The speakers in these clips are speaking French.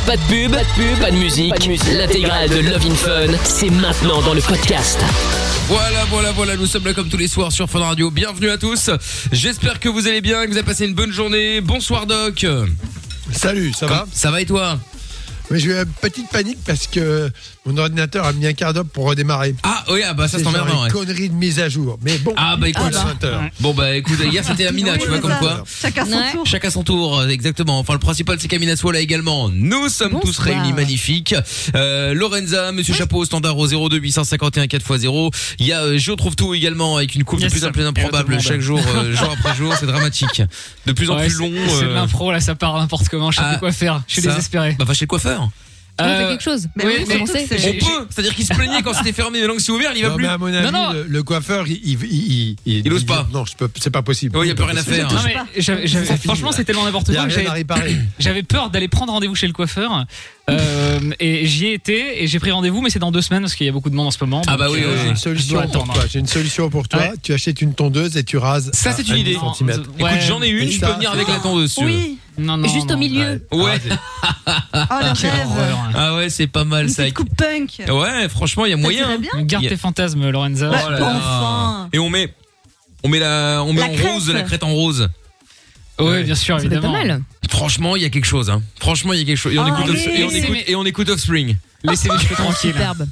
Pas de pub, pas de musique. L'intégrale de Love in Fun, c'est maintenant dans le podcast. Voilà, nous sommes là comme tous les soirs sur Fun Radio. Bienvenue à tous. J'espère que vous allez bien, que vous avez passé une bonne journée. Bonsoir Doc. Salut, ça va ? Ça va et toi ? Oui, j'ai eu une petite panique parce que mon ordinateur a mis un quart d'heure pour redémarrer. Ah oui, bah ça c'est emmerdant. Une connerie de mise à jour. Mais bon. Ah bah écoute, 20h. Bon bah écoute, hier c'était Amina, tu vois comme quoi. Chacun son tour. Chacun son tour, exactement. Enfin le principal c'est qu'Amina soit là également. Nous sommes tous réunis, magnifiques. Lorenza, Monsieur Chapeau au standard au 02 851 4x0. Il y a Je trouve tout également avec une coupe de plus en plus improbable chaque jour, jour après jour, c'est dramatique. De plus en plus long. C'est de l'impro là, ça part n'importe comment. Je sais plus quoi faire. Je suis désespéré. Bah va chez le coiffeur. On fait quelque chose. Mais Oui, oui, mais on sait. On peut, c'est-à-dire qu'il se plaignait quand c'était fermé, maintenant que c'est ouvert, il y va Non, plus. mais à mon avis, Non. le coiffeur, il ose pas. Non, c'est pas possible. Il y a plus rien à faire. Non, mais franchement, c'est tellement n'importe Il y a quoi. rien à réparer. J'avais peur d'aller prendre rendez-vous chez le coiffeur. Et j'y ai été et j'ai pris rendez-vous, mais c'est dans 2 semaines parce qu'il y a beaucoup de monde en ce moment. Ah bah oui, J'ai une solution pour toi. J'ai une solution pour toi. Ouais. Tu achètes une tondeuse et tu rases. Ça c'est une idée. Centimètres. Ouais. Écoute, j'en ai une, je peux venir avec la tondeuse dessus. Oui. Non, Juste au milieu. Ouais. Oh le Quelle rêve. horreur. Ah ouais, c'est pas mal Une ça. petite coupe punk. Ouais, franchement, il y a moyen. dirait bien. Garde tes fantasmes, Lorenza. Bah, Oh là là. enfin. Et on met en rose, crête. la crête en rose. Oui, bien sûr, Ça peut être pas évidemment. mal. Franchement, il y a quelque chose. Hein. Franchement, il y a quelque chose. Et on, Oh, écoute, allez. et on écoute Offspring. Laissez les cheveux tranquilles. Superbe.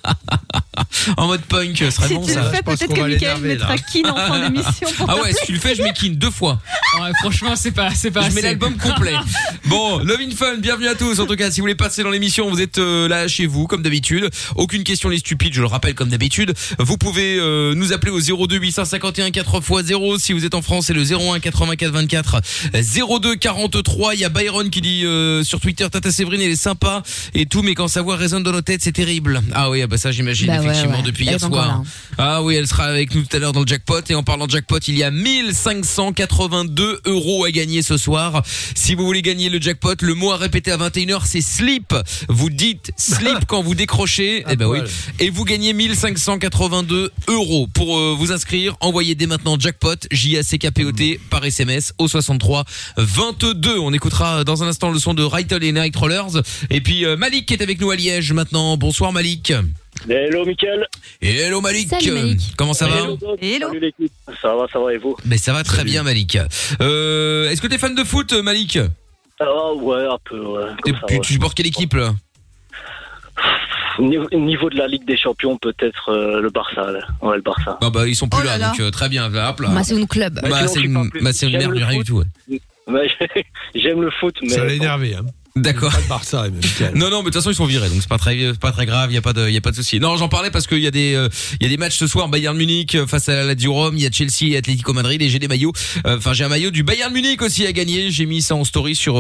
En mode punk, ce serait Si bon tu ça. le fais, je pense peut-être qu'on que va Mickaël l'énerver, mettra là. Kin en fin d'émission pour Ah ouais, si tu le fais, je mets Kin 2 fois. Ouais, franchement, c'est pas Je assez. mets l'album complet. Bon, Love in Fun, bienvenue à tous. En tout cas, si vous voulez passer dans l'émission, vous êtes là chez vous, comme d'habitude. Aucune question n'est stupide, je le rappelle, comme d'habitude. Vous pouvez nous appeler au 02 851 4x0. Si vous êtes en France, c'est le 01 84 24 02 43. Il y a Byron qui dit sur Twitter, Tata Séverine, elle est sympa et tout, mais quand sa voix résonne dans nos têtes, c'est terrible. Ah oui, bah ça j'imagine Bah ouais, effectivement ouais. depuis Elle hier est encore soir. là. Ah oui, elle sera avec nous tout à l'heure dans le jackpot. Et en parlant de jackpot, il y a 1582 € à gagner ce soir. Si vous voulez gagner le jackpot, le mot à répéter à 21h, c'est slip. Vous dites slip quand vous décrochez. Eh ben oui. Et vous gagnez 1582 €. Pour vous inscrire, envoyez dès maintenant jackpot, J-A-C-K-P-O-T, par SMS au 63 22. On écoutera dans un instant le son de Rytel et Night Rollers. Et puis Malik qui est avec nous à Liège maintenant. Bonsoir Malik. Hello Mickaël. Et hello Malik. Salut, Malik. Comment ça va? Hello, Doc. Hello. Salut l'équipe. Ça va et vous? Mais ça va très bien Malik. Est-ce que t'es fan de foot Malik? Ah ouais, un peu, ouais. Comme ça, ouais. Tu supportes quelle équipe là? Niveau de la Ligue des Champions, peut-être le Barça. Là. Ouais, le Barça. Ah bah ils sont plus Oh là, là là. donc très bien, hop là. Bah, c'est un club. Bah, c'est une merde, rien du tout. Ouais. Ouais, j'aime le foot, mais Ça l'a énervé, hein. D'accord. Pas le Barça, Mickaël. Non, mais de toute façon ils sont virés, donc c'est pas très grave, il y a pas de souci. Non, j'en parlais parce qu'il y a des matchs ce soir, Bayern Munich face à la Lazio Rome, il y a Chelsea et Atlético Madrid et j'ai des maillots. Enfin, j'ai un maillot du Bayern Munich aussi à gagner. J'ai mis ça en story sur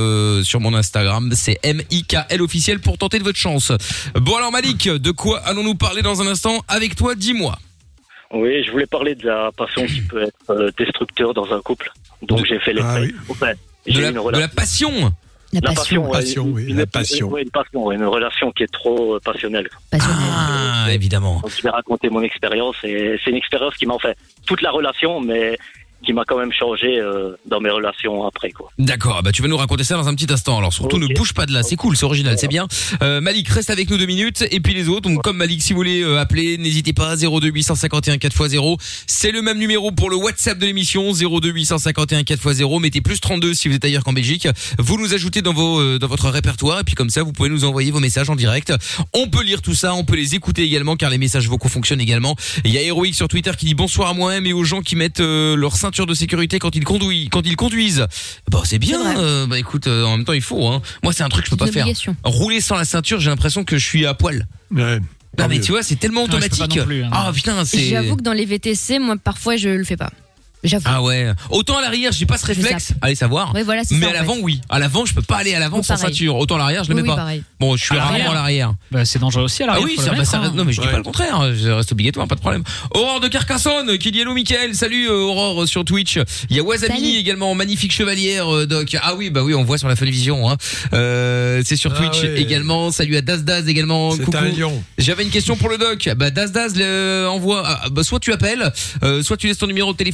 mon Instagram. C'est MIKL officiel pour tenter de votre chance. Bon alors Malik, de quoi allons-nous parler dans un instant avec toi? Dis-moi. oui, je voulais parler de la passion qui peut être destructeur dans un couple. Donc j'ai fait les Ah oui. Enfin, De j'ai la, une de relation. la passion. La passion. Passion, oui, la passion. Une passion, une relation qui est trop passionnelle. Passionnel. Ah, évidemment. Donc je vais raconter mon expérience et c'est une expérience qui m'a fait toute la relation, mais qui m'a quand même changé dans mes relations après quoi. D'accord, bah tu vas nous raconter ça dans un petit instant. Alors surtout Ok. ne bouge pas de là, c'est cool, c'est original, c'est bien. Malik reste avec nous 2 minutes et puis les autres. Donc comme Malik, si vous voulez appeler, n'hésitez pas 02 851 4x0. C'est le même numéro pour le WhatsApp de l'émission 02 851 4x0. Mettez plus 32 si vous êtes ailleurs qu'en Belgique. Vous nous ajoutez dans votre répertoire et puis comme ça vous pouvez nous envoyer vos messages en direct. On peut lire tout ça, on peut les écouter également car les messages vocaux fonctionnent également. Il y a Héroïque sur Twitter qui dit bonsoir à moi-même et aux gens qui mettent leur ceinture de sécurité quand ils conduisent. Bah c'est bien. Bah écoute, en même temps il faut. Hein. Moi c'est un truc que je peux pas faire. Rouler sans la ceinture, j'ai l'impression que je suis à poil. Ouais. Non mais tu vois, c'est tellement Non, je peux automatique. pas non plus, hein. Ah putain, c'est. J'avoue que dans les VTC, moi, parfois, je le fais pas. J'avoue. Ah ouais. Autant à l'arrière, j'ai pas ce réflexe. Allez savoir. Ouais, voilà, c'est mais ça, à en l'avant, fait. oui. À l'avant, je peux pas aller à l'avant Oui, sans pareil. ceinture. Autant à l'arrière, je le Oui, mets oui, pas. pareil. Bon, je suis À rarement l'arrière. à l'arrière. Bah, c'est dangereux aussi à Ah l'arrière. oui, faut ça, le mettre, hein. non mais je dis Ouais. pas le contraire, je reste obligatoire, pas de problème. Aurore de Carcassonne qui dit hello Mickaël, salut Aurore sur Twitch. Il y a Wasabi Salut. également, magnifique chevalière Doc. Ah oui, bah oui, on voit sur la Funvision hein. C'est sur Ah Twitch ouais. également. Salut à Daz également. C'est Coucou. un lion. J'avais une question pour le Doc. Bah Daz envoie soit tu appelles, soit tu laisses ton numéro de téléphone en message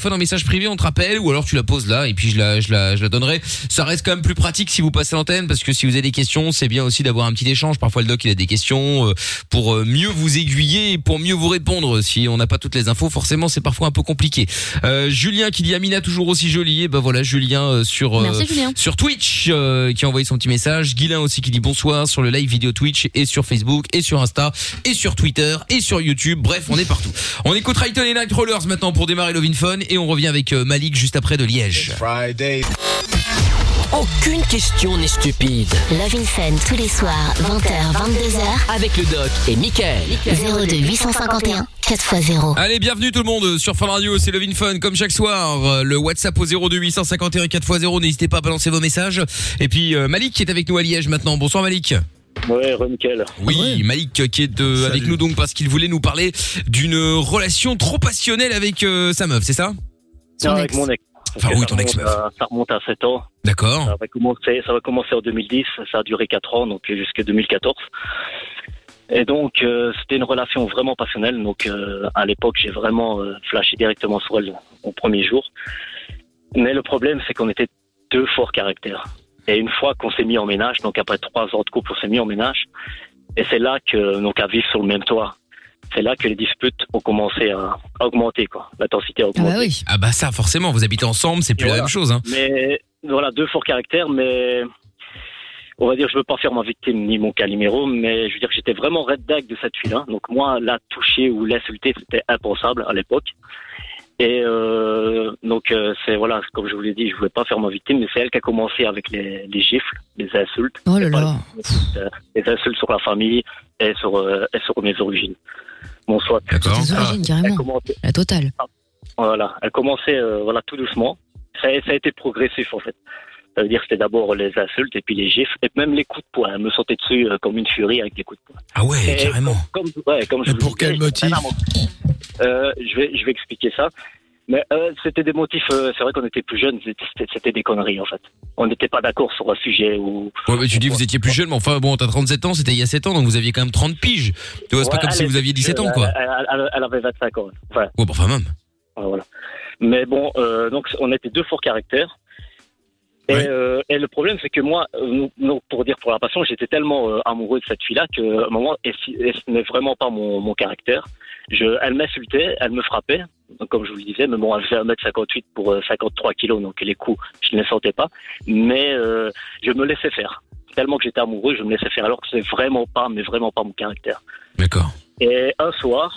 message privé, on te rappelle, ou alors tu la poses là et puis je la donnerai. Ça reste quand même plus pratique si vous passez à l'antenne, parce que si vous avez des questions, c'est bien aussi d'avoir un petit échange. Parfois le doc il a des questions pour mieux vous aiguiller et pour mieux vous répondre. Si on n'a pas toutes les infos, forcément c'est parfois un peu compliqué. Julien qui dit Amina toujours aussi jolie. Et ben voilà, Julien Merci, Julien. sur Twitch qui a envoyé son petit message. Guilain aussi qui dit bonsoir sur le live vidéo Twitch et sur Facebook et sur Insta et sur Twitter et sur YouTube. Bref, on est partout. On écoute Rayton et Nightcrawlers maintenant pour démarrer Love in Fun et on revient avec Malik juste après de Liège. Aucune question n'est stupide. Love in Fun tous les soirs, 20h, 22h. Avec le doc et Mickaël. 02 851 4x0. Allez, bienvenue tout le monde sur Fun Radio, c'est Love in Fun comme chaque soir. Le WhatsApp au 02 851 4x0, n'hésitez pas à balancer vos messages. Et puis Malik qui est avec nous à Liège maintenant. Bonsoir Malik. Ouais, Nickel. Oui, Malik qui est avec nous donc parce qu'il voulait nous parler d'une relation trop passionnelle avec sa meuf, c'est ça? Avec mon ex. Enfin oui, ton ex-meuf. Ça remonte à 7 ans. D'accord. Ça va commencer en 2010, ça a duré 4 ans, donc jusqu'à 2014. Et donc, c'était une relation vraiment passionnelle. Donc, à l'époque, j'ai vraiment flashé directement sur elle au premier jour. Mais le problème, c'est qu'on était deux forts caractères. Et une fois qu'on s'est mis en ménage, donc après 3 ans de couple, on s'est mis en ménage. Et c'est là que, donc à vivre sur le même toit, c'est là que les disputes ont commencé à augmenter, quoi. L'intensité a augmenté. Ah bah oui. Ah bah ça, forcément, vous habitez ensemble, c'est plus la même chose, hein. Mais voilà, deux forts caractères, mais on va dire, je veux pas faire ma victime ni mon Calimero, mais je veux dire que j'étais vraiment red dag de cette fille-là. Donc moi, la toucher ou l'insulter, c'était impensable à l'époque. Et donc c'est voilà, comme je vous l'ai dit, je voulais pas faire ma victime, mais c'est elle qui a commencé avec les gifles, les insultes. Oh là là. Les insultes sur la famille et sur mes origines. Bon, soit. D'accord. Tes origines, carrément. La totale. Voilà, elle commençait voilà tout doucement. Ça a été progressif en fait. Ça veut dire que c'était d'abord les insultes et puis les gifles et même les coups de poing. Elle me sautait dessus comme une furie avec des coups de poing. Ah ouais, carrément. Comme je Mais vous pour disais, quel motif? Je vais expliquer ça. Mais c'était des motifs, c'est vrai qu'on était plus jeunes, c'était des conneries en fait. On n'était pas d'accord sur un sujet ou... Ouais, mais tu dis vous étiez plus jeune, mais enfin bon, t'as 37 ans, c'était il y a 7 ans, donc vous aviez quand même 30 piges. Tu vois, c'est pas comme si vous aviez 17 ans, quoi. Elle avait 25 ans. Enfin, Ouais, bon, enfin même. voilà. Mais bon, donc on était deux forts caractères. Et, Ouais. et le problème, c'est que moi, pour dire pour la passion, j'étais tellement amoureux de cette fille-là qu'à un moment, ce n'est vraiment pas mon caractère. Elle m'insultait, elle me frappait, donc, comme je vous le disais, mais bon, elle faisait 1m58 pour 53 kilos, donc les coups, je ne les sentais pas. Mais je me laissais faire. Tellement que j'étais amoureux, je me laissais faire, alors que c'est vraiment pas mon caractère. D'accord. Et un soir,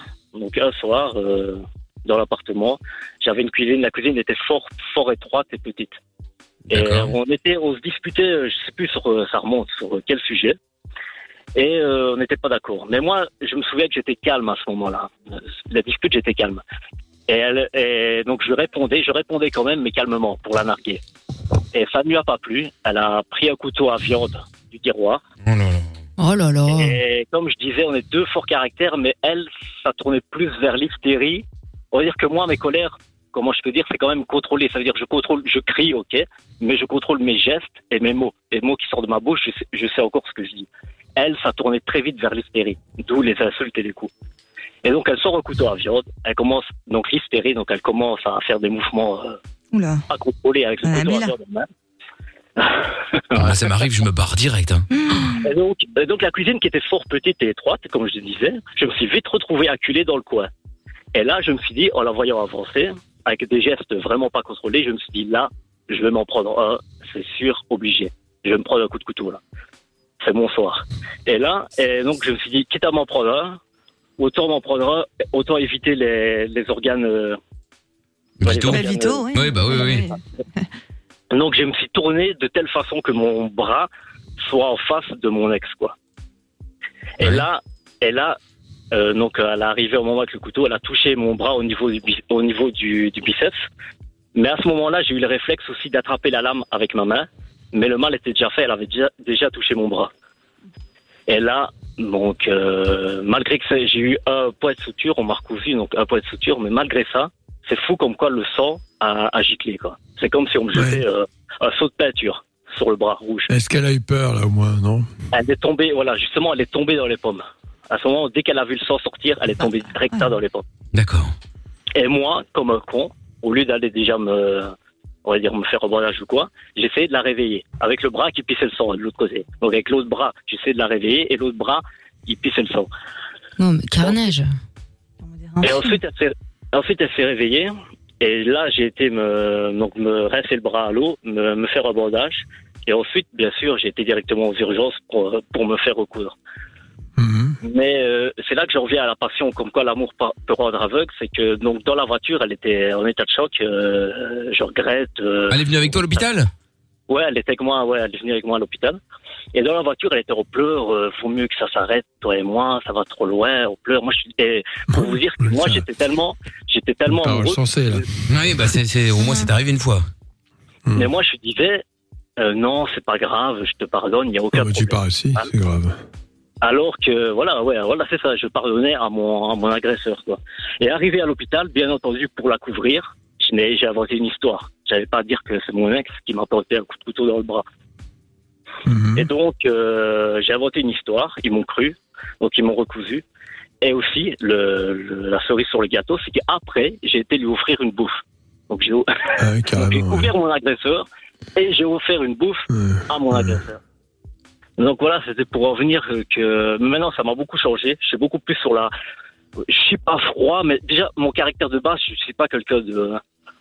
dans l'appartement, j'avais une cuisine. La cuisine était fort étroite et petite. Et D'accord. on se disputait, je sais plus ça remonte sur quel sujet. Et on n'était pas d'accord. Mais moi, je me souviens que j'étais calme à ce moment-là. La dispute, j'étais calme. Et donc je répondais quand même, mais calmement, pour la narguer. Et ça ne lui a pas plu. Elle a pris un couteau à viande du tiroir. Oh là là. Oh là là. Et comme je disais, on est deux forts caractères, mais elle, ça tournait plus vers l'hystérie. On va dire que moi, mes colères, comment je peux dire, c'est quand même contrôlé. Ça veut dire que je crie, ok, mais je contrôle mes gestes et mes mots. Les mots qui sortent de ma bouche, je sais encore ce que je dis. Elle, ça tournait très vite vers l'hystérie, d'où les insultes et les coups. Et donc, elle sort un couteau à viande, elle commence, donc l'hystérie, donc elle commence à faire des mouvements Oula. pas contrôlés avec le Ah, couteau mais à là. viande en main. Ah, ça m'arrive, je me barre direct, hein. Et donc la cuisine qui était fort petite et étroite, comme je disais, je me suis vite retrouvé acculé dans le coin. Et là, je me suis dit, en la voyant avancer, avec des gestes vraiment pas contrôlés, je me suis dit, là, je vais m'en prendre un, c'est sûr, obligé. Je vais me prendre un coup de couteau, là. C'est mon soir. Et donc je me suis dit, quitte à m'en prendre un, autant éviter les organes... Vitaux. les Bah, organes, Vito, oui. Ouais, bah oui. Donc je me suis tourné de telle façon que mon bras soit en face de mon ex, quoi. Et Ouais. là, donc elle est arrivée au moment avec le couteau, elle a touché mon bras au niveau du biceps. Mais à ce moment-là, j'ai eu le réflexe aussi d'attraper la lame avec ma main. Mais le mal était déjà fait, elle avait déjà touché mon bras. Et là, donc malgré que j'ai eu un point de suture, on m'a recousu, donc un point de suture, mais malgré ça, c'est fou comme quoi le sang a giclé, quoi. C'est comme si on me jetait un seau de peinture sur le bras rouge. Est-ce qu'elle a eu peur, là, au moins, non? Elle est tombée, voilà, justement, elle est tombée dans les pommes. À ce moment, dès qu'elle a vu le sang sortir, elle est tombée direct dans les pommes. D'accord. Et moi, comme un con, au lieu d'aller déjà me faire un bandage ou quoi, j'essayais de la réveiller avec le bras qui pissait le sang de l'autre côté. Donc avec l'autre bras, j'essayais de la réveiller et l'autre bras, il pissait le sang. Non, mais carnage. Et ensuite, elle s'est réveillée. Et là, j'ai été me rincer le bras à l'eau, me faire un bandage. Et ensuite, bien sûr, j'ai été directement aux urgences pour me faire recoudre. Mais c'est là que j'en reviens à la passion, comme quoi l'amour peut rendre aveugle. C'est que donc dans la voiture, elle était en état de choc. Je regrette. Elle est venue avec toi à l'hôpital ? Ouais, elle était avec moi. Ouais, elle est venue avec moi à l'hôpital. Et dans la voiture, elle était en pleurs. Faut mieux que ça s'arrête, toi et moi. Ça va trop loin. On pleure. Moi, et pour vous dire que moi, j'étais tellement Parole amoureux. sensée, là. Oui, bah c'est au moins c'est arrivé une fois. Mais moi, je disais, non, c'est pas grave. Je te pardonne. Il y a aucun Ah, mais tu problème. parles, si, c'est grave. Alors que voilà, c'est ça. Je pardonnais à mon agresseur, quoi. Et arrivé à l'hôpital, bien entendu, pour la couvrir, j'ai inventé une histoire. J'avais pas à dire que c'est mon ex qui m'a porté un coup de couteau dans le bras. Et donc, j'ai inventé une histoire. Ils m'ont cru, donc ils m'ont recousu. Et aussi, la cerise sur le gâteau, c'est qu'après, j'ai été lui offrir une bouffe. Donc j'ai couvert mon agresseur et j'ai offert une bouffe à mon agresseur. Donc voilà, c'était pour en venir que maintenant ça m'a beaucoup changé. Je suis beaucoup plus sur je suis pas froid, mais déjà mon caractère de base, je suis pas quelqu'un de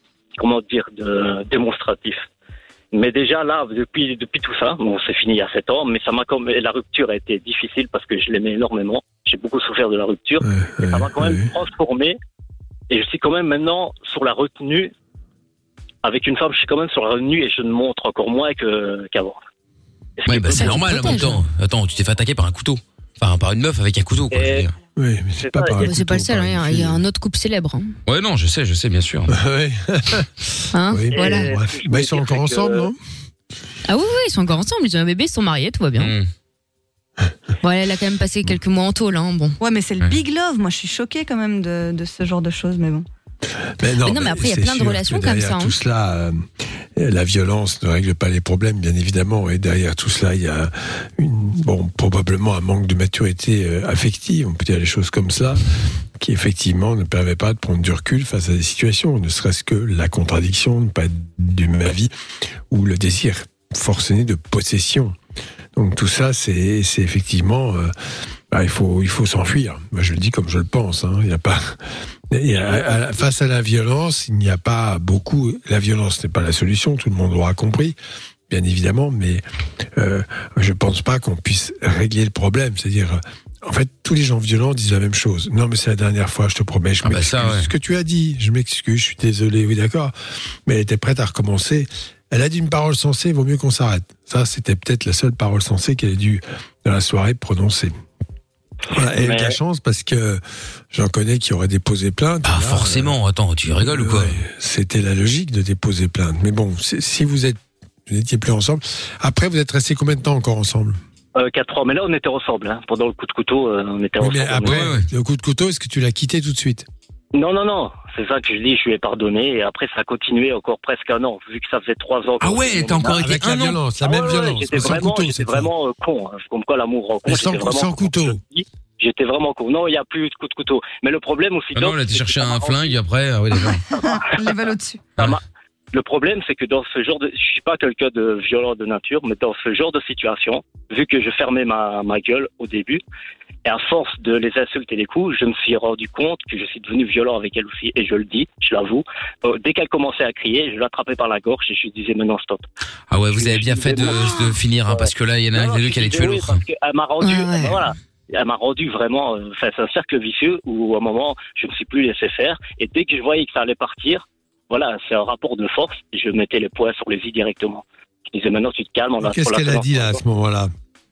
démonstratif. Mais déjà là, depuis tout ça, bon, c'est fini il y a 7 ans, mais la rupture a été difficile parce que je l'aimais énormément. J'ai beaucoup souffert de la rupture, et ça m'a quand même transformé. Et je suis quand même maintenant sur la retenue. Avec une femme, je suis quand même sur la retenue et je ne montre encore moins qu'avant. Ouais, bah c'est normal en même temps. Attends, tu t'es fait attaquer par un couteau. Enfin, par une meuf avec un couteau, quoi. Je veux dire. Oui, mais c'est pas pareil. C'est pas le seul, hein, il y a un autre couple célèbre. Hein. Ouais, non, je sais, bien sûr. Oui. Hein, Oui, voilà. bref. Bah, ils sont encore ensemble, non? Ah oui, ils sont encore ensemble, ils ont un bébé, ils sont mariés, tout va bien. Bon, elle a quand même passé quelques mois en tôle, hein, bon. Ouais, mais c'est le big love. Moi, je suis choquée quand même de ce genre de choses, mais bon. Mais non, mais après, il y a c'est plein de sûr relations que comme derrière ça. Tout cela, la violence ne règle pas les problèmes, bien évidemment. Et derrière tout cela, il y a probablement un manque de maturité affective, on peut dire les choses comme ça, qui effectivement ne permet pas de prendre du recul face à des situations, ne serait-ce que la contradiction, ne pas être du même avis, ou le désir forcené de possession. Donc tout ça, c'est effectivement, il faut s'enfuir. Moi, je le dis comme je le pense. Hein. Il y a pas. Face à la violence, il n'y a pas beaucoup. La violence n'est pas la solution, tout le monde l'aura compris, bien évidemment, mais je pense pas qu'on puisse régler le problème. C'est-à-dire, en fait, tous les gens violents disent la même chose. Non, mais c'est la dernière fois, je te promets, je m'excuse. Ce que tu as dit, je m'excuse, je suis désolé, oui, d'accord. Mais elle était prête à recommencer. Elle a dit une parole sensée, vaut mieux qu'on s'arrête. Ça, c'était peut-être la seule parole sensée qu'elle ait dû, dans la soirée, prononcer. Voilà, et elle a de la chance parce que j'en connais qui auraient déposé plainte. Ah, forcément, attends, tu rigoles ou quoi? C'était la logique de déposer plainte. Mais bon, si vous n'étiez plus ensemble. Après, vous êtes restés combien de temps encore ensemble? 4 ans, mais là on était ensemble. Hein. Pendant le coup de couteau, on était ensemble. Mais après, le coup de couteau, est-ce que tu l'as quitté tout de suite? Non. C'est ça que je dis, je lui ai pardonné. Et après, ça a continué encore presque 1 an, vu que ça faisait 3 ans. Ah ouais, t'as encore été avec la violence, la même violence. J'étais vraiment con. Hein. Comme quoi l'amour rend con. Mais sans couteau. J'étais vraiment con. Non, il n'y a plus de coup de couteau. Mais le problème aussi... non, on a été chercher un flingue après. Ah oui, d'accord. Level au-dessus. Le problème, c'est que dans ce genre de... Je suis pas quelqu'un de violent de nature, mais dans ce genre de situation, vu que je fermais ma gueule au début, et à force de les insulter les coups, je me suis rendu compte que je suis devenu violent avec elle aussi, et je le dis, je l'avoue. Dès qu'elle commençait à crier, je l'attrapais par la gorge et je lui disais maintenant stop. Ah ouais, vous avez bien fait de finir, hein, parce que là, il y en a un des deux qui allait tuer l'autre. Parce qu'elle m'a rendu... Voilà. Elle m'a rendu vraiment... c'est un cercle vicieux où, à un moment, je ne me suis plus laissé faire, et dès que je voyais que ça allait partir, voilà, c'est un rapport de force. Je mettais les poings sur les i directement. Je disais maintenant tu te calmes. Qu'est-ce qu'elle a dit là à ce moment-là?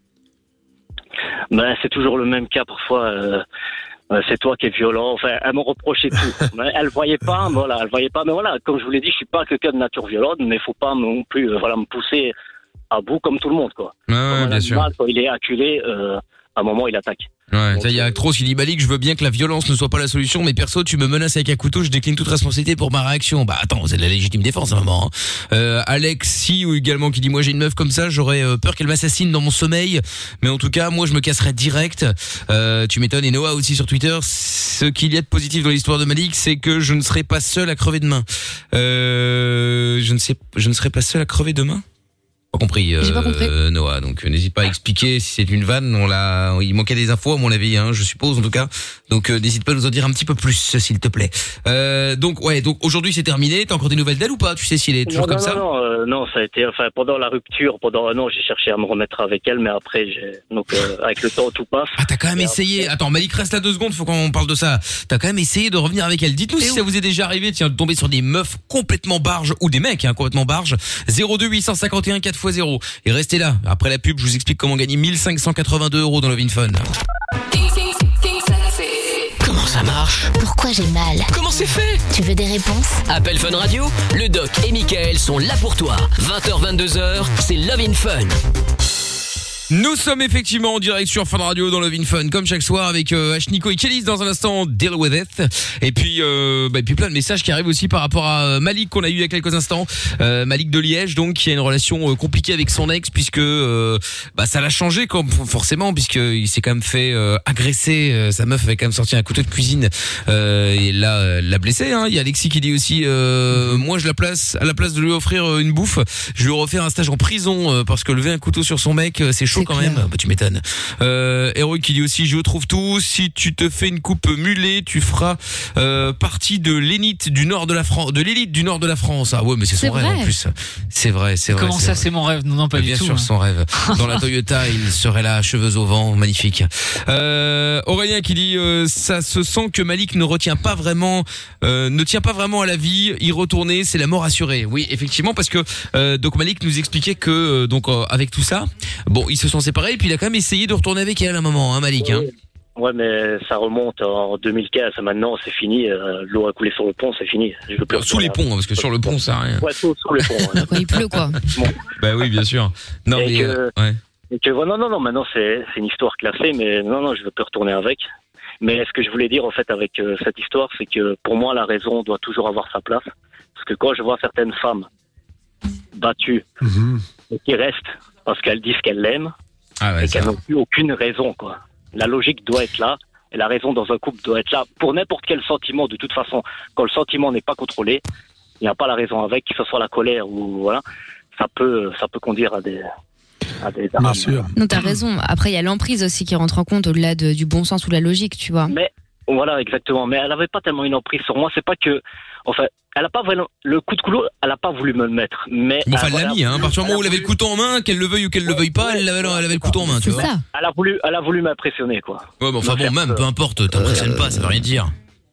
Ben c'est toujours le même cas parfois. C'est toi qui es violent. Enfin, elle me reprochait tout. Elle voyait pas. Voilà, elle voyait pas. Mais voilà, comme je vous l'ai dit, je suis pas quelqu'un de nature violente, mais faut pas non plus me pousser à bout comme tout le monde quoi. Ouais, bien sûr. Quand il est acculé, à un moment il attaque. Ouais, il y a Actros qui dit Malik, je veux bien que la violence ne soit pas la solution, mais perso, tu me menaces avec un couteau, je décline toute responsabilité pour ma réaction. Bah attends, c'est de la légitime défense à un moment. Alexis ou également qui dit moi j'ai une meuf comme ça, j'aurais peur qu'elle m'assassine dans mon sommeil, mais en tout cas moi je me casserais direct. Tu m'étonnes. Et Noah aussi sur Twitter, ce qu'il y a de positif dans l'histoire de Malik, c'est que je ne serai pas seul à crever demain. Je ne serai pas seul à crever demain. Pas compris, J'ai pas compris. Noah. Donc n'hésite pas à expliquer si c'est une vanne. Il manquait des infos à mon avis, hein, je suppose en tout cas. Donc n'hésite pas à nous en dire un petit peu plus, s'il te plaît. Donc aujourd'hui c'est terminé. T'as encore des nouvelles d'elle ou pas? Tu sais si elle est toujours comme ça? Non, ça a été, pendant la rupture, pendant un an, j'ai cherché à me remettre avec elle, mais après, avec le temps, tout passe. Ah, t'as quand même essayé. Attends, Malik, reste là 2 secondes, faut qu'on parle de ça. T'as quand même essayé de revenir avec elle. Dites-nous si ça vous est déjà arrivé, tiens, de tomber sur des meufs complètement barges ou des mecs, hein, complètement barges. 02 851 4x0. Et restez là. Après la pub, je vous explique comment gagner 1582 € dans Love in Fun. Comment ça marche? Pourquoi j'ai mal? Comment c'est fait? Tu veux des réponses? Appel Fun Radio, le doc et Mickaël sont là pour toi. 20h, 22h, c'est Love in Fun. Nous sommes effectivement en direct sur Fun Radio dans Love in Fun, comme chaque soir avec Nico et Kélis dans un instant, Deal With It. Et puis plein de messages qui arrivent aussi par rapport à Malik qu'on a eu il y a quelques instants. Malik de Liège, donc, qui a une relation compliquée avec son ex puisque ça l'a changé forcément puisqu'il s'est quand même fait agresser. Sa meuf avait quand même sorti un couteau de cuisine et l'a blessé. Hein. Il y a Alexis qui dit aussi moi je la place à la place de lui offrir une bouffe, je lui aurais refait un stage en prison parce que lever un couteau sur son mec c'est chaud quand même. Bah tu m'étonnes. Héroï qui dit aussi je trouve tout, si tu te fais une coupe mulet tu feras partie de l'élite du nord de la France. Ah ouais mais c'est son rêve en plus. C'est vrai. Comment ça c'est mon rêve? Non pas du bien tout. Bien sûr son rêve. Dans la Toyota il serait là cheveux au vent, magnifique. Aurélien qui dit ça se sent que Malik ne tient pas vraiment à la vie, y retourner c'est la mort assurée. Oui effectivement parce que donc Malik nous expliquait que avec tout ça ils se sont séparés et puis il a quand même essayé de retourner avec elle à un moment, hein, Malik. Hein. Ouais, mais ça remonte en 2015. Maintenant, c'est fini. L'eau a coulé sur le pont, c'est fini. Je veux plus sous les ponts, parce que sur le pont, ça n'a rien. Ouais, sous les ponts. Ouais. Quand il pleut, quoi. Bon. Bah oui, bien sûr. Non, et mais ouais. Et que non. Maintenant, c'est une histoire classée, mais non, je veux plus retourner avec. Mais ce que je voulais dire en fait avec cette histoire, c'est que pour moi, la raison doit toujours avoir sa place. Parce que quand je vois certaines femmes battues et qui restent parce qu'elles disent qu'elles l'aiment et qu'elles n'ont plus aucune raison, quoi. La logique doit être là et la raison dans un couple doit être là pour n'importe quel sentiment. De toute façon, quand le sentiment n'est pas contrôlé, il n'y a pas la raison avec, que ce soit la colère ou voilà, ça peut conduire à des Bien sûr. Non, t'as raison. Après, il y a l'emprise aussi qui rentre en compte au-delà du bon sens ou de la logique, tu vois. Mais voilà, exactement. Mais elle n'avait pas tellement une emprise sur moi. C'est pas que, enfin, elle a pas vraiment le coup de couteau. Elle a pas voulu me le mettre. Mais bon, enfin, elle l'a mis. Hein. À partir du moment où elle avait le couteau en main, qu'elle le veuille ou qu'elle le veuille pas, elle avait le couteau en main. Tu vois. Ça. Elle a voulu m'impressionner, quoi. Ouais, mais enfin bon, même peu importe. T'impressionnes pas, ça veut rien dire.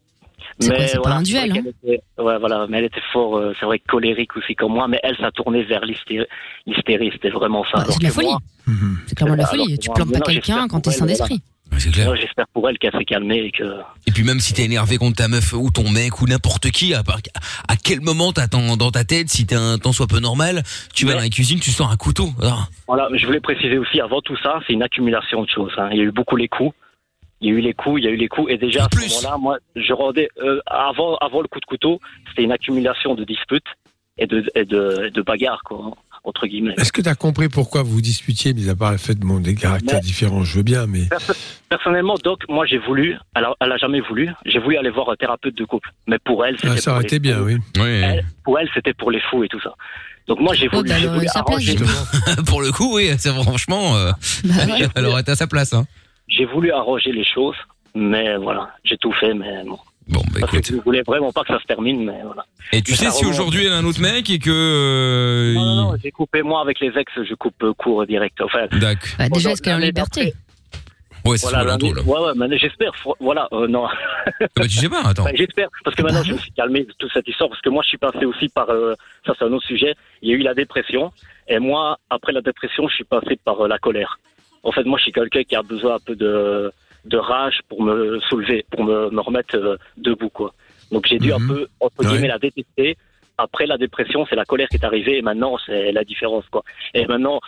C'est pas un duel. Mais elle était fort, c'est vrai, colérique aussi comme moi, mais elle, ça tournait vers l'hystérie, c'était vraiment ça. C'est de la folie. C'est clairement de la folie. Tu plantes pas quelqu'un quand t'es sain d'esprit. Ouais, c'est clair. J'espère pour elle qu'elle s'est calmée et que... Et puis même si t'es énervé contre ta meuf ou ton mec ou n'importe qui, à quel moment t'attends dans ta tête, si t'es un tant soit peu normal, tu vas dans la cuisine, tu sors un couteau. Voilà, mais je voulais préciser aussi, avant tout ça, c'est une accumulation de choses. Hein. Il y a eu beaucoup les coups. Il y a eu les coups, et déjà à ce moment-là, moi, je rendais avant le coup de couteau, c'était une accumulation de disputes et de bagarres, quoi, entre guillemets. Est-ce que tu as compris pourquoi vous vous disputiez, mis à part le fait de des caractères différents, je veux bien, mais... Personnellement, Doc, moi j'ai voulu, alors elle a jamais voulu, j'ai voulu aller voir un thérapeute de couple, mais pour elle, c'était ça aurait été bien, oui. Pour elle, c'était pour les fous et tout ça. Donc moi j'ai voulu arranger... Pour le coup, oui, c'est franchement, elle aurait été à sa place, hein. J'ai voulu arranger les choses, mais voilà, j'ai tout fait, mais bon. Bon, bah écoute. Je voulais vraiment pas que ça se termine, mais voilà. Et tu sais si aujourd'hui elle a un autre mec et que... Non, j'ai coupé, moi avec les ex, je coupe court direct. Enfin, d'accord. Bah, déjà, est-ce qu'elle est en liberté? Ouais, c'est voilà, bientôt, là. Ouais, mais j'espère, voilà, non. Bah, tu sais pas, attends. Enfin, j'espère, parce que maintenant je me suis calmé de toute cette histoire, parce que moi je suis passé aussi par, ça c'est un autre sujet, il y a eu la dépression, et moi, après la dépression, je suis passé par la colère. En fait, moi, je suis quelqu'un qui a besoin un peu de rage pour me soulever, pour me remettre debout, quoi. Donc, j'ai dû un peu, entre guillemets, la détester. Après la dépression, c'est la colère qui est arrivée, et maintenant, c'est la différence, quoi. Et maintenant,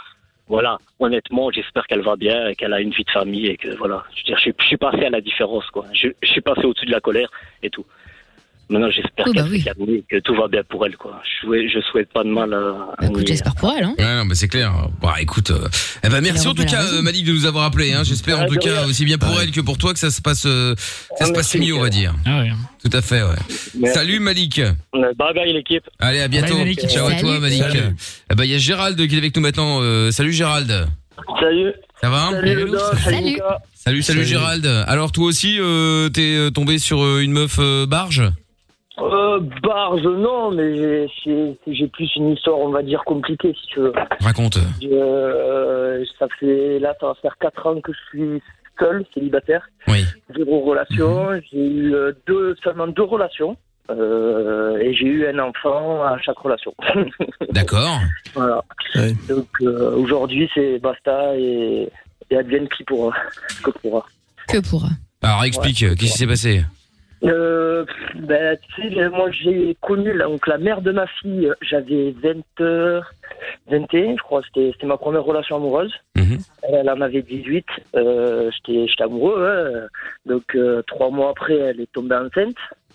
voilà, honnêtement, j'espère qu'elle va bien et qu'elle a une vie de famille et que voilà. Je veux dire, je suis passé à la différence, quoi. Je suis passé au-dessus de la colère et tout. Maintenant, j'espère qu'elle s'est calmée et que tout va bien pour elle, quoi. Je souhaite pas de mal à écoute, j'espère pour elle, hein. Ouais, non, mais c'est clair. Bah, écoute, merci en tout cas, Malik, de nous avoir appelé, hein. J'espère en tout cas aussi bien pour elle que pour toi que ça se passe mieux, on va dire. Ah ouais. Tout à fait, ouais. Merci. Salut, Malik. Bye bye, l'équipe. Allez, à bientôt. Bye, Malik. Ciao à toi, Malik. Il y a Gérald qui est avec nous maintenant. Salut, Gérald. Salut. Ça va? Salut, Ludo. Salut. Salut, Gérald. Alors, toi aussi, t'es tombé sur une meuf barge? Barge, non, mais j'ai plus une histoire, on va dire, compliquée, si tu veux. Raconte. Ça va faire 4 ans que je suis seul, célibataire. Oui. 0 relation. J'ai eu seulement 2 relations. Et j'ai eu un enfant à chaque relation. D'accord. Voilà. Ouais. Donc aujourd'hui, c'est basta et advienne qui pourra. Que pourra. Que pourra. Alors, explique, qu'est-ce qui s'est passé? Tu sais, moi j'ai connu donc, la mère de ma fille, j'avais 21, je crois, c'était ma première relation amoureuse. Elle en avait 18, j'étais amoureux, hein. Donc 3 mois après, elle est tombée enceinte.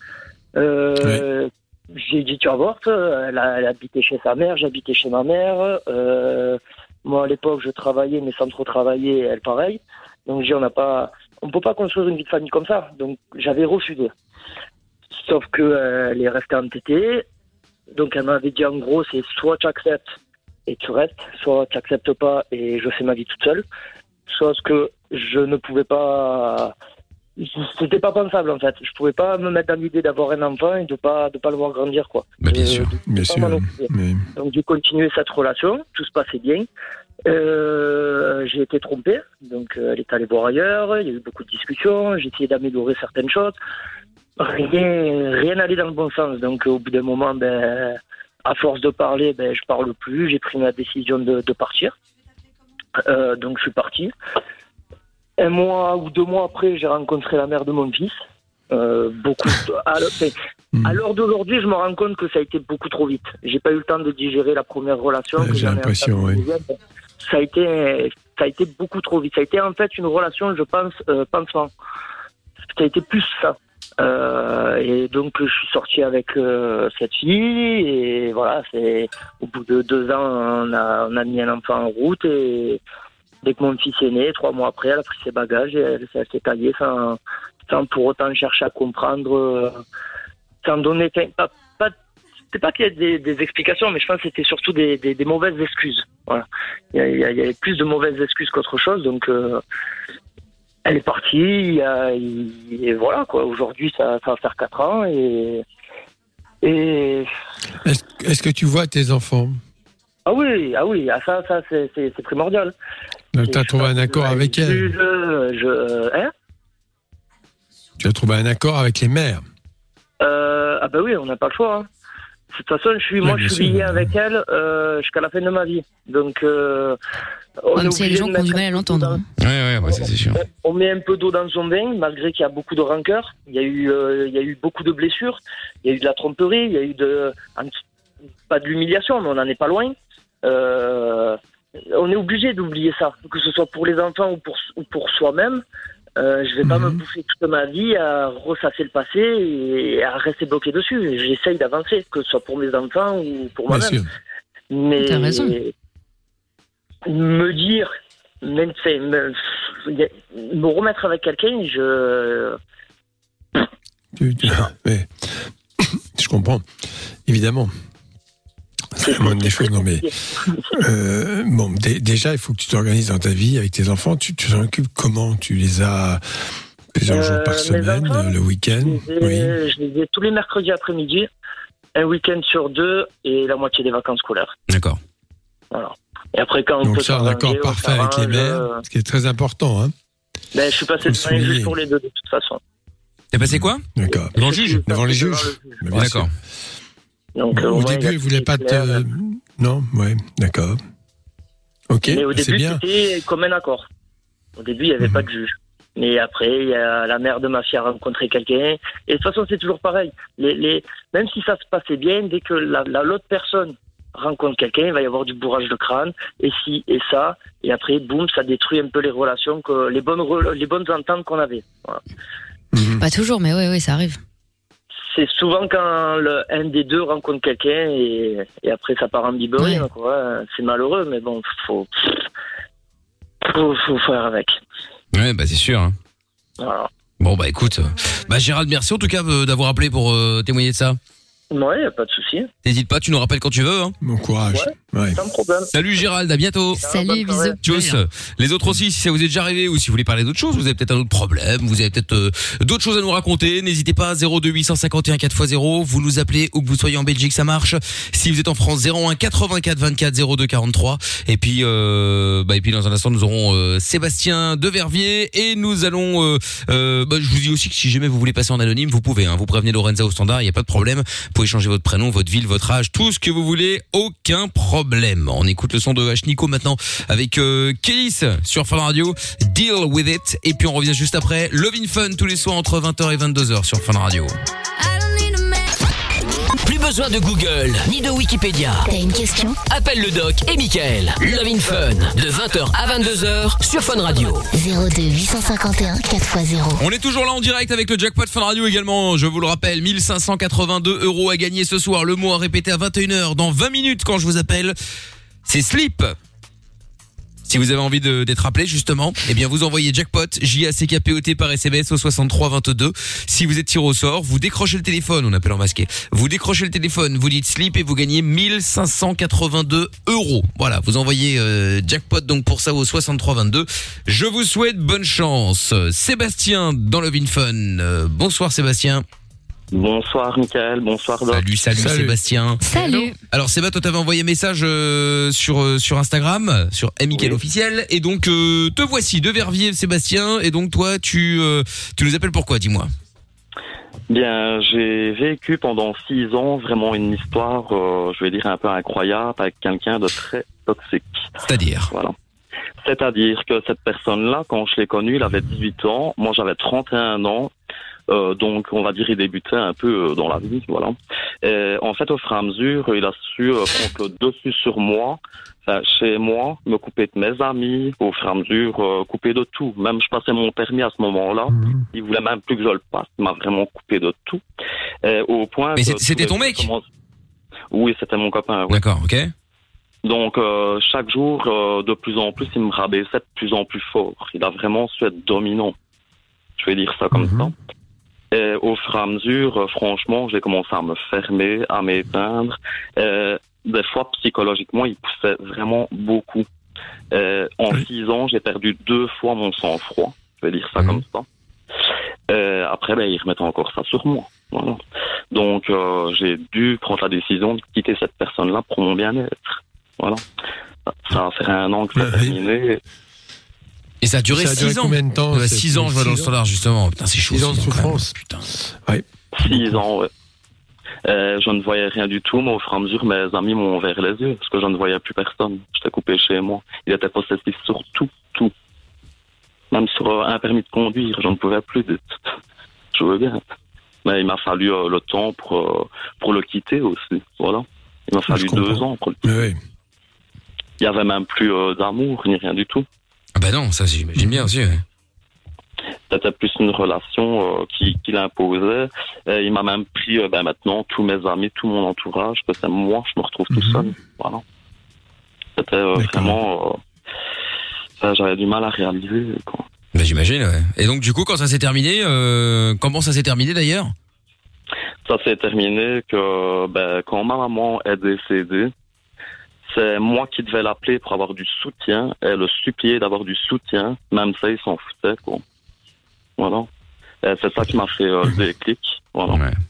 J'ai dit tu vas voir, elle habitait chez sa mère, j'habitais chez ma mère. Moi à l'époque je travaillais mais sans trop travailler, elle pareil. Donc j'ai on peut pas construire une vie de famille comme ça. Donc j'avais refusé. Sauf que elle est restée entêtée. Donc elle m'avait dit en gros c'est soit tu acceptes et tu restes, soit tu acceptes pas et je fais ma vie toute seule. Chose que je ne pouvais pas. C'était pas pensable en fait. Je pouvais pas me mettre dans l'idée d'avoir un enfant et de pas le voir grandir quoi. Bah, bien sûr. Mais... Donc j'ai continué cette relation, tout se passait bien. J'ai été trompé, donc elle est allée voir ailleurs. Il y a eu beaucoup de discussions. J'ai essayé d'améliorer certaines choses. Rien n'allait dans le bon sens. Donc au bout d'un moment, à force de parler, je parle plus. J'ai pris ma décision de partir. Donc je suis parti. 1 mois ou 2 mois après, j'ai rencontré la mère de mon fils. À l'heure d'aujourd'hui, je me rends compte que ça a été beaucoup trop vite. J'ai pas eu le temps de digérer la première relation. J'ai l'impression, oui. Ça a été beaucoup trop vite. Ça a été en fait une relation, je pense, pansement. Ça a été plus ça. Et donc je suis sorti avec cette fille et voilà, au bout de 2 ans, on a mis un enfant en route et dès que mon fils est né, 3 mois après, elle a pris ses bagages et elle s'est taillée sans pour autant chercher à comprendre, sans donner c'était pas qu'il y ait des explications, mais je pense que c'était surtout des mauvaises excuses. Voilà. Il y avait plus de mauvaises excuses qu'autre chose, donc elle est partie, et voilà quoi. Aujourd'hui, ça va faire 4 ans et... Est-ce que tu vois tes enfants? Ah oui, ça c'est primordial. Donc tu as trouvé un accord avec elle? Tu as trouvé un accord avec les mères? Oui, on n'a pas le choix. Hein. De toute façon, je suis lié avec elle jusqu'à la fin de ma vie. Donc, même s'il y a des gens qui ont du mal à l'entendre. Ouais, ça c'est sûr. On met un peu d'eau dans son vin, malgré qu'il y a beaucoup de rancœur. Il y a eu beaucoup de blessures. Il y a eu de la tromperie. Il y a eu pas de l'humiliation, mais on n'en est pas loin. On est obligé d'oublier ça, que ce soit pour les enfants ou pour soi-même. Je vais pas me bouffer toute ma vie à ressasser le passé et à rester bloqué dessus. J'essaye d'avancer, que ce soit pour mes enfants ou pour moi-même. Bien sûr. Mais t'as raison. Me dire, me remettre avec quelqu'un, Mais, je comprends, évidemment. C'est la moindre des choses, non mais déjà il faut que tu t'organises dans ta vie avec tes enfants. Tu t'en occupes comment? Tu les as plusieurs jours par semaine, enfants, le week-end? Je les ai tous les mercredis après-midi, un week-end sur 2 et la moitié des vacances scolaires. D'accord. Voilà. Et après quand on donc peut ça, un accord parfait avec les mères, ce qui est très important, hein. Je suis passé devant les juges pour les deux de toute façon. T'as passé quoi? D'accord. Devant le juge? Devant les juges. D'accord. Donc, au début, ils voulaient pas te... Non, ouais, d'accord. Ok, mais au c'est début, bien. c'était comme un accord. Au début, il n'y avait pas de juge. Mais après, il y a la mère de ma fille a rencontré quelqu'un. Et de toute façon, c'est toujours pareil. Même si ça se passait bien, dès que l'autre personne rencontre quelqu'un, il va y avoir du bourrage de crâne, et ci et ça, et après, boum, ça détruit un peu les relations, les bonnes ententes qu'on avait. Voilà. Pas toujours, mais oui, ça arrive. C'est souvent quand un des deux rencontre quelqu'un et après ça part en biberine, quoi. C'est malheureux, mais bon, faut faire avec. Ouais, bah c'est sûr. Hein. Voilà. Bon bah écoute, Gérald, merci en tout cas d'avoir appelé pour témoigner de ça. Ouais, y a pas de souci. N'hésite pas, tu nous rappelles quand tu veux. Hein. Bon courage. Ouais. Sans problème. Salut Gérald, à bientôt. Salut, bisous. Tchuss. Les autres aussi, si ça vous est déjà arrivé ou si vous voulez parler d'autres choses, vous avez peut-être un autre problème, vous avez peut-être d'autres choses à nous raconter, n'hésitez pas, 02 851 4x0, vous nous appelez où que vous soyez en Belgique, ça marche. Si vous êtes en France, 01 84 24 02 43. Et puis dans un instant, nous aurons Sébastien de Verviers et nous allons je vous dis aussi que si jamais vous voulez passer en anonyme, vous pouvez, hein, vous prévenez Lorenza au standard, il n'y a pas de problème. Vous pouvez changer votre prénom, votre ville, votre âge, tout ce que vous voulez, aucun problème. On écoute le son de H Nico maintenant avec Kélis sur Fun Radio, Deal With It, et puis on revient juste après. Love in Fun tous les soirs entre 20h et 22h sur Fun Radio. Plus besoin de Google, ni de Wikipédia. T'as une question? Appelle le doc et Mickaël. Love in Fun, de 20h à 22h sur Fun Radio. 02 851 4x0. On est toujours là en direct avec le jackpot Fun Radio également, je vous le rappelle, 1582 € à gagner ce soir. Le mot à répéter à 21h dans 20 minutes quand je vous appelle, c'est Sleep. Si vous avez envie d'être appelé justement, eh bien vous envoyez jackpot, J-A-C-K-P-O-T par SMS au 63 22. Si vous êtes tiré au sort, vous décrochez le téléphone, on appelle en masqué. Vous décrochez le téléphone, vous dites Sleep et vous gagnez 1582 €. Voilà, vous envoyez jackpot donc pour ça au 63 22. Je vous souhaite bonne chance. Sébastien dans Love in Fun. Bonsoir Sébastien. Bonsoir Mickaël, bonsoir Doc. Salut Sébastien. Salut. Alors Sébastien, toi t'avais envoyé un message sur Instagram, sur Mickaël officiel, et donc te voici de Verviers Sébastien, et donc toi tu nous appelles pourquoi, dis-moi. Bien, j'ai vécu pendant 6 ans vraiment une histoire, je vais dire un peu incroyable, avec quelqu'un de très toxique. C'est-à-dire? Voilà. C'est-à-dire que cette personne-là, quand je l'ai connue, il avait 18 ans, moi j'avais 31 ans. Donc, on va dire, il débutait un peu dans la vie, voilà. Et en fait, au fur et à mesure, il a su prendre le dessus sur moi, chez moi, me couper de mes amis, au fur et à mesure, couper de tout. Même, je passais mon permis à ce moment-là. Il voulait même plus que je le passe. Il m'a vraiment coupé de tout. Au point. Mais c'était ton mec? Oui, c'était mon copain. Oui. D'accord, ok. Donc, chaque jour, de plus en plus, il me rabaissait de plus en plus fort. Il a vraiment su être dominant. Je vais dire ça comme ça. Et au fur et à mesure, franchement, j'ai commencé à me fermer, à m'éteindre. Des fois, psychologiquement, il poussait vraiment beaucoup. En 6 ans, j'ai perdu 2 fois mon sang-froid. Je vais dire ça comme ça. Après, il remettait encore ça sur moi. Voilà. Donc, j'ai dû prendre la décision de quitter cette personne-là pour mon bien-être. Voilà. Ça va faire 1 an que c'est terminé. Et ça a duré 6 ans. Combien de temps? 6 ans, je vois dans le standard, justement. Putain, c'est chaud. 6 ans de souffrance. Putain. Ouais. 6 ans, ouais. Je ne voyais rien du tout, mais au fur et à mesure, mes amis m'ont ouvert les yeux, parce que je ne voyais plus personne. J'étais coupé chez moi. Il était possessif sur tout. Même sur un permis de conduire, je ne pouvais plus. Je veux bien. Mais il m'a fallu le temps pour le quitter aussi. Voilà. Il m'a fallu 2 ans pour le quitter. Oui. Il n'y avait même plus d'amour, ni rien du tout. Ah bah non, ça j'imagine bien aussi. Ouais. C'était plus une relation qu'il imposait. Il m'a même pris maintenant tous mes amis, tout mon entourage, que c'est moi, je me retrouve tout seul. Voilà. C'était vraiment... j'avais du mal à réaliser. Quoi. Bah j'imagine, ouais. Et donc du coup, quand ça s'est terminé, comment ça s'est terminé d'ailleurs? Ça s'est terminé que quand ma maman est décédée, c'est moi qui devais l'appeler pour avoir du soutien et le supplier d'avoir du soutien, même ça, il s'en foutait, quoi. Voilà. Et c'est ça qui m'a fait le déclic. Voilà.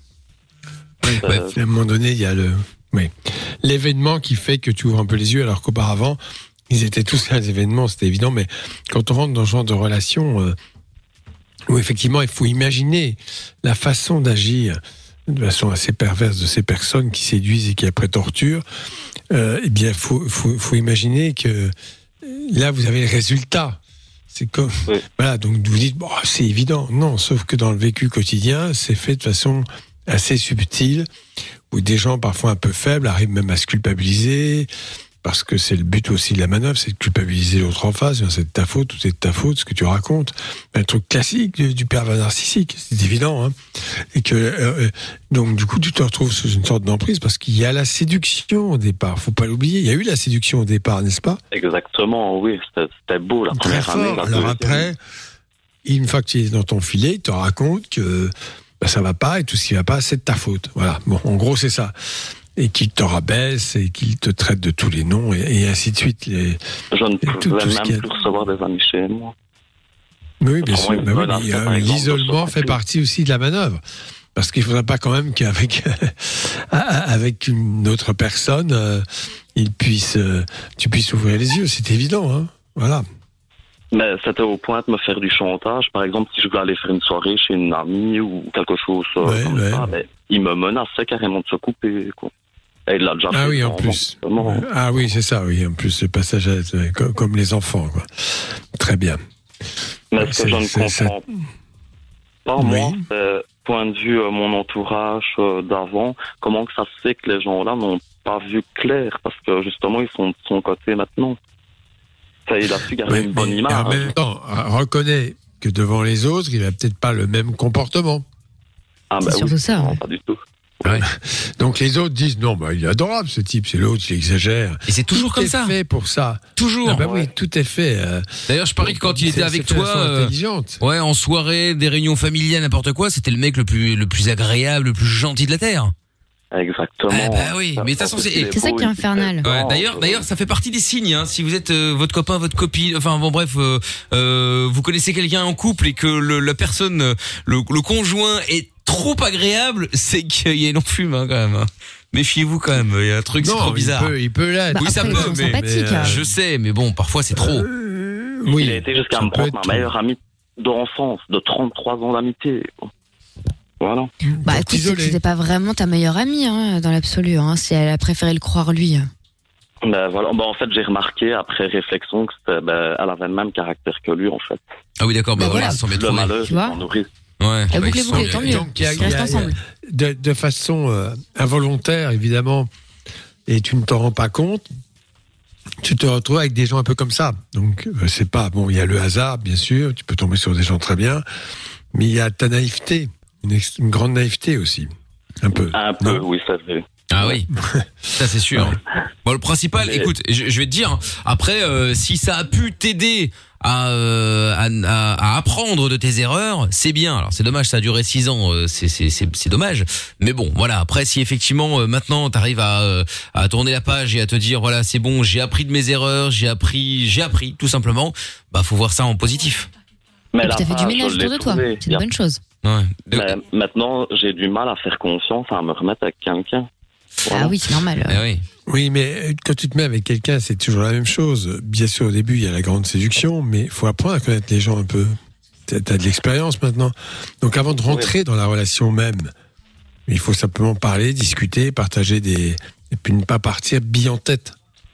Ouais. À un moment donné, il y a l'événement qui fait que tu ouvres un peu les yeux, alors qu'auparavant, ils étaient tous là, les événements, c'était évident, mais quand on rentre dans ce genre de relation, où effectivement, il faut imaginer la façon d'agir de façon assez perverse de ces personnes qui séduisent et qui après torturent, eh bien, faut imaginer que là, vous avez le résultat. C'est comme, voilà, donc vous dites, bon, c'est évident. Non, sauf que dans le vécu quotidien, c'est fait de façon assez subtile, où où des gens parfois un peu faibles arrivent même à se culpabiliser, parce que c'est le but aussi de la manœuvre, c'est de culpabiliser l'autre en face. C'est de ta faute, tout est de ta faute, ce que tu racontes. Un truc classique du pervers narcissique, c'est évident. Hein. Et que donc du coup, tu te retrouves sous une sorte d'emprise parce qu'il y a la séduction au départ. Faut pas l'oublier. Il y a eu la séduction au départ, n'est-ce pas ? Exactement, oui. C'était beau la première année. Alors après, une fois que tu es dans ton filet, il te raconte que ça va pas et tout ce qui va pas, c'est de ta faute. Voilà. Bon, en gros, c'est ça. Et qu'il te rabaisse et qu'il te traite de tous les noms et ainsi de suite. Je ne pouvais même plus recevoir des amis chez moi. Oui, bien sûr. L'isolement fait partie aussi de la manœuvre. Parce qu'il ne faudrait pas quand même qu'avec avec une autre personne, tu puisses ouvrir les yeux. C'est évident. Hein. Voilà. Mais c'était au point de me faire du chantage. Par exemple, si je voulais aller faire une soirée chez une amie ou quelque chose comme ça, mais il me menaçait carrément de se couper, quoi. Et il l'a déjà fait. Ah oui, en plus. Ah oui, c'est ça, oui. En plus, le passage comme les enfants, quoi. Très bien. Mais ce que je ne comprends pas, moi, c'est, point de vue mon entourage d'avant, comment que ça se fait que les gens-là n'ont pas vu clair, parce que justement, ils sont de son côté maintenant. Ça, il a su garder une bonne image. En même temps, reconnais que devant les autres, il n'a peut-être pas le même comportement. Ah c'est surtout ça. Non, pas du tout. Ouais. Donc les autres disent non, il est adorable ce type, c'est l'autre, il exagère. Et c'est toujours comme ça. Tout est fait pour ça. Toujours. Ah oui, tout est fait. D'ailleurs, je parie que quand il était avec toi, en soirée, des réunions familiales, n'importe quoi, c'était le mec le plus agréable, le plus gentil de la terre. Exactement. Ah bah oui, mais de toute façon c'est ça qui est infernal. Ouais, d'ailleurs, ça fait partie des signes. Hein. Si vous êtes votre copain, votre copine, enfin bon bref, vous connaissez quelqu'un en couple et que la personne, le conjoint est trop agréable, c'est qu'il y a une enfume hein, quand même. Hein. Méfiez-vous quand même. Il y a un truc, c'est trop bizarre. Il peut l'être. Oui, ça peut, mais je sais, mais bon, parfois c'est trop. Oui, il a été jusqu'à me prendre ma meilleure amie d'enfance, de 33 ans d'amitié. Voilà. Bah écoute, c'était pas vraiment ta meilleure amie hein, dans l'absolu, hein, si elle a préféré le croire lui. Ben voilà, en fait j'ai remarqué après réflexion que elle avait le même caractère que lui en fait. Ah oui d'accord, voilà, ça semble le malheur, il s'en nourrit. Ouais. La boucle est bouclée, tant mieux. Donc, ils restent ensemble. De façon involontaire évidemment, et tu ne t'en rends pas compte. Tu te retrouves avec des gens un peu comme ça. Donc c'est pas bon, il y a le hasard bien sûr, tu peux tomber sur des gens très bien, mais il y a ta naïveté. Une grande naïveté aussi, un peu. Un peu, oui, ça fait. Ah oui, ça c'est sûr. Bon, le principal, écoute, je vais te dire, après, si ça a pu t'aider à apprendre de tes erreurs, c'est bien. Alors c'est dommage, ça a duré 6 ans, c'est dommage. Mais bon, voilà. Après, si effectivement maintenant t'arrives à tourner la page et à te dire, voilà, c'est bon, j'ai appris de mes erreurs, j'ai appris, tout simplement. Bah, faut voir ça en positif. Mais tu as fait du ménage autour de toi, c'est une bonne chose. Ouais. Mais maintenant, j'ai du mal à faire confiance, à me remettre avec quelqu'un. Voilà. Ah oui, c'est normal. Oui, mais quand tu te mets avec quelqu'un, c'est toujours la même chose. Bien sûr, au début, il y a la grande séduction, mais il faut apprendre à connaître les gens un peu. T'as de l'expérience maintenant. Donc avant de rentrer dans la relation même, il faut simplement parler, discuter, partager et puis ne pas partir bille en tête.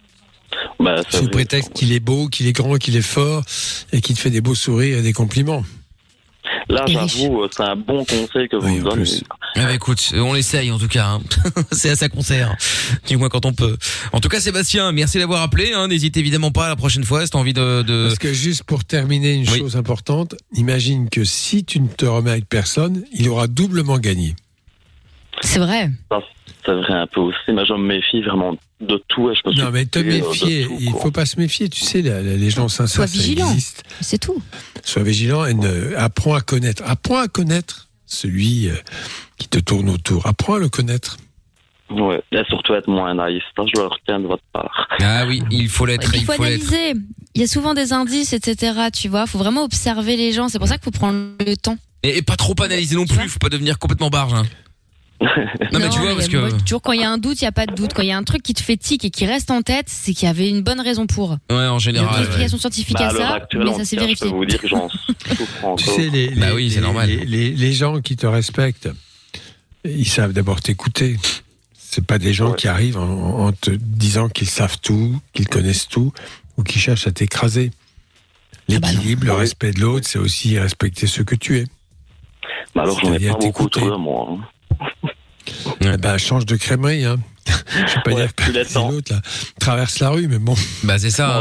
Sous prétexte qu'il est beau, qu'il est grand, qu'il est fort, et qu'il te fait des beaux sourires et des compliments. Là, j'avoue, c'est un bon conseil que vous me donnez. Ah bah écoute, on l'essaye en tout cas. Hein. C'est à ça qu'on sert. Dis-moi quand on peut. En tout cas, Sébastien, merci d'avoir appelé. Hein. N'hésite évidemment pas la prochaine fois si t'as envie de... Parce que juste pour terminer une chose importante, imagine que si tu ne te remets avec personne, il aura doublement gagné. C'est vrai. C'est vrai un peu aussi, mais je me méfie vraiment de tout. Et je me non, mais te méfier, il ne faut pas se méfier. Tu sais, les gens sincères, ça existe. C'est tout. Sois vigilant et apprends à connaître. Apprends à connaître celui qui te tourne autour. Apprends à le connaître. Oui, et surtout être moins naïf. Ça, je le retiens de votre part. Ah oui, il faut l'être. Il faut analyser. Il y a souvent des indices, etc. Tu vois, il faut vraiment observer les gens. C'est pour ça qu'il faut prendre le temps. Et pas trop analyser non plus. Il faut pas devenir complètement barge. Hein. Non, mais tu vois, parce que toujours quand il y a un doute, il y a pas de doute. Quand il y a un truc qui te fait tic et qui reste en tête, c'est qu'il y avait une bonne raison pour. Ouais, en général. Il y a une explication scientifique à ça, mais ça s'est vérifié. Je peux vous dire que j'en souffre encore. Tu sais, c'est normal. Les gens qui te respectent, ils savent d'abord t'écouter. C'est pas des gens qui arrivent en te disant qu'ils savent tout, qu'ils connaissent tout, ou qui cherchent à t'écraser. L'équilibre, le respect de l'autre, c'est aussi respecter ce que tu es. Alors j'en ai pas beaucoup autour de moi. Eh ben, change de crèmerie, hein. Je vais pas dire que c'est l'autre, là. Traverse la rue, mais bon. Bah, c'est ça.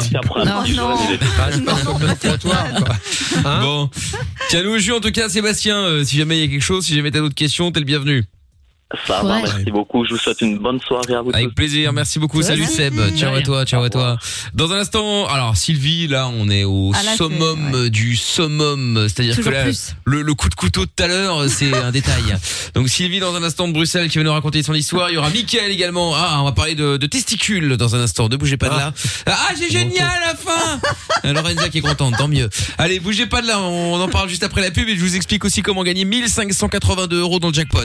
Bon. Tiens-nous au jus, en tout cas, Sébastien. Si jamais il y a quelque chose, si jamais t'as d'autres questions, t'es le bienvenu. Ça va, merci beaucoup. Je vous souhaite une bonne soirée à vous. Avec plaisir, merci beaucoup. Salut Seb. Ciao à toi, ciao à toi. Dans un instant, alors Sylvie, là, on est au summum du summum, c'est-à-dire toujours que là, le coup de couteau de tout à l'heure, c'est un détail. Donc Sylvie, dans un instant de Bruxelles, qui va nous raconter son histoire. Il y aura Mickaël également. Ah, on va parler de testicules dans un instant. Ne bougez pas de là. Ah, j'ai génial à la fin. Lorenza qui est contente, tant mieux. Allez, bougez pas de là. On en parle juste après la pub et je vous explique aussi comment gagner 1582 € dans le jackpot.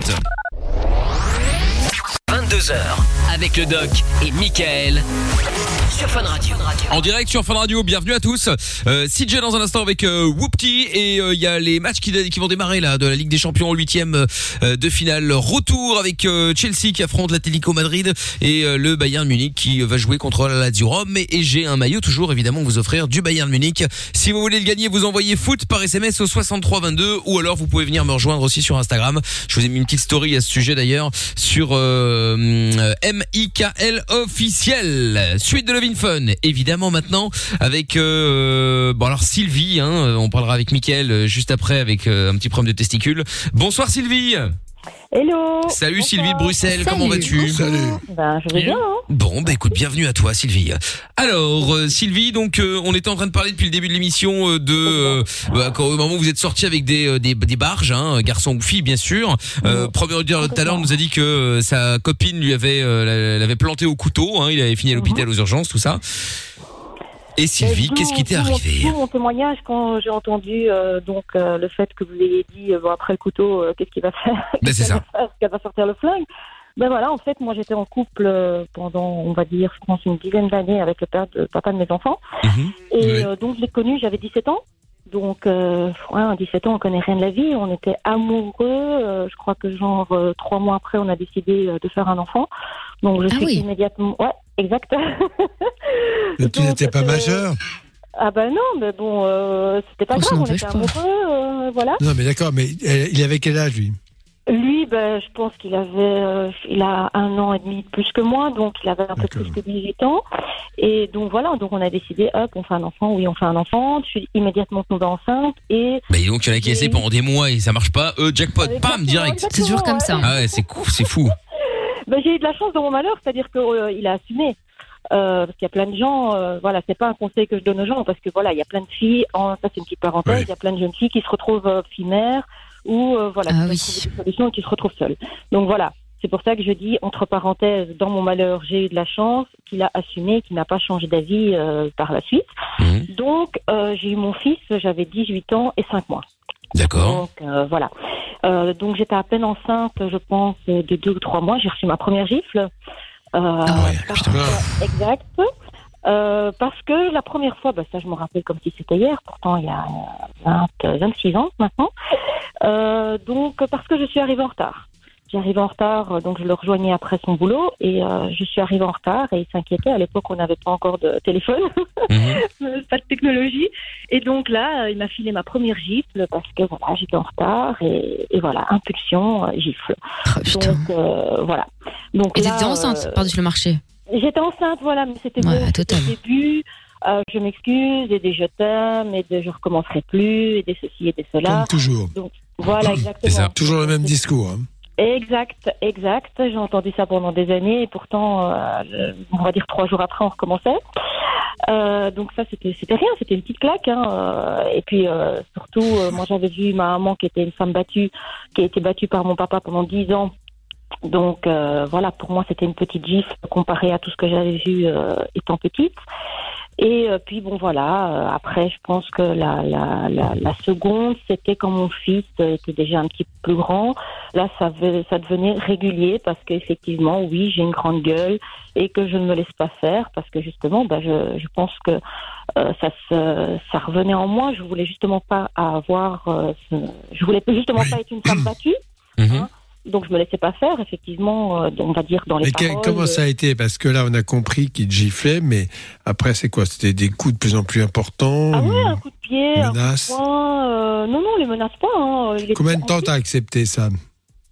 22h avec le doc et Mickaël sur Fun Radio. En direct sur Fun Radio, bienvenue à tous. CJ dans un instant avec Whoopty et il y a les matchs qui vont démarrer là de la Ligue des Champions, 8e de finale. Retour avec Chelsea qui affronte l'Atlético Madrid et le Bayern Munich qui va jouer contre la Lazio Rome. Et j'ai un maillot toujours évidemment vous offrir du Bayern Munich. Si vous voulez le gagner, vous envoyez foot par SMS au 6322 ou alors vous pouvez venir me rejoindre aussi sur Instagram. Je vous ai mis une petite story à ce sujet d'ailleurs sur MIKL officiel. Suite de Love in Fun, évidemment maintenant avec bon alors Sylvie, hein, on parlera avec Mickaël juste après avec un petit problème de testicules. Bonsoir Sylvie. Hello. Salut Sylvie de Bruxelles, comment vas-tu? Salut. Ben, je vais bien. Hein. Bon, bah écoute, bienvenue à toi Sylvie. Alors Sylvie, donc on était en train de parler depuis le début de l'émission quand, au moment où vous êtes sorti avec des barges, hein, garçon ou fille bien sûr. Premier auditeur tout à l'heure nous a dit que sa copine lui l'avait planté au couteau, hein, il avait fini à l'hôpital aux urgences, tout ça. Et Sylvie, qu'est-ce qui t'est arrivé? Mon témoignage quand j'ai entendu le fait que vous ayez dit après le couteau, qu'est-ce qu'il va faire? Ben c'est ça. Qu'elle va sortir le flingue. Ben voilà, en fait, moi j'étais en couple pendant, on va dire, je pense une dizaine d'années avec le papa de mes enfants. Et donc je l'ai connu, j'avais 17 ans. Donc, à 17 ans, on connaît rien de la vie. On était amoureux. Je crois que 3 mois après, on a décidé de faire un enfant. Donc, je sais qu'immédiatement... Ouais, exact. Mais tu n'étais pas majeur? Ah ben non, mais bon, c'était pas grave. On était amoureux, voilà. Non, mais d'accord, mais il avait quel âge, lui? Lui, je pense qu'il avait, il a 1 an et demi de plus que moi, donc il avait un peu plus que 18 ans. Et donc voilà, donc on a décidé, on fait un enfant, on fait un enfant. Je suis immédiatement tombée enceinte et... Bah donc il y en a qui essaient pendant des mois et ça marche pas, jackpot, bam, direct. C'est toujours comme ça. Ah ouais, c'est fou. J'ai eu de la chance dans mon malheur, c'est-à-dire qu'il a assumé. Parce qu'il y a plein de gens, c'est pas un conseil que je donne aux gens, parce que voilà, il y a plein de filles, ça c'est une petite parenthèse, il y a plein de jeunes filles qui se retrouvent filles mères, ou qui trouvent des solutions et qui se retrouvent seules. Donc voilà, c'est pour ça que je dis, entre parenthèses, dans mon malheur, j'ai eu de la chance, qu'il a assumé, qu'il n'a pas changé d'avis par la suite. Donc j'ai eu mon fils, j'avais 18 ans et 5 mois. D'accord. Donc voilà. Donc j'étais à peine enceinte, je pense, de 2 ou 3 mois, j'ai reçu ma première gifle. Exact. Parce que la première fois, ça je me rappelle comme si c'était hier, pourtant il y a 26 ans maintenant. Donc parce que je suis arrivée en retard. J'arrivais en retard, donc je le rejoignais après son boulot et je suis arrivée en retard et il s'inquiétait. À l'époque, on n'avait pas encore de téléphone, pas de technologie. Et donc là, il m'a filé ma première gifle parce que voilà, j'étais en retard et voilà, impulsion, gifle. Donc voilà. Donc et là, t'étais enceinte par-dessus le marché? J'étais enceinte, voilà, mais c'était au début. Je m'excuse et des je t'aime et des je recommencerai plus et des ceci et des cela. Comme toujours. Donc voilà, exactement. C'est ça. Toujours le même discours. Hein. Exact. J'ai entendu ça pendant des années et pourtant, on va dire 3 jours après, on recommençait. Donc ça, c'était rien, c'était une petite claque. Et puis surtout, moi j'avais vu ma maman qui était une femme battue, qui a été battue par mon papa pendant 10 ans. Donc voilà, pour moi c'était une petite gifle comparée à tout ce que j'avais vu étant petite. Et puis bon voilà, après je pense que la seconde c'était quand mon fils était déjà un petit peu plus grand. Là ça devenait régulier parce qu'effectivement oui j'ai une grande gueule et que je ne me laisse pas faire parce que justement je pense que ça revenait en moi. Je voulais justement pas je voulais justement pas être une femme battue. Hein. Donc je me laissais pas faire, effectivement, on va dire dans les paroles. Comment ça a été? Parce que là, on a compris qu'il giflait, mais après, c'est quoi? C'était des coups de plus en plus importants? Ah ouais, un coup de pied, menaces. un coup de poing. Non, les menaces pas. Hein. Combien de temps t'as accepté ça?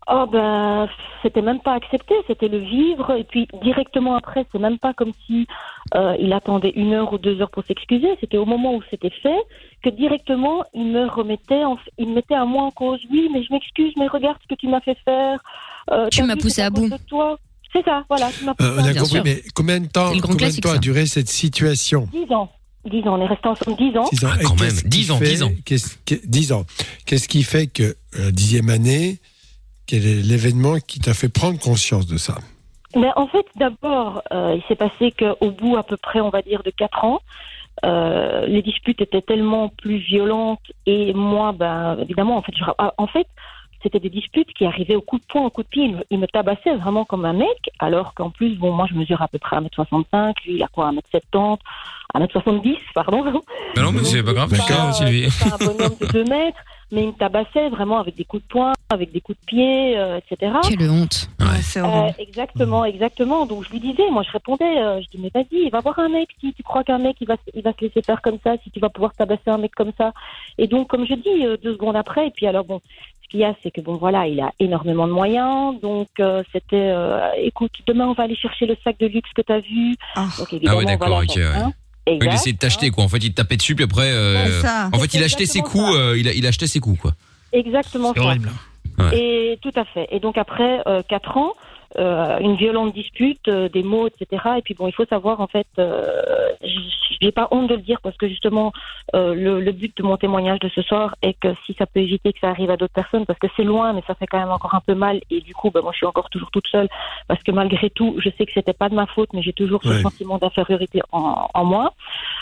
Oh ben, c'était même pas accepté, c'était le vivre. Et puis directement après, c'est même pas comme si il attendait 1 heure ou 2 heures pour s'excuser. C'était au moment où c'était fait que directement il me remettait, il me mettait à moi en cause. Oui, mais je m'excuse, mais regarde ce que tu m'as fait faire. Tu m'as poussé à bout. C'est ça, voilà. Tu m'as poussé On a compris, mais combien de temps a duré cette situation? 10 ans. 10 ans, on est restés ensemble 10 ans. 10 ans. Ah, quand même, 10 ans. 10 ans. Qu'est-ce qui fait que, 10e année, quel est l'événement qui t'a fait prendre conscience de ça? Mais en fait, d'abord, il s'est passé qu'au bout à peu près, on va dire, de 4 ans, les disputes étaient tellement plus violentes et moi, ben, évidemment, en fait, c'était des disputes qui arrivaient au coup de poing, au coup de pied. Il me tabassait vraiment comme un mec, alors qu'en plus, bon, moi, je mesure à peu près 1m65, lui, il a quoi, 1m70, 1m70, pardon. Mais non, mais c'est pas grave, Sylvie. C'est un bonhomme de 2 mètres, mais il me tabassait vraiment avec des coups de poing, avec des coups de pied, etc. Quelle honte. C'est horrible. Exactement. Donc, je lui disais, moi, je répondais, je dis, mais vas-y, va voir un mec, si tu crois qu'un mec, il va se laisser faire comme ça, si tu vas pouvoir tabasser un mec comme ça. Et donc, comme je dis, 2 secondes après, et puis alors, bon, ce qu'il y a, c'est que bon, voilà, il a énormément de moyens. Donc, c'était, écoute, demain, on va aller chercher le sac de luxe que tu as vu. Donc, évidemment, ouais, d'accord, voilà, ok. Ouais. Il essayait de t'acheter, quoi. En fait, il te tapait dessus, puis après, en fait, il achetait ses coups, il achetait ses coups, quoi. Exactement. C'est horrible. Ouais. Et tout à fait. Et donc, après 4 ans, une violente dispute, des mots, etc. Et puis bon, il faut savoir, en fait, j'ai pas honte de le dire parce que justement, le but de mon témoignage de ce soir est que si ça peut éviter que ça arrive à d'autres personnes, parce que c'est loin, mais ça fait quand même encore un peu mal. Et du coup, moi, je suis encore toujours toute seule parce que malgré tout, je sais que c'était pas de ma faute, mais j'ai toujours ce sentiment d'infériorité en moi.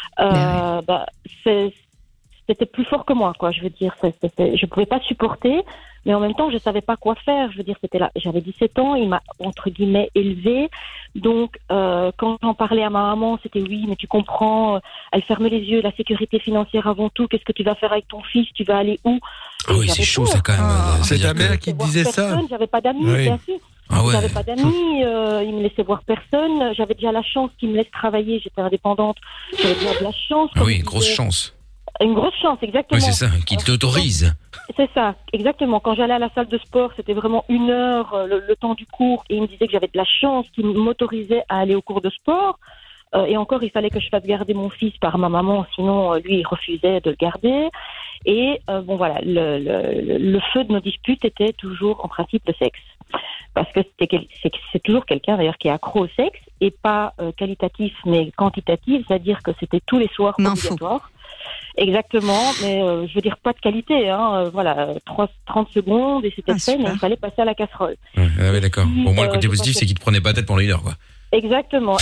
C'était plus fort que moi, quoi. Je veux dire, je pouvais pas supporter, mais en même temps, je savais pas quoi faire. Je veux dire, c'était là. J'avais 17 ans, il m'a entre guillemets élevée. Donc, quand j'en parlais à ma maman, c'était oui, mais tu comprends. Elle fermait les yeux. La sécurité financière avant tout. Qu'est-ce que tu vas faire avec ton fils? Tu vas aller où? Ah oui, c'est chaud, ça quand même. C'est ta mère qui te disait ça? J'avais pas d'amis, bien sûr. Ah ouais. J'avais pas d'amis, il me laissait voir personne. J'avais déjà la chance qu'il me laisse travailler. J'étais indépendante. J'avais déjà de la chance. Ah oui, grosse chance. Une grosse chance, exactement. Oui, c'est ça, qu'il t'autorise. C'est ça, exactement. Quand j'allais à la salle de sport, c'était vraiment 1 heure, le temps du cours, et il me disait que j'avais de la chance, qu'il m'autorisait à aller au cours de sport. Et encore, il fallait que je fasse garder mon fils par ma maman, sinon lui, il refusait de le garder. Et bon, voilà, le feu de nos disputes était toujours en principe le sexe. Parce que c'est toujours quelqu'un d'ailleurs qui est accro au sexe, et pas qualitatif, mais quantitatif, c'est-à-dire que c'était tous les soirs obligatoire. Exactement, mais je veux dire pas de qualité, hein. Voilà, 30 secondes et c'était fait, mais il fallait passer à la casserole. Ouais, d'accord. Au moins, le côté positif, c'est qu'il te prenait pas la tête pendant 1 heure, quoi. Exactement.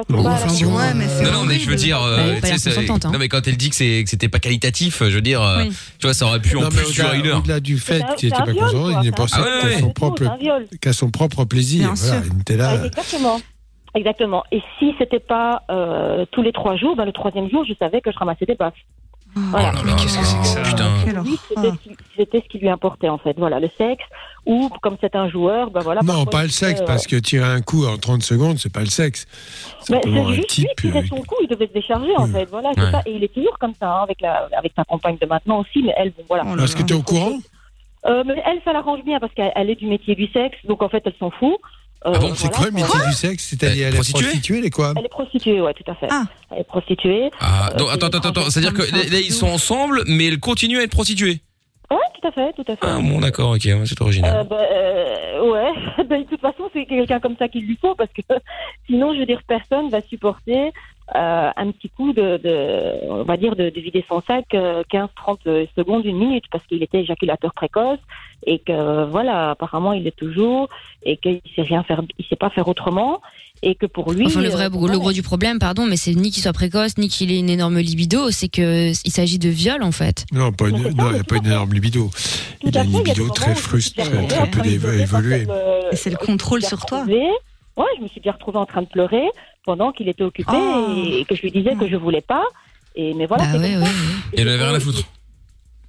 Non, mais je veux dire, non, mais quand elle dit que c'était pas qualitatif, je veux dire, tu vois, ça aurait pu en plus durer 1 heure. Au-delà du fait qu'il était pas consentant, il ne pensait qu'à son propre plaisir. Voilà, il était là. Exactement. Et si c'était pas tous les 3 jours, le 3e jour, je savais que je ramassais des baffes. Voilà. Oh là là, qu'est-ce que c'est que ça, putain. Lui, c'était ce qui lui importait, en fait. Voilà, le sexe. Ou, comme c'est un joueur, voilà. Non, pas le sexe, parce que tirer un coup en 30 secondes, c'est pas le sexe. C'est juste lui qui tirait son coup, il devait se décharger, en fait. Voilà, c'est ça. Et il est toujours comme ça, hein, avec sa compagne de maintenant aussi, mais elle, bon, voilà. Est-ce que tu es au courant? Mais elle, ça l'arrange bien, parce qu'elle est du métier du sexe, donc en fait, elle s'en fout. C'est quoi le métier du sexe? C'est-à-dire, elle est prostituée, elle est quoi? Elle est prostituée, ouais, tout à fait. Elle est prostituée. Donc, attends, c'est-à-dire que là, ils sont ensemble, mais elle continue à être prostituée? Ouais, tout à fait. Ah bon, d'accord, ok, c'est original. Ouais, de toute façon, c'est quelqu'un comme ça qu'il lui faut, parce que sinon, je veux dire, personne va supporter un petit coup on va dire, de vider son sac 15-30 secondes, 1 minute, parce qu'il était éjaculateur précoce, et que, voilà, apparemment, il l'est toujours, et qu'il sait pas faire autrement, et que pour lui... Enfin, le gros du problème, pardon, mais c'est ni qu'il soit précoce, ni qu'il ait une énorme libido, c'est qu'il s'agit de viol, en fait. Non, il n'y a pas une énorme libido. Il a une libido très frustrée, très peu évoluée. Et c'est le contrôle sur toi. Ouais, je me suis bien retrouvée en train de pleurer pendant qu'il était occupé et que je lui disais que je voulais pas. Mais voilà. Et elle avait rien à foutre.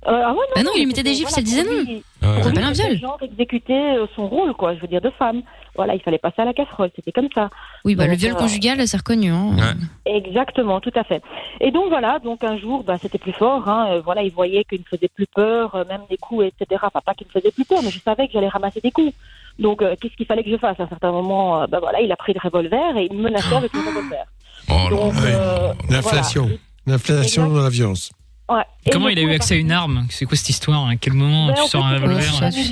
Non, il lui mettait des gifles, ça disait non. On s'appelle un viol. Genre exécuter son rôle, quoi, je veux dire, de femme. voilà, il fallait passer à la casserole, c'était comme ça. Oui, bah, Donc, le viol conjugal, c'est reconnu. Hein. Exactement, tout à fait. Et donc voilà, donc un jour, c'était plus fort. Voilà, il voyait qu'il me faisait plus peur, même des coups, etc. Enfin, pas qu'il me faisait plus peur, mais je savais que j'allais ramasser des coups. Donc, qu'est-ce qu'il fallait que je fasse? À un certain moment, voilà, il a pris le revolver et il me menaçait avec le revolver. Donc, l'inflation, voilà. l'inflation dans la violence. Ouais. Comment il a eu accès à une arme? C'est quoi cette histoire? À quel moment tu sors un revolver?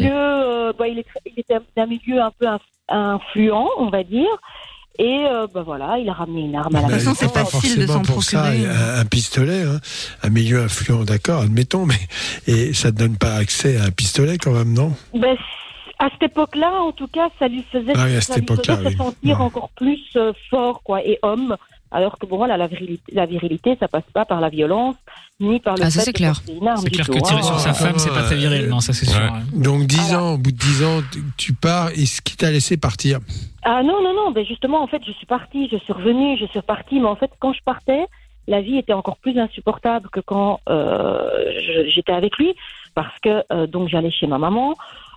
Il était d'un milieu un peu influent, on va dire. Et voilà, il a ramené une arme à la maison. C'est pas forcément pour ça un pistolet, hein. Un milieu influent, d'accord, admettons, mais et ça ne donne pas accès à un pistolet quand même, non? À cette époque-là, en tout cas, ça lui faisait, se sentir encore plus fort, quoi, et homme. Alors que bon, voilà, la virilité, ça passe pas par la violence, ni par le fait de porter une arme. C'est clair que tirer sur sa femme, c'est pas très viril, non, ça c'est sûr. Donc 10 ans, au bout de 10 ans, tu pars, et ce qui t'a laissé partir? Ah non, ben justement, en fait, je suis partie, je suis revenue, je suis repartie, mais en fait, quand je partais, la vie était encore plus insupportable que quand j'étais avec lui, parce que donc j'allais chez ma maman.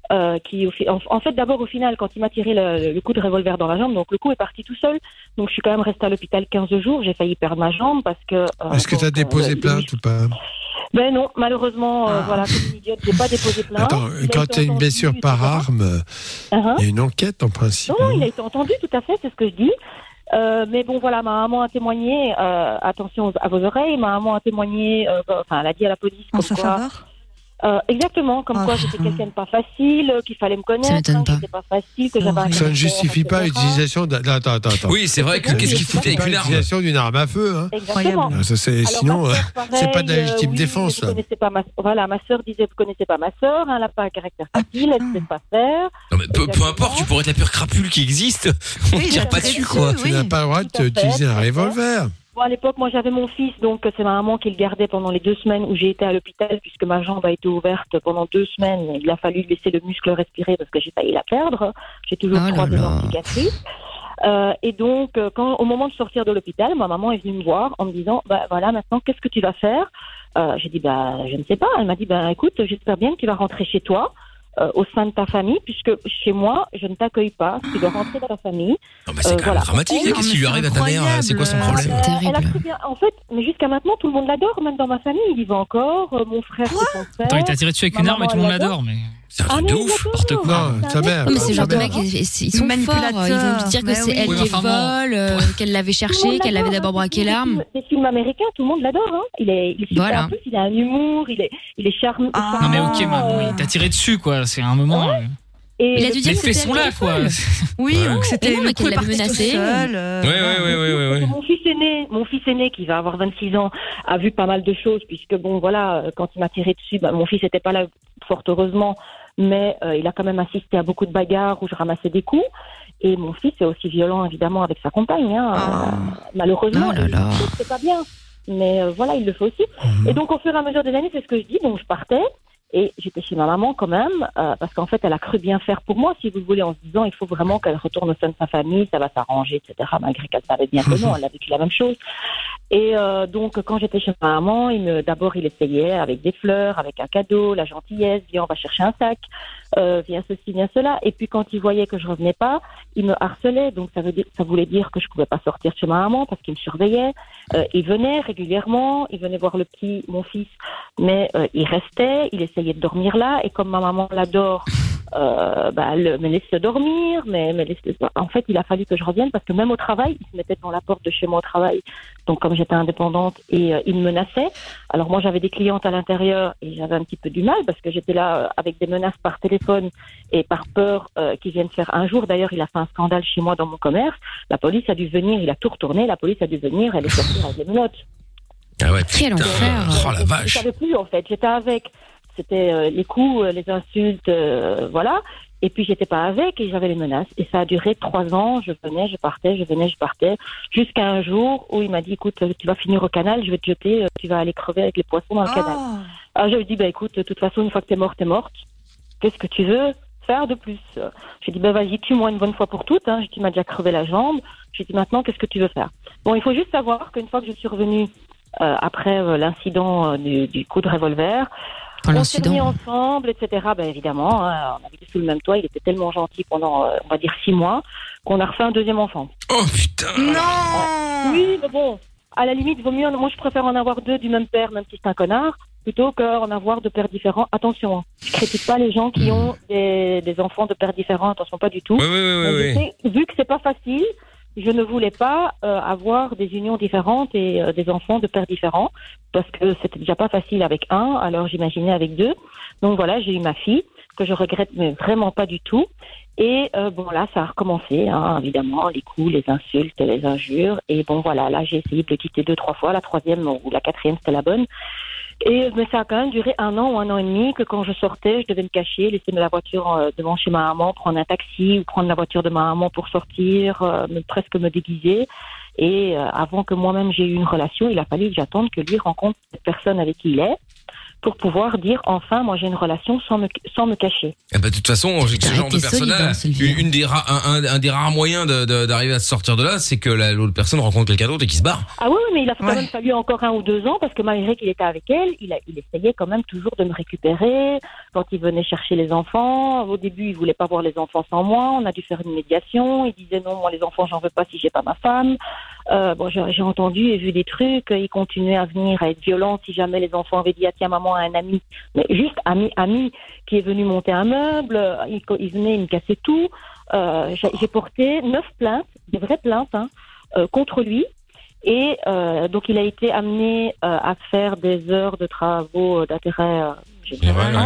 En fait, d'abord, au final, quand il m'a tiré le coup de revolver dans la jambe, donc le coup est parti tout seul. Donc, je suis quand même restée à l'hôpital 15 jours. J'ai failli perdre ma jambe parce que... Est-ce que tu as déposé plainte ou pas? Ben non, malheureusement, voilà, comme une idiote, j'ai pas déposé plainte. Attends, quand tu as une blessure par arme, il y a une enquête en principe. Non, il a été entendu, tout à fait, c'est ce que je dis. Mais bon, voilà, ma maman a témoigné, attention à vos oreilles, ma maman a témoigné, elle a dit à la police comme quoi... exactement, comme quoi j'étais quelqu'un de pas facile, qu'il fallait me connaître, j'étais pas facile, que j'avais un ça ne justifie pas l'utilisation Attends. Oui, c'est vrai que qu'est-ce qu'il foutait avec une arme? L'utilisation d'une arme à feu, hein. Exactement. Ça, sinon, c'est pas de la légitime défense. Voilà, ma sœur disait, vous connaissez pas ma sœur, elle n'a pas un caractère facile, elle ne sait pas faire. Non, mais peu importe, tu pourrais être la pire crapule qui existe, on ne tire pas dessus, quoi. Tu n'as pas le droit d'utiliser un revolver. Bon, à l'époque, moi, j'avais mon fils, donc c'est ma maman qui le gardait pendant les 2 semaines où j'ai été à l'hôpital, puisque ma jambe a été ouverte pendant 2 semaines. Il a fallu laisser le muscle respirer parce que j'ai failli la perdre. J'ai toujours 3 énormes cicatrices. Et donc, au moment de sortir de l'hôpital, ma maman est venue me voir en me disant, voilà, maintenant, qu'est-ce que tu vas faire? J'ai dit, je ne sais pas. Elle m'a dit, écoute, j'espère bien que tu vas rentrer chez toi. Au sein de ta famille, puisque chez moi, je ne t'accueille pas. Tu dois rentrer dans la famille. Non, mais c'est quand même dramatique. Qu'est-ce qui lui arrive à ta mère? C'est quoi son problème? Elle a très bien. En fait, mais jusqu'à maintenant, tout le monde l'adore, même dans ma famille. Il y va encore. Mon frère, c'est son frère. Attends, il t'a tiré dessus avec une arme et tout le monde l'adore, mais... C'est un truc de ouf. N'importe quoi. Non, sa mère. Mais ces genres de mecs, ils sont forts. Ils vont te dire que c'est elle qui vole, qu'elle l'avait cherché, qu'elle avait d'abord braqué l'arme. Les films américains, tout le monde l'adore. Hein. Il est super. En plus, il a un humour, il est charmant. Non mais ok, maman, il t'a tiré dessus, quoi. C'est un moment... Et il a dû dire les faits sont là, quoi. Oui, donc c'était le qu'elle l'avait menacé. Ouais. Mon fils aîné, qui va avoir 26 ans, a vu pas mal de choses, puisque bon, voilà, quand il m'a tiré dessus, mon fils n'était pas là, fort heureusement, mais il a quand même assisté à beaucoup de bagarres où je ramassais des coups. Et mon fils est aussi violent, évidemment, avec sa compagne. Malheureusement, c'est pas bien. Mais voilà, il le fait aussi. Et donc, au fur et à mesure des années, c'est ce que je dis. Donc, je partais. Et j'étais chez ma maman quand même, parce qu'en fait, elle a cru bien faire pour moi, si vous voulez, en se disant, il faut vraiment qu'elle retourne au sein de sa famille, ça va s'arranger, etc., malgré qu'elle savait bien que non, elle a vécu la même chose. Et donc, quand j'étais chez ma maman, d'abord, il essayait avec des fleurs, avec un cadeau, la gentillesse, viens, on va chercher un sac, viens ceci, viens cela. Et puis, quand il voyait que je revenais pas, il me harcelait, donc ça voulait dire que je pouvais pas sortir chez ma maman, parce qu'il me surveillait. Il venait régulièrement, il venait voir mon fils, mais il restait, il essayait de dormir là, et comme ma maman l'adore, elle me laissait dormir, en fait, il a fallu que je revienne, parce que même au travail, il se mettait devant la porte de chez moi au travail, donc comme j'étais indépendante, et il me menaçait. Alors moi, j'avais des clientes à l'intérieur, et j'avais un petit peu du mal, parce que j'étais là avec des menaces par téléphone, et par peur qu'ils viennent faire un jour, d'ailleurs, il a fait un scandale chez moi dans mon commerce, la police a dû venir, il a tout retourné, la police a dû venir, elle est sortie avec des menottes. Ah ouais, quel enfer. Oh la vache. Je savais plus, en fait, j'étais avec. C'était les coups, les insultes, voilà. Et puis, j'étais pas avec et j'avais les menaces. Et ça a duré 3 ans. Je venais, je partais, je venais, je partais. Jusqu'à un jour où il m'a dit, écoute, tu vas finir au canal, je vais te jeter, tu vas aller crever avec les poissons dans le canal. Alors, je lui ai dit, écoute, de toute façon, une fois que t'es morte, t'es morte. Qu'est-ce que tu veux faire de plus? J'ai dit, vas-y, tue-moi une bonne fois pour toutes. Hein. Tu m'as déjà crevé la jambe. J'ai dit, maintenant, qu'est-ce que tu veux faire? Bon, il faut juste savoir qu'une fois que je suis revenue, après l'incident du coup de revolver, On s'est mis ensemble, etc. Ben évidemment, hein, on habitait sous le même toit. Il était tellement gentil pendant, on va dire 6 mois, qu'on a refait un deuxième enfant. Oh putain. Non. Oui, mais bon, à la limite, vaut mieux. Moi, je préfère en avoir 2 du même père, même si c'est un connard, plutôt qu'en avoir 2 pères différents. Attention, hein, je critique pas les gens qui ont des enfants de pères différents. Attention, pas du tout. Oui. Vu que c'est pas facile, je ne voulais pas avoir des unions différentes et des enfants de pères différents, parce que c'était déjà pas facile avec un, alors j'imaginais avec 2. Donc voilà, j'ai eu ma fille, que je regrette mais vraiment pas du tout. Et bon là, ça a recommencé, hein, évidemment, les coups, les insultes, les injures. Et bon voilà, là j'ai essayé de le quitter 2-3 fois, la 3e ou la 4e c'était la bonne. Mais ça a quand même duré 1 an ou 1 an et demi, que quand je sortais, je devais me cacher, laisser la voiture devant chez ma maman, prendre un taxi ou prendre la voiture de ma maman pour sortir, presque me déguiser. Et avant que moi-même j'ai eu une relation, il a fallu que j'attende que lui rencontre cette personne avec qui il est, pour pouvoir dire enfin moi j'ai une relation sans me cacher. Eh ben, de toute façon, ce genre de personne-là, un des rares moyens d'arriver à se sortir de là, c'est que l'autre personne rencontre quelqu'un d'autre et qu'il se barre. Ah oui, mais il a quand même fallu encore 1 ou 2 ans, parce que malgré qu'il était avec elle, il essayait quand même toujours de me récupérer quand il venait chercher les enfants. Au début, il voulait pas voir les enfants sans moi, on a dû faire une médiation, il disait non, moi les enfants j'en veux pas si j'ai pas ma femme. Bon, j'ai entendu et vu des trucs, il continuait à venir à être violent si jamais les enfants avaient dit tiens maman à un ami, mais juste ami qui est venu monter un meuble, il venait, il me cassait tout. J'ai porté 9 plaintes, des vraies plaintes, contre lui. Et donc il a été amené à faire des heures de travaux d'intérêt général.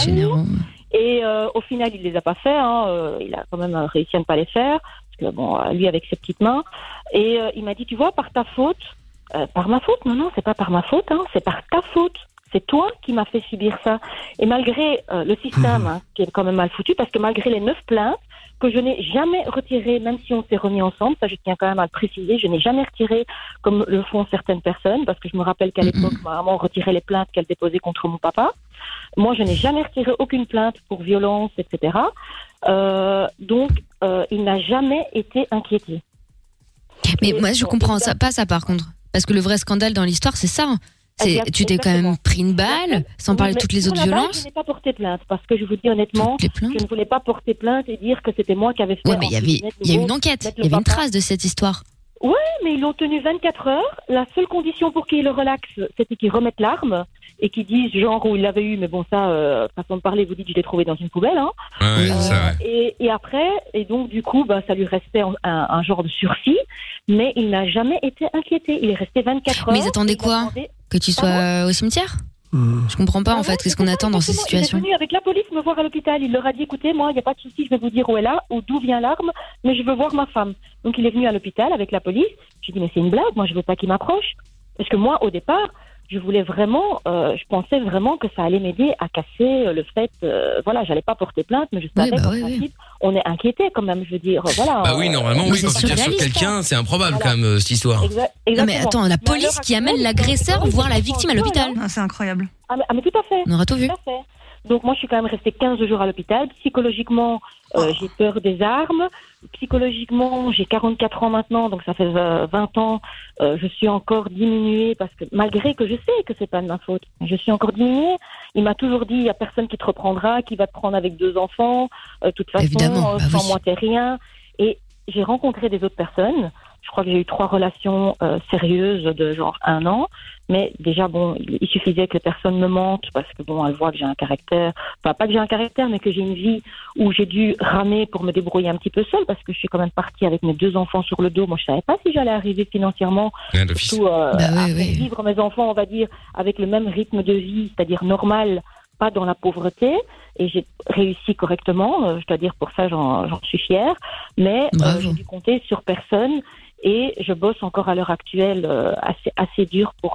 Et au final il les a pas fait, il a quand même réussi à ne pas les faire, parce que bon, lui avec ses petites mains. Et il m'a dit tu vois, par ta faute, par ma faute, non c'est pas par ma faute, c'est par ta faute. C'est toi qui m'as fait subir ça. Et malgré le système, qui est quand même mal foutu, parce que malgré les 9 plaintes, que je n'ai jamais retirées, même si on s'est remis ensemble, ça je tiens quand même à le préciser, je n'ai jamais retiré comme le font certaines personnes, parce que je me rappelle qu'à l'époque, ma maman retirait les plaintes qu'elle déposait contre mon papa. Moi, je n'ai jamais retiré aucune plainte pour violence, etc. Donc, il n'a jamais été inquiété. Mais moi, je comprends pas ça par contre. Parce que le vrai scandale dans l'histoire, c'est ça. Tu t'es quand même pris une balle, sans parler de toutes les autres violences. Je n'ai pas porté plainte, parce que je vous dis honnêtement, je ne voulais pas porter plainte et dire que c'était moi qui avais fait. Ouais, mais il y a eu une enquête, il y avait une trace de cette histoire. Ouais, mais ils l'ont tenu 24 heures. La seule condition pour qu'il le relaxe, c'était qu'il remette l'arme et qu'ils disent genre où il l'avait eu, mais bon ça, façon de parler, vous dites je l'ai trouvé dans une poubelle, Ouais, c'est vrai. Et après, et donc du coup, ça lui restait un genre de sursis, mais il n'a jamais été inquiété. Il est resté 24 heures. Mais ils attendaient quoi? Que tu sois au cimetière? Je comprends pas en fait, qu'est-ce qu'on attend dans ces situations? Il est venu avec la police me voir à l'hôpital, il leur a dit écoutez, moi il n'y a pas de souci, je vais vous dire où est là, ou d'où vient l'arme, mais je veux voir ma femme. Donc il est venu à l'hôpital avec la police, j'ai dit mais c'est une blague, moi je veux pas qu'il m'approche, parce que moi au départ, je voulais vraiment, je pensais vraiment que ça allait m'aider à casser le fait, voilà, j'allais pas porter plainte, mais je savais qu'en principe, on est inquiété quand même, je veux dire, voilà. Bah oui, normalement, oui, quand tu tires sur quelqu'un, c'est improbable quand même, cette histoire. Non mais attends, la police qui amène l'agresseur voir la victime à l'hôpital. C'est incroyable. Ah mais tout à fait. On aura tout vu. Donc moi je suis quand même restée 15 jours à l'hôpital. Psychologiquement, j'ai peur des armes. Psychologiquement, j'ai 44 ans maintenant, donc ça fait 20 ans. Je suis encore diminuée parce que malgré que je sais que c'est pas de ma faute, je suis encore diminuée. Il m'a toujours dit il y a personne qui te reprendra, qui va te prendre avec 2 enfants. De toute façon, sans moi t'es rien. Et j'ai rencontré des autres personnes. Je crois que j'ai eu 3 relations sérieuses de genre 1 an. Mais déjà, bon, il suffisait que les personnes me mentent parce que bon, elles voient que j'ai un caractère. Enfin, pas que j'ai un caractère, mais que j'ai une vie où j'ai dû ramer pour me débrouiller un petit peu seule parce que je suis quand même partie avec mes 2 enfants sur le dos. Moi, je savais pas si j'allais arriver financièrement. Surtout à vivre mes enfants, on va dire, avec le même rythme de vie, c'est-à-dire normal, pas dans la pauvreté. Et j'ai réussi correctement. Je dois dire, pour ça, j'en suis fière. Mais j'ai dû compter sur personne. Et je bosse encore à l'heure actuelle assez dur pour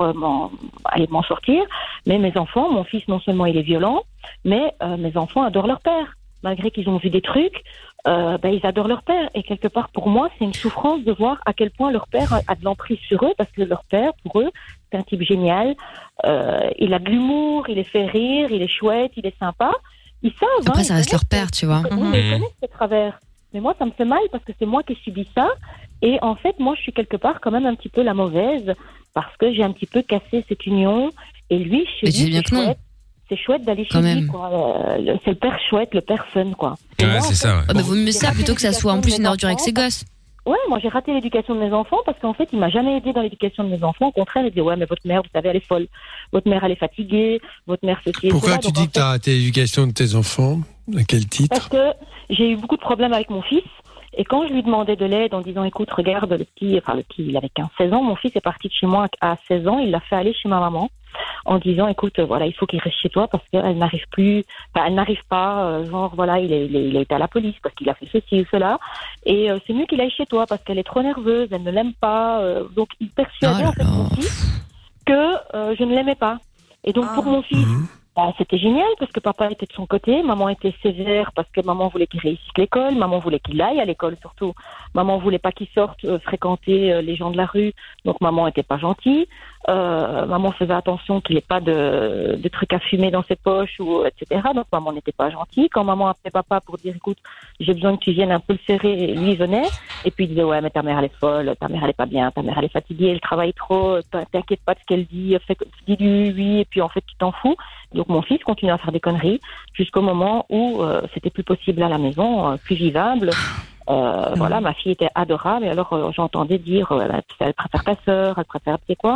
m'en sortir. Mais mes enfants, mon fils non seulement il est violent, mais mes enfants adorent leur père. Malgré qu'ils ont vu des trucs, ils adorent leur père. Et quelque part pour moi, c'est une souffrance de voir à quel point leur père a de l'emprise sur eux, parce que leur père, pour eux, c'est un type génial. Il a de l'humour, il les fait rire, il est chouette, il est sympa. Ils savent. Après, ça reste leur père, tu vois. Ils connaissent ce travers. Mais moi, ça me fait mal parce que c'est moi qui subis ça. Et en fait, moi, je suis quelque part quand même un petit peu la mauvaise parce que j'ai un petit peu cassé cette union. Et lui, chez lui, c'est chouette d'aller Quand chez lui, même. quoi. C'est le père chouette, le père fun, quoi. Et Ouais, moi, c'est en fait, ça, ouais. Ah bah, vaut mieux ça plutôt que ça soit en plus une ordure avec ses gosses. Ouais, moi j'ai raté l'éducation de mes enfants parce qu'en fait, il m'a jamais aidé dans l'éducation de mes enfants. Au contraire, il disait ouais, mais votre mère, vous savez, elle est folle. Votre mère, elle est fatiguée. Votre mère, ceci et Pourquoi cela. tu Donc, dis en que tu as raté l'éducation de tes enfants? À quel Parce titre? que j'ai eu beaucoup de problèmes avec mon fils. Et quand je lui demandais de l'aide en disant, écoute, regarde, le petit, il avait 15-16 ans. Mon fils est parti de chez moi à 16 ans. Il l'a fait aller chez ma maman en disant, écoute, voilà, il faut qu'il reste chez toi parce qu'elle n'arrive plus, enfin, elle n'arrive pas, genre, voilà, il a été à la police parce qu'il a fait ceci ou cela. Et c'est mieux qu'il aille chez toi parce qu'elle est trop nerveuse, elle ne l'aime pas. Donc, il persuadait, en fait, mon fils que je ne l'aimais pas. Et donc, pour mon fils, c'était génial parce que papa était de son côté, maman était sévère parce que maman voulait qu'il réussisse l'école, maman voulait qu'il aille à l'école surtout, maman voulait pas qu'il sorte fréquenter les gens de la rue, donc maman était pas gentille, maman faisait attention qu'il n'ait pas de trucs à fumer dans ses poches ou etc. Donc maman n'était pas gentille. Quand maman appelait papa pour dire écoute j'ai besoin que tu viennes un peu le serrer, lui il venait et puis il disait ouais mais ta mère elle est folle, ta mère elle est pas bien, ta mère elle est fatiguée, elle travaille trop, t'inquiète pas de ce qu'elle dit, dis-lui oui et puis en fait tu t'en fous. Donc mon fils continuait à faire des conneries jusqu'au moment où c'était plus possible à la maison, plus vivable. Voilà, ma fille était adorable et alors j'entendais dire elle préfère ta sœur, elle préfère tu sais quoi.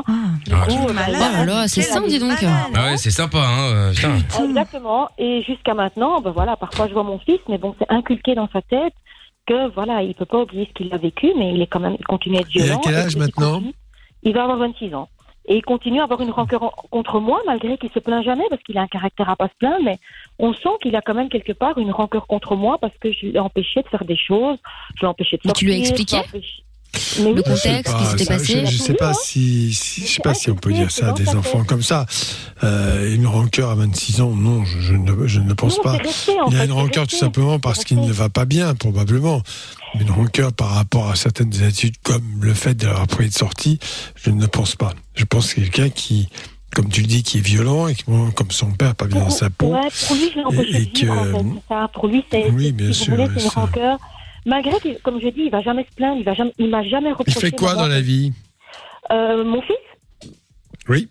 C'est ça, dis donc. Ah ouais, c'est sympa, hein. Putain. Exactement. Et jusqu'à maintenant, ben voilà, parfois je vois mon fils, mais bon, c'est inculqué dans sa tête que voilà, il peut pas oublier ce qu'il a vécu, mais il continue à être violent. Et à quel âge maintenant? Il va avoir 26 ans. Et il continue à avoir une rancœur contre moi, malgré qu'il se plaint jamais, parce qu'il a un caractère à pas se plaindre, mais on sent qu'il a quand même quelque part une rancœur contre moi, parce que je l'ai empêché de faire des choses, je l'ai empêché de sortir. Mais tu lui as expliqué le contexte, ce qui s'était passé? Je sais pas je sais pas si on peut dire ça à des enfants comme ça. Une rancœur à 26 ans, non, je ne pense pas. Il a une rancœur tout simplement parce qu'il ne va pas bien, probablement. Une rancœur par rapport à certaines attitudes comme le fait d'avoir pris de sortie, je ne pense pas. Je pense que c'est quelqu'un qui, comme tu le dis, qui est violent et qui, comme son père, pas bien dans sa peau. Ouais, pour lui, je l'ai empêché de vivre, en fait, c'est ça. Pour lui, c'est si vous voulez, c'est une rancœur. Malgré que, comme je dis, il va jamais se plaindre, il m'a jamais reproché. Il fait quoi dans la vie? Mon fils? Oui.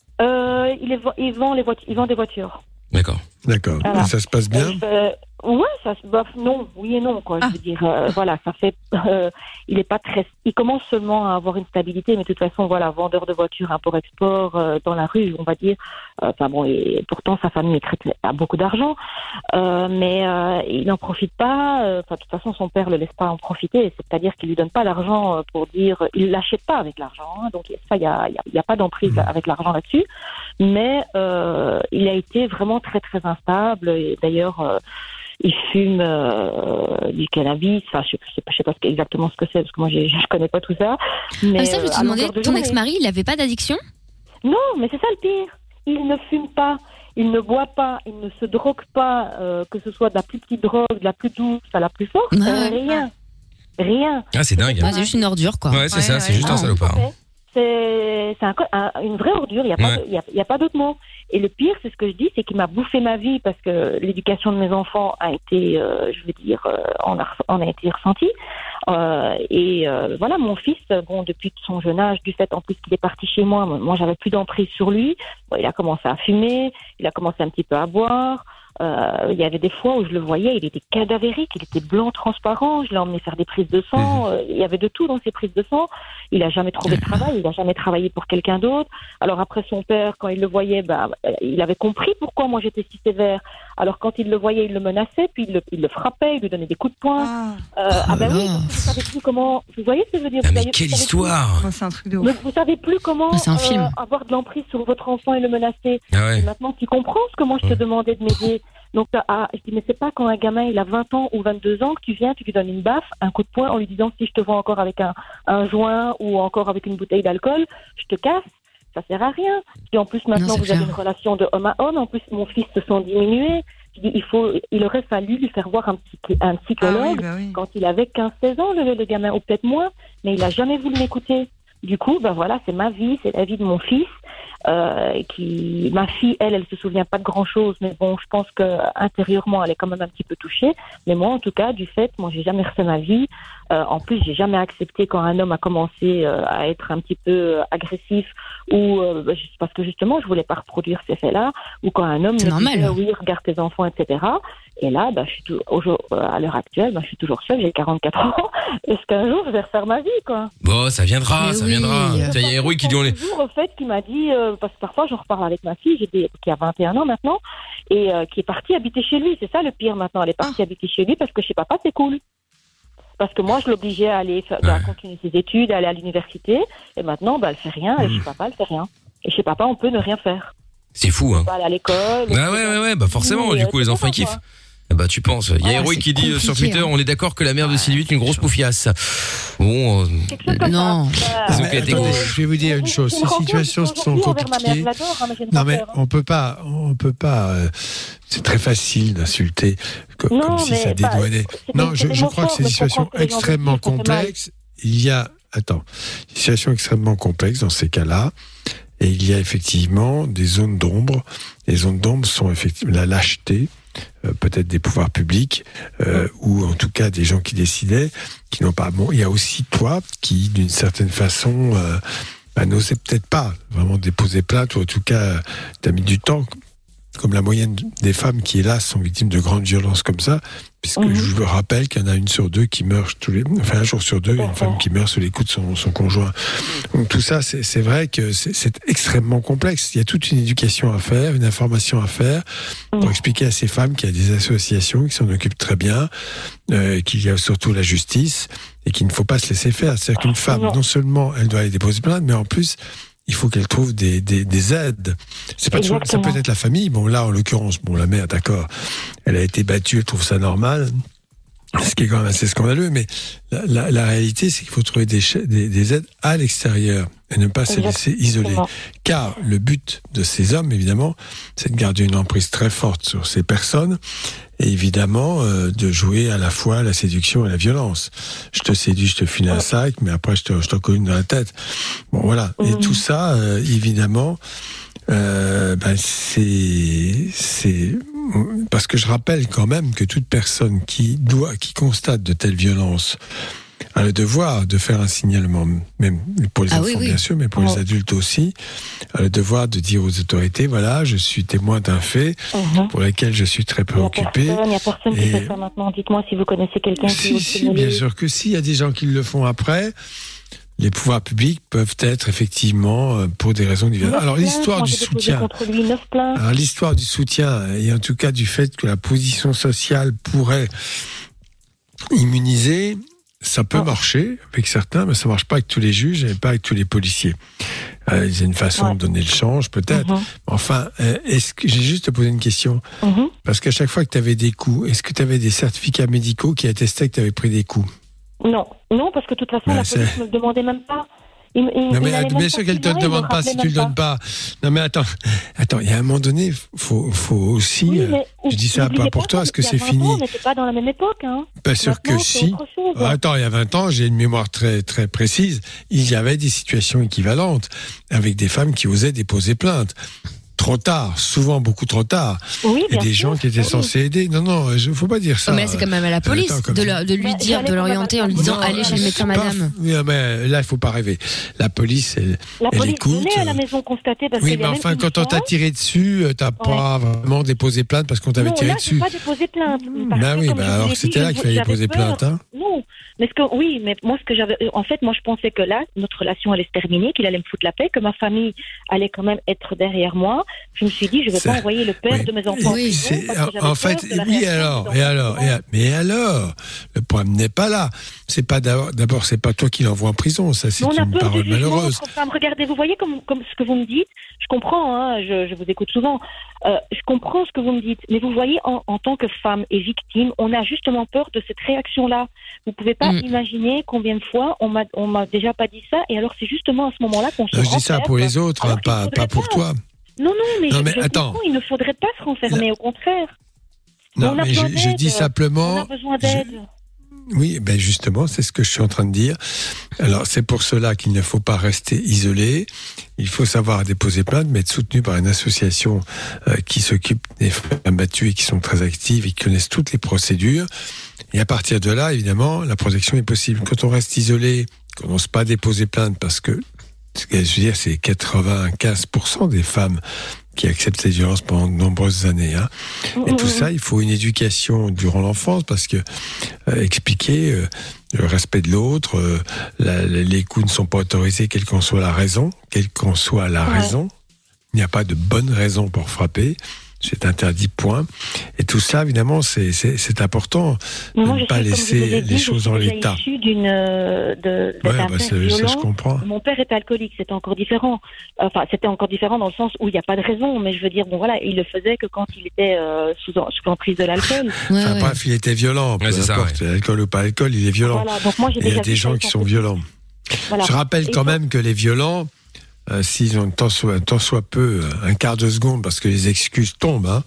Il vend des voitures. D'accord. Voilà. Et ça se passe bien? Ouais, ça se bof, non, oui et non, quoi. Je veux dire, voilà, ça fait, il est pas très, il commence seulement à avoir une stabilité, mais de toute façon, voilà, vendeur de voitures, import-export, dans la rue, on va dire. Enfin bon, et pourtant sa famille a beaucoup d'argent, mais il n'en profite pas. Enfin, de toute façon, son père le laisse pas en profiter, c'est-à-dire qu'il lui donne pas l'argent pour dire, il l'achète pas avec l'argent, hein, donc ça, il y a pas d'emprise avec l'argent là-dessus. Mais il a été vraiment très très instable. Et d'ailleurs, il fume du cannabis. Enfin, je sais pas exactement ce que c'est parce que moi je connais pas tout ça. Mais ça, je te demandais, ton ex-mari, il avait pas d'addiction? Non, mais c'est ça le pire. Il ne fume pas, il ne boit pas, il ne se drogue pas, que ce soit de la plus petite drogue, de la plus douce à la plus forte, rien. Ah, c'est dingue. C'est juste une ordure, quoi. Ouais, c'est ça, c'est juste un salopard. C'est une vraie ordure, il y a pas d'autre mot. Et le pire, c'est ce que je dis, c'est qu'il m'a bouffé ma vie parce que l'éducation de mes enfants a été, on a été ressentie. Voilà, mon fils, bon, depuis son jeune âge, du fait en plus qu'il est parti chez moi, j'avais plus d'emprise sur lui. Bon, il a commencé à fumer, il a commencé un petit peu à boire. Il y avait des fois où je le voyais, il était cadavérique, il était blanc transparent, je l'ai emmené faire des prises de sang, il y avait de tout dans ces prises de sang. Il a jamais trouvé de travail, il a jamais travaillé pour quelqu'un d'autre. Alors après son père, quand il le voyait, il avait compris pourquoi moi j'étais si sévère. Alors quand il le voyait, il le menaçait, puis il le frappait, il lui donnait des coups de poing. Oui, vous savez plus comment. Vous voyez ce que je veux dire? Mais quelle histoire! C'est un truc de ouf. Donc, vous savez plus comment avoir de l'emprise sur votre enfant et le menacer. Et maintenant tu comprends ce que moi je te demandais de m'aider. Donc, je dis, mais c'est pas quand un gamin, il a 20 ans ou 22 ans que tu viens, tu lui donnes une baffe, un coup de poing en lui disant si je te vois encore avec un joint ou encore avec une bouteille d'alcool, je te casse. Ça sert à rien. Et en plus, maintenant, vous avez une relation de homme à homme. En plus, mon fils se sent diminué. Je dis, il aurait fallu lui faire voir un psychologue quand il avait 15-16 ans, le gamin, ou peut-être moins, mais il a jamais voulu m'écouter. Du coup, voilà, c'est ma vie, c'est la vie de mon fils. Ma fille, elle se souvient pas de grand-chose, mais bon, je pense que intérieurement, elle est quand même un petit peu touchée. Mais moi, en tout cas, du fait, moi, j'ai jamais refait ma vie. En plus, j'ai jamais accepté quand un homme a commencé à être un petit peu agressif ou parce que justement, je voulais pas reproduire ces faits-là, ou quand un homme me disait oui, regarde tes enfants, etc. Et là, à l'heure actuelle, je suis toujours seule, j'ai 44 ans. Est-ce qu'un jour, je vais refaire ma vie, quoi? Bon, ça viendra. Il y a Héroïque qui dit toujours au fait qui m'a dit, parce que parfois, je reparle avec ma fille, qui a 21 ans maintenant, et qui est partie habiter chez lui. C'est ça le pire maintenant. Elle est partie habiter chez lui parce que chez papa, c'est cool. Parce que moi, je l'obligeais à aller à continuer ses études, à aller à l'université. Et maintenant, elle fait rien. Et chez papa, elle fait rien. Et chez papa, on peut ne rien faire. C'est fou, hein. On peut aller à l'école. Ouais, forcément, du coup, les enfants kiffent. Tu penses. Il y a Héroïque qui dit sur Twitter, on est d'accord que la mère de Sylvie est une grosse poufiasse. Bon, non. Je vais vous dire une chose. Ces situations sont compliquées. Non, mais on peut pas. C'est très facile d'insulter comme si ça dédouanait. Non, je crois que c'est une situation extrêmement complexe. Il y a, une situation extrêmement complexe dans ces cas-là. Et il y a effectivement des zones d'ombre. Les zones d'ombre sont effectivement la lâcheté, peut-être des pouvoirs publics, ou en tout cas des gens qui décidaient, qui n'ont pas. Bon, il y a aussi toi qui, d'une certaine façon, n'osais peut-être pas vraiment déposer plainte, ou en tout cas, tu as mis du temps, comme la moyenne des femmes qui, hélas, sont victimes de grandes violences comme ça, puisque je vous rappelle qu'il y en a une sur deux qui meurt un jour sur deux, il y a une femme qui meurt sous les coups de son conjoint. Donc tout ça, c'est vrai que c'est extrêmement complexe. Il y a toute une éducation à faire, une information à faire, pour expliquer à ces femmes qu'il y a des associations qui s'en occupent très bien, qu'il y a surtout la justice, et qu'il ne faut pas se laisser faire. C'est-à-dire qu'une femme, non seulement elle doit aller déposer plainte, mais en plus, il faut qu'elle trouve des aides. C'est pas toujours, ça peut être la famille. Bon, là, en l'occurrence, la mère, d'accord, elle a été battue, elle trouve ça normal. Ce qui est quand même assez scandaleux, mais la réalité, c'est qu'il faut trouver des aides à l'extérieur et ne pas se laisser isoler. Car le but de ces hommes, évidemment, c'est de garder une emprise très forte sur ces personnes et évidemment de jouer à la fois la séduction et la violence. Je te séduis, je te file un sac, mais après je t'en colle une dans la tête. Bon, voilà. Et tout ça, évidemment, c'est parce que je rappelle quand même que toute personne qui constate de telles violences a le devoir de faire un signalement, même pour les enfants bien sûr, mais pour les adultes aussi, a le devoir de dire aux autorités, voilà, je suis témoin d'un fait pour lequel je suis très préoccupé. Il n'y a personne qui fait ça maintenant. Dites-moi si vous connaissez quelqu'un qui... Si, bien sûr que si, il y a des gens qui le font après. Les pouvoirs publics peuvent être effectivement pour des raisons diverses. Alors l'histoire du soutien. Alors l'histoire du soutien et en tout cas du fait que la position sociale pourrait immuniser, ça peut marcher avec certains, mais ça marche pas avec tous les juges et pas avec tous les policiers. Il y a une façon de donner le change peut-être. Enfin, est-ce que j'ai juste te poser une question? Parce qu'à chaque fois que tu avais des coups, est-ce que tu avais des certificats médicaux qui attestaient que tu avais pris des coups? Non, parce que de toute façon, la police ne me demandait même pas. Non mais bien sûr qu'elle te le demande pas si tu le donnes pas. Non mais attends, il y a un moment donné, faut aussi. Je dis ça pas pour toi, parce que c'est fini. On n'était pas dans la même époque, hein. Pas sûr que si. Attends, il y a 20 ans, j'ai une mémoire très très précise. Il y avait des situations équivalentes avec des femmes qui osaient déposer plainte. Trop tard, souvent beaucoup trop tard. Et des gens qui étaient censés aider. Non, faut pas dire ça. Mais c'est quand même à la police de lui dire, de l'orienter en lui disant allez chez le médecin, madame. Oui, mais là, il faut pas rêver. La police, elle écoute. À la maison constatée. Oui, mais enfin, quand on t'a tiré dessus, t'as pas vraiment déposé plainte parce qu'on t'avait tiré dessus. Non, là, j'ai pas déposé plainte. Alors c'était là qu'il fallait déposer plainte, hein. Non, mais moi, je pensais que là, notre relation allait se terminer, qu'il allait me foutre la paix, que ma famille allait quand même être derrière moi. Je me suis dit, je ne vais pas envoyer le père de mes enfants. Mais alors, le problème n'est pas là. C'est pas d'abord, c'est pas toi qui l'envoie en prison. Ça, c'est une parole malheureuse. Regardez, vous voyez comme ce que vous me dites. Je comprends, hein, je vous écoute souvent. Je comprends ce que vous me dites. Mais vous voyez, en tant que femme et victime, on a justement peur de cette réaction-là. Vous pouvez pas imaginer combien de fois on m'a déjà pas dit ça. Et alors, c'est justement à ce moment-là qu'on se je dis ça pour les autres, pas pour toi. Non, mais attends. Il ne faudrait pas se renfermer, au contraire. Non, mais je dis simplement. On a besoin d'aide. Oui, ben justement, c'est ce que je suis en train de dire. Alors, c'est pour cela qu'il ne faut pas rester isolé. Il faut savoir déposer plainte, mais être soutenu par une association qui s'occupe des femmes battues et qui sont très actives et qui connaissent toutes les procédures. Et à partir de là, évidemment, la protection est possible. Quand on reste isolé, qu'on n'ose pas déposer plainte, parce que, je veux dire, c'est 95% des femmes qui acceptent ces violences pendant de nombreuses années. Hein. Et tout ça, il faut une éducation durant l'enfance, parce que expliquer le respect de l'autre, les coups ne sont pas autorisés, quelle qu'en soit la raison, quelle qu'en soit la raison. Il n'y a pas de bonne raison pour frapper. C'est interdit, point. Et tout ça, évidemment, c'est important de ne pas laisser les choses en l'état. Je suis d'un père violent. Je comprends. Mon père était alcoolique, c'était encore différent. Enfin, c'était encore différent dans le sens où il n'y a pas de raison, mais je veux dire, bon voilà, il le faisait que quand il était sous emprise de l'alcool. Bref, il était violent, peu importe, alcool ou pas alcool, il est violent. Voilà, donc moi, il y a des gens qui sont violents. Voilà. Je rappelle quand même que les violents, s'ils ont tant soit peu un quart de seconde, parce que les excuses tombent. Hein.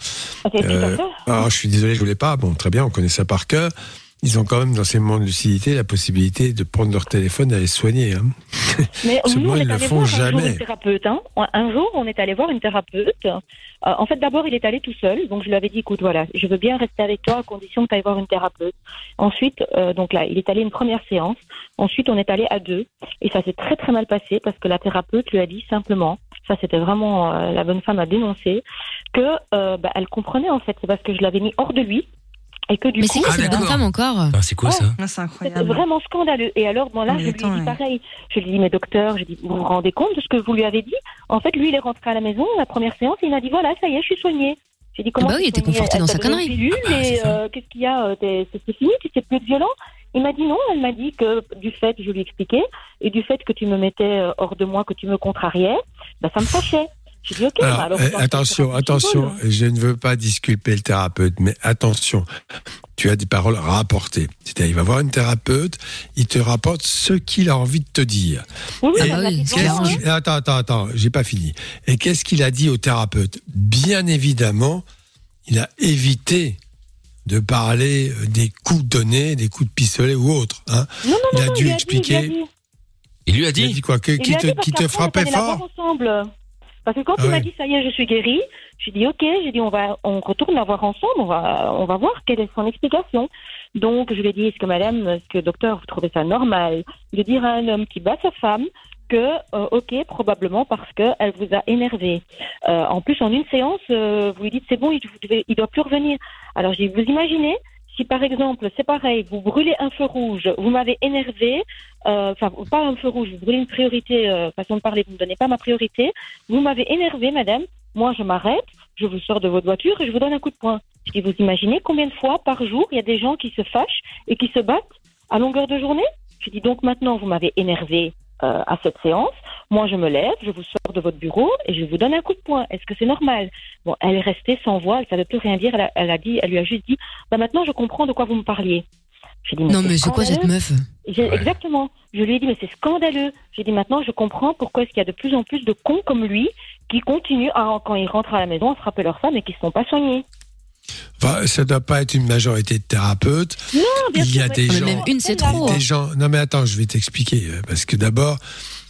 Je suis désolé, je voulais pas. Bon, très bien, on connaît ça par cœur. Ils ont quand même, dans ces moments de lucidité, la possibilité de prendre leur téléphone et d'aller se soigner. Hein. Mais nous, on est ils ne le allé font voir jamais. un jour une thérapeute. Hein. Un jour, on est allé voir une thérapeute. En fait, d'abord, il est allé tout seul. Donc, je lui avais dit, écoute, voilà, je veux bien rester avec toi à condition que tu ailles voir une thérapeute. Ensuite, donc là, il est allé une première séance. Ensuite, on est allé à 2. Et ça s'est très, très mal passé parce que la thérapeute lui a dit simplement, ça, c'était vraiment la bonne femme à dénoncer, que elle comprenait, en fait. C'est parce que je l'avais mis hors de lui. Et que du mais coup, c'est quoi cette bonne femme encore? C'est quoi ça? C'est incroyable. C'est vraiment scandaleux. Et alors, bon, là, je lui ai dit pareil. Je lui ai dit, mais docteur, vous vous rendez compte de ce que vous lui avez dit? En fait, lui, il est rentré à la maison, la première séance, et il m'a dit, voilà, ça y est, je suis soignée. J'ai dit, comment? Oui, il était conforté dans sa connerie. Qu'est-ce qu'il y a? C'est fini, tu sais plus de violent? Il m'a dit non, elle m'a dit que du fait, je lui ai expliqué, et du fait que tu me mettais hors de moi, que tu me contrariais, ça me fâchait. J'ai dit, ok, alors attention, je ne veux pas disculper le thérapeute, mais attention, tu as des paroles rapportées. C'est-à-dire, il va voir une thérapeute, il te rapporte ce qu'il a envie de te dire. Attends, j'ai pas fini. Et qu'est-ce qu'il a dit au thérapeute? Bien évidemment, il a évité de parler des coups donnés, des coups de pistolet ou autres. Hein. Il a dû expliquer. Il lui a dit. Il a dit quoi? Qui te frappait fort? Parce que quand il m'a dit ça y est, je suis guérie, j'ai dit ok, on retourne la voir ensemble, on va voir quelle est son explication. Donc je lui ai dit, est-ce que docteur, vous trouvez ça normal de dire à un homme qui bat sa femme que ok, probablement parce qu'elle vous a énervé. En plus, en une séance, vous lui dites c'est bon, il doit plus revenir. Alors j'ai dit, vous imaginez? Si par exemple, c'est pareil, vous brûlez un feu rouge, vous m'avez énervé, pas un feu rouge, vous brûlez une priorité, façon de parler, vous ne me donnez pas ma priorité, vous m'avez énervé, madame, moi je m'arrête, je vous sors de votre voiture et je vous donne un coup de poing. Je dis, vous imaginez combien de fois par jour il y a des gens qui se fâchent et qui se battent à longueur de journée? Je dis, donc maintenant vous m'avez énervé à cette séance, moi je me lève, je vous sors de votre bureau et je vous donne un coup de poing. Est-ce que c'est normal? Bon, elle est restée sans voix, elle ne savait plus rien dire, elle lui a juste dit, maintenant je comprends de quoi vous me parliez. J'ai dit, non mais c'est quoi cette meuf? Exactement, je lui ai dit mais c'est scandaleux. J'ai dit maintenant je comprends pourquoi est-ce qu'il y a de plus en plus de cons comme lui qui continuent quand ils rentrent à la maison à frapper leur femme et qui ne sont pas soignés. Enfin, ça ne doit pas être une majorité de thérapeutes. Non, bien sûr. Il y a des gens. Même une, c'est trop. Des gens. Non, mais attends, je vais t'expliquer. Parce que d'abord,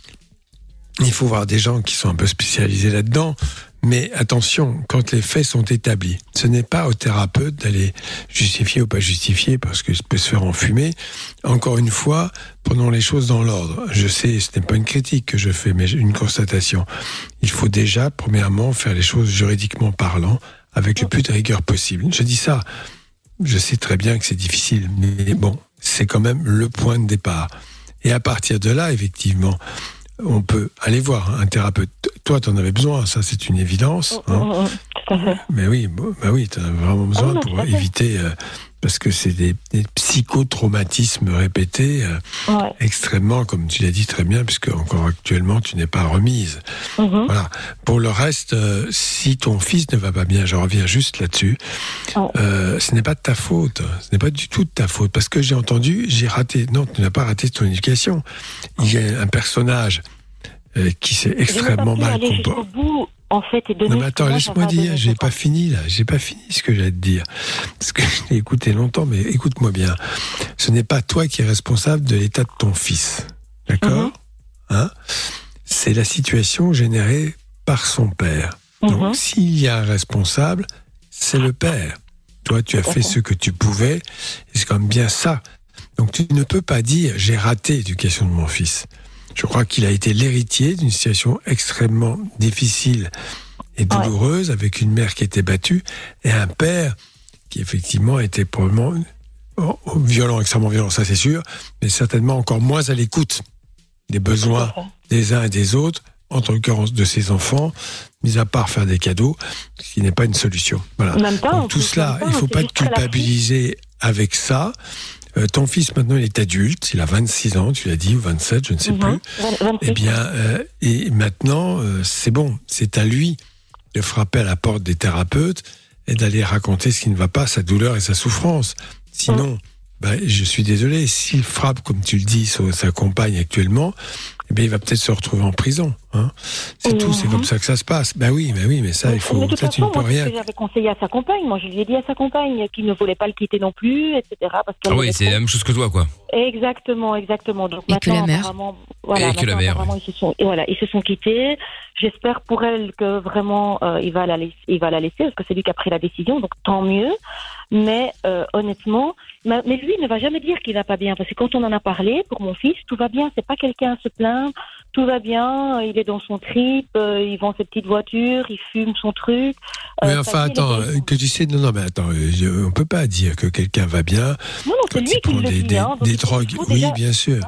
il faut voir des gens qui sont un peu spécialisés là-dedans. Mais attention, quand les faits sont établis, ce n'est pas au thérapeute d'aller justifier ou pas justifier parce que ça peut se faire enfumer. Encore une fois, prenons les choses dans l'ordre. Je sais, ce n'est pas une critique que je fais, mais une constatation. Il faut déjà, premièrement, faire les choses juridiquement parlant, avec le plus de rigueur possible. Je dis ça, je sais très bien que c'est difficile, mais bon, c'est quand même le point de départ. Et à partir de là, effectivement, on peut aller voir un thérapeute. Toi, tu en avais besoin, ça c'est une évidence. Hein. Mais oui, tu en as vraiment besoin pour éviter... parce que c'est des psychotraumatismes répétés, extrêmement, comme tu l'as dit très bien, puisque encore actuellement, tu n'es pas remise. Voilà. Pour le reste, si ton fils ne va pas bien, je reviens juste là-dessus, ce n'est pas de ta faute. Ce n'est pas du tout de ta faute. Parce que j'ai entendu, j'ai raté. Non, tu n'as pas raté ton éducation. Il y a un personnage qui s'est extrêmement mal comporté. en fait, est donné. Non, mais attends, Moi, laisse-moi ça va dire, donner j'ai ce pas temps. fini là, j'ai pas fini ce que j'ai à te dire. Parce que je l'ai écouté longtemps, mais écoute-moi bien. Ce n'est pas toi qui es responsable de l'état de ton fils. D'accord? Hein? C'est la situation générée par son père. Donc, s'il y a un responsable, c'est le père. Toi, tu as fait ce que tu pouvais, et c'est quand même bien ça. Donc, tu ne peux pas dire, j'ai raté l'éducation de mon fils. Je crois qu'il a été l'héritier d'une situation extrêmement difficile et douloureuse, avec une mère qui était battue, et un père qui, effectivement, était probablement violent, extrêmement violent, ça c'est sûr, mais certainement encore moins à l'écoute des besoins des uns et des autres, en l'occurrence de ses enfants, mis à part faire des cadeaux, ce qui n'est pas une solution. Voilà. Même pas, donc tout cela, il ne faut pas te culpabiliser avec ça. Ton fils, maintenant, il est adulte, il a 26 ans, tu l'as dit, ou 27, je ne sais plus. 26. Eh bien, et maintenant, c'est bon, c'est à lui de frapper à la porte des thérapeutes et d'aller raconter ce qui ne va pas, sa douleur et sa souffrance. Sinon, je suis désolé, s'il frappe, comme tu le dis, sa compagne actuellement, eh bien, il va peut-être se retrouver en prison. Hein. C'est tout, c'est comme ça que ça se passe. Oui, mais ça, il faut. De toute Ça, tu ne façon, peux moi, rien. ce que j'avais conseillé à sa compagne, moi, je lui ai dit à sa compagne qu'il ne voulait pas le quitter non plus, etc. Parce qu'elle oui, c'est la même chose que toi, quoi. Exactement. Donc Et que la mère. apparemment, voilà, Et que la mère, apparemment, ils se sont quittés. J'espère pour elle que vraiment il va la laisser, parce que c'est lui qui a pris la décision, donc tant mieux. Mais honnêtement, mais lui ne va jamais dire qu'il va pas bien, parce que quand on en a parlé pour mon fils, tout va bien. C'est pas quelqu'un à se plaindre. Tout va bien, il est dans son trip, il vend ses petites voitures, il fume son truc. Mais enfin, attends, que tu sais, mais attends, on peut pas dire que quelqu'un va bien. Non, c'est lui qui le dit. Des drogues, oui, bien sûr.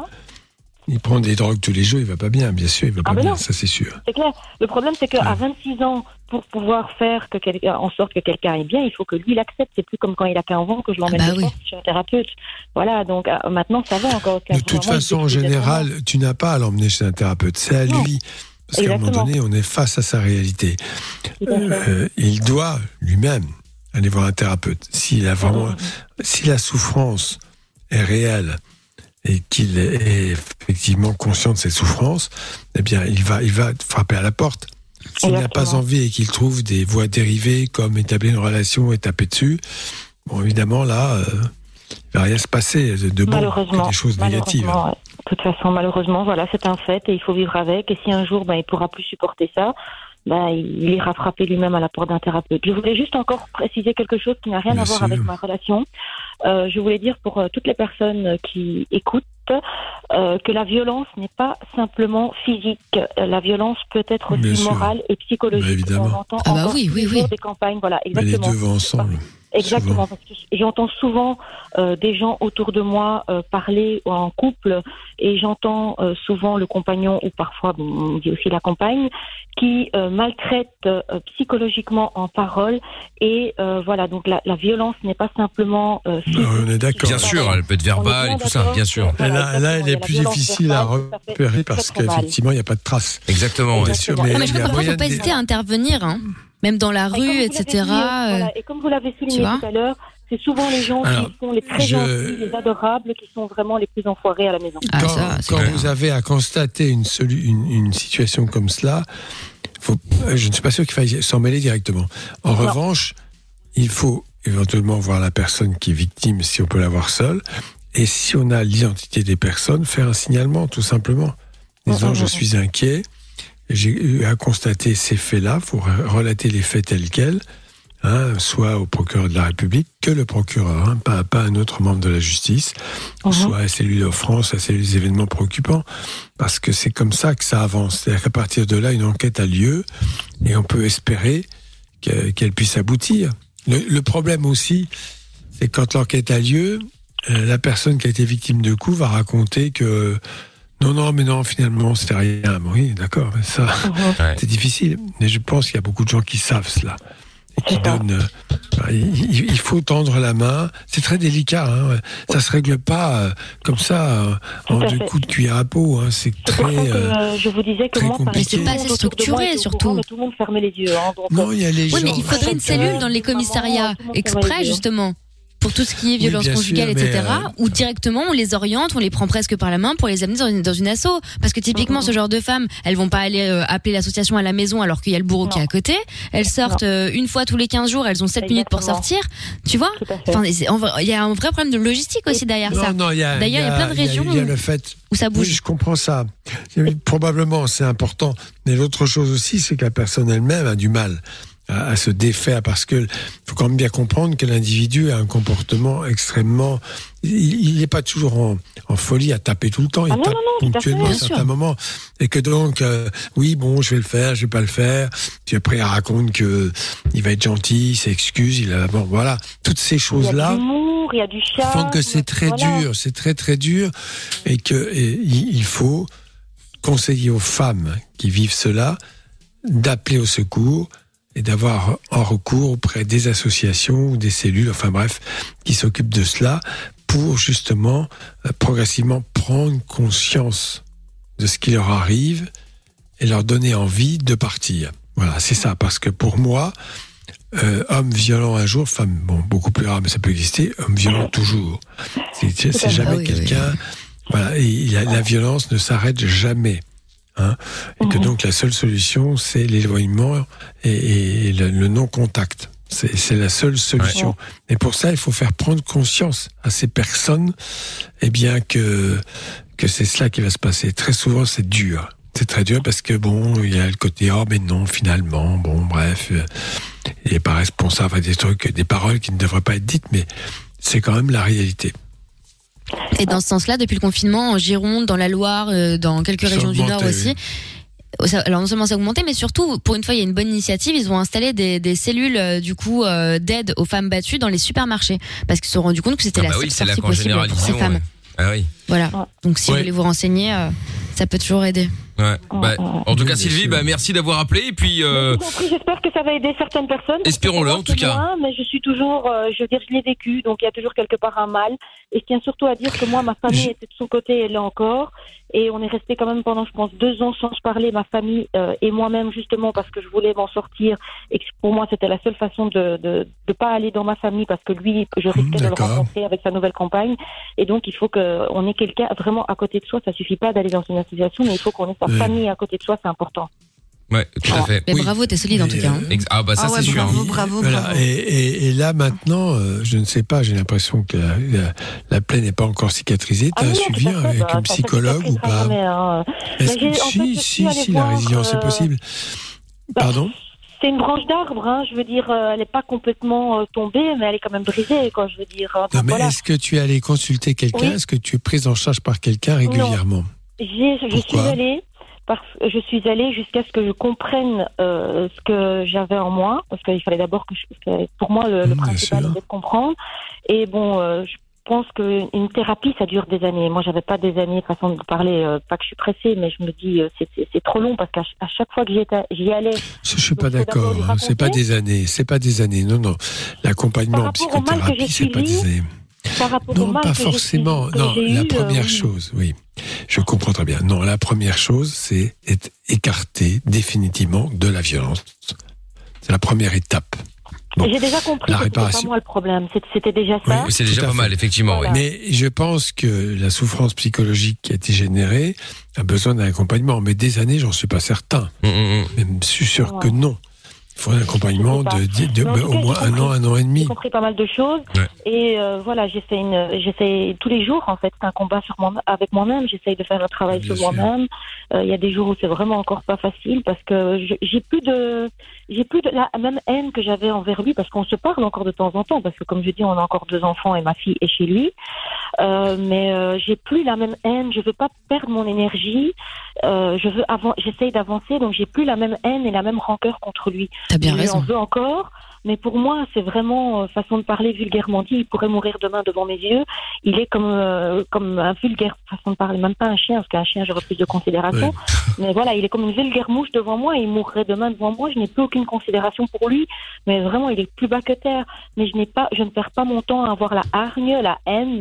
Il prend des drogues tous les jours, il va pas bien, bien sûr, il va pas bien, ça c'est sûr. C'est clair. Le problème, c'est qu'à 26 ans, pour pouvoir faire en sorte que quelqu'un aille bien, il faut que lui l'accepte. C'est plus comme quand il a 15 ans que je l'emmène chez un thérapeute. Voilà, donc maintenant ça va encore. De toute façon, en général, tu n'as pas à l'emmener chez un thérapeute, c'est à lui. Parce qu'à un moment donné, on est face à sa réalité. Il doit lui-même aller voir un thérapeute. Si la souffrance est réelle et qu'il est effectivement conscient de cette souffrance, eh bien, il va frapper à la porte. S'il n'a pas envie et qu'il trouve des voies dérivées comme établir une relation et taper dessus, bon, évidemment, là, il va rien se passer de bon, que des choses négatives. Ouais. De toute façon, malheureusement, voilà, c'est un fait et il faut vivre avec. Et si un jour, il pourra plus supporter ça, il ira frapper lui-même à la porte d'un thérapeute. Je voulais juste encore préciser quelque chose qui n'a rien à voir avec ma relation. Je voulais dire pour toutes les personnes qui écoutent que la violence n'est pas simplement physique. La violence peut être aussi morale et psychologique. Évidemment. On entend oui. des campagnes, voilà, exactement. Mais les deux vont ensemble. Exactement, parce que j'entends souvent des gens autour de moi parler en couple et j'entends souvent le compagnon ou parfois on dit aussi la compagne qui maltraite psychologiquement en parole et voilà, donc la violence n'est pas simplement physique. On est d'accord. Bien sûr, elle peut être verbale et tout ça, bien sûr. Voilà, là, elle est plus difficile à repérer parce qu'effectivement, il n'y a pas de traces. Exactement. Bien sûr, mais je crois qu'il ne faut pas hésiter à intervenir, hein. Même dans la rue, etc. Et comme vous l'avez souligné tout à l'heure, c'est souvent les gens qui sont les très gentils, les adorables, qui sont vraiment les plus enfoirés à la maison. Quand vous avez à constater une situation comme cela, je ne suis pas sûr qu'il faille s'en mêler directement. En revanche, il faut éventuellement voir la personne qui est victime, si on peut la voir seule, et si on a l'identité des personnes, faire un signalement, tout simplement. Disant, je suis inquiet, j'ai eu à constater ces faits-là, il faut relater les faits tels quels, soit au procureur de la République, que le procureur, pas un autre membre de la justice, soit à la cellule d'offrance, à la cellule des événements préoccupants, parce que c'est comme ça que ça avance. C'est-à-dire qu'à partir de là, une enquête a lieu, et on peut espérer qu'elle puisse aboutir. Le problème aussi, c'est que quand l'enquête a lieu, la personne qui a été victime de coups va raconter que non, finalement, c'était rien. Oui, d'accord, mais ça, c'est difficile. Mais je pense qu'il y a beaucoup de gens qui savent cela. Et qui donnent... il faut tendre la main. C'est très délicat. Ça se règle pas comme ça, en deux coups de cuillère à peau. C'est très je vous disais que moi, mais c'est pas assez structuré, surtout. Mais tout le monde fermait les yeux. Non, il y a les gens... Oui, mais il faudrait une cellule dans les commissariats, exprès, justement. pour tout ce qui est violence bien conjugale, sûr, etc. mais, Ou directement on les oriente, on les prend presque par la main pour les amener dans une asso. Parce que typiquement ce genre de femmes, elles vont pas aller appeler l'association à la maison alors qu'il y a le bourreau qui est à côté. Elles sortent une fois tous les 15 jours, elles ont 7 minutes pour sortir. Tu vois? Enfin, il y a un vrai problème de logistique aussi derrière ça. Non, D'ailleurs, il y a plein de régions il y a le fait où ça bouge. Oui, je comprends ça. Probablement, c'est important. Mais l'autre chose aussi, c'est que la personne elle-même a du mal à se défaire, parce que faut quand même bien comprendre que l'individu a un comportement extrêmement. Il n'est pas toujours en folie à taper tout le temps. Il tape ponctuellement à certains moments, et que donc oui, bon, je vais le faire, je vais pas le faire. Puis après, il raconte que il va être gentil, il s'excuse, bon, voilà, toutes ces choses-là. Il y a de l'humour, il y a du charme. Font que c'est très dur, c'est très très dur, et il faut conseiller aux femmes qui vivent cela d'appeler au secours et d'avoir en recours auprès des associations ou des cellules, enfin bref, qui s'occupent de cela, pour justement progressivement prendre conscience de ce qui leur arrive et leur donner envie de partir. Voilà, c'est ça, parce que pour moi, homme violent un jour, femme, bon, beaucoup plus rare, mais ça peut exister, homme violent toujours. C'est jamais quelqu'un... Voilà, et la violence ne s'arrête jamais. Hein, et que donc la seule solution, c'est l'éloignement et le non-contact. C'est la seule solution. Et pour ça, il faut faire prendre conscience à ces personnes, eh bien que c'est cela qui va se passer. Très souvent, c'est dur. C'est très dur parce que bon, il y a le côté mais non, finalement, bon, bref, il n'est pas responsable à des trucs, des paroles qui ne devraient pas être dites, mais c'est quand même la réalité. Et dans ce sens-là, depuis le confinement, en Gironde, dans la Loire, dans quelques régions du Nord aussi, alors non seulement ça a augmenté, mais surtout, pour une fois, il y a une bonne initiative, ils ont installé des cellules du coup d'aide aux femmes battues dans les supermarchés, parce qu'ils se sont rendus compte que c'était la seule sortie possible pour ces femmes. Ah oui. Voilà. Donc si vous voulez vous renseigner, ça peut toujours aider. Ouais. En tout cas, Sylvie, Merci d'avoir appelé. Et puis, j'espère que ça va aider certaines personnes. Espérons-le, en tout cas. Moi, mais je suis toujours, je l'ai vécu, donc il y a toujours quelque part un mal. Et je tiens surtout à dire que moi, ma famille était de son côté, elle est encore. Et on est resté quand même pendant, je pense, 2 ans sans se parler, ma famille et moi-même, justement, parce que je voulais m'en sortir. Et que pour moi, c'était la seule façon de pas aller dans ma famille, parce que lui, je risquais de le rencontrer avec sa nouvelle compagne. Et donc, il faut qu'on ait quelqu'un vraiment à côté de soi. Ça suffit pas d'aller dans une association, mais il faut qu'on ait sa famille à côté de soi, c'est important. Ouais, tout à fait. Mais bravo, t'es solide en tout cas. C'est sûr. Bravo. Et là maintenant, je ne sais pas, j'ai l'impression que la plaie n'est pas encore cicatrisée. T'as un suivi avec une psychologue ou pas? Si, la résilience est possible. Pardon? C'est une branche d'arbre, hein, je veux dire, elle n'est pas complètement tombée, mais elle est quand même brisée, quoi, je veux dire. Non, mais est-ce que tu es allé consulter quelqu'un? Est-ce que tu es prise en charge par quelqu'un régulièrement? Je suis allée jusqu'à ce que je comprenne ce que j'avais en moi, parce qu'il fallait d'abord pour moi, le principal était de comprendre. Et bon, je pense qu'une thérapie, ça dure des années. Moi, j'avais pas des années, façon de parler, pas que je suis pressée, mais je me dis, c'est trop long, parce qu'à chaque fois que j'y allais... Je suis pas d'accord, c'est pas des années, non. L'accompagnement en psychothérapie, c'est pas des années. Non, pas forcément. Non, la première chose, oui, je comprends très bien. Non, la première chose, c'est être écarté définitivement de la violence. C'est la première étape. Bon, j'ai déjà compris que c'était pas moi le problème. C'était déjà ça. Oui, c'est déjà pas mal, effectivement. Voilà. Mais je pense que la souffrance psychologique qui a été générée a besoin d'un accompagnement. Mais des années, j'en suis pas certain. Même je suis sûr que non. Il faut un accompagnement de au moins un an et demi. J'ai compris pas mal de choses. Et voilà, j'essaie tous les jours, en fait, c'est un combat avec moi-même. J'essaye de faire un travail sur moi-même. Il y a des jours où c'est vraiment encore pas facile, parce que j'ai plus de la même haine que j'avais envers lui, parce qu'on se parle encore de temps en temps, parce que comme je dis, on a encore 2 enfants et ma fille est chez lui. Mais j'ai plus la même haine. Je veux pas perdre mon énergie. J'essaye d'avancer, donc j'ai plus la même haine et la même rancœur contre lui. T'as bien raison. J'en veux encore, mais pour moi, c'est vraiment façon de parler vulgairement dit. Il pourrait mourir demain devant mes yeux. Il est comme un vulgaire façon de parler, même pas un chien, parce qu'un chien j'aurais plus de considération. Mais voilà, il est comme une vulgaire mouche devant moi. Et il mourrait demain devant moi. Je n'ai plus aucune considération pour lui. Mais vraiment, il est plus bas que terre. Mais je ne perds pas mon temps à avoir la hargne, la haine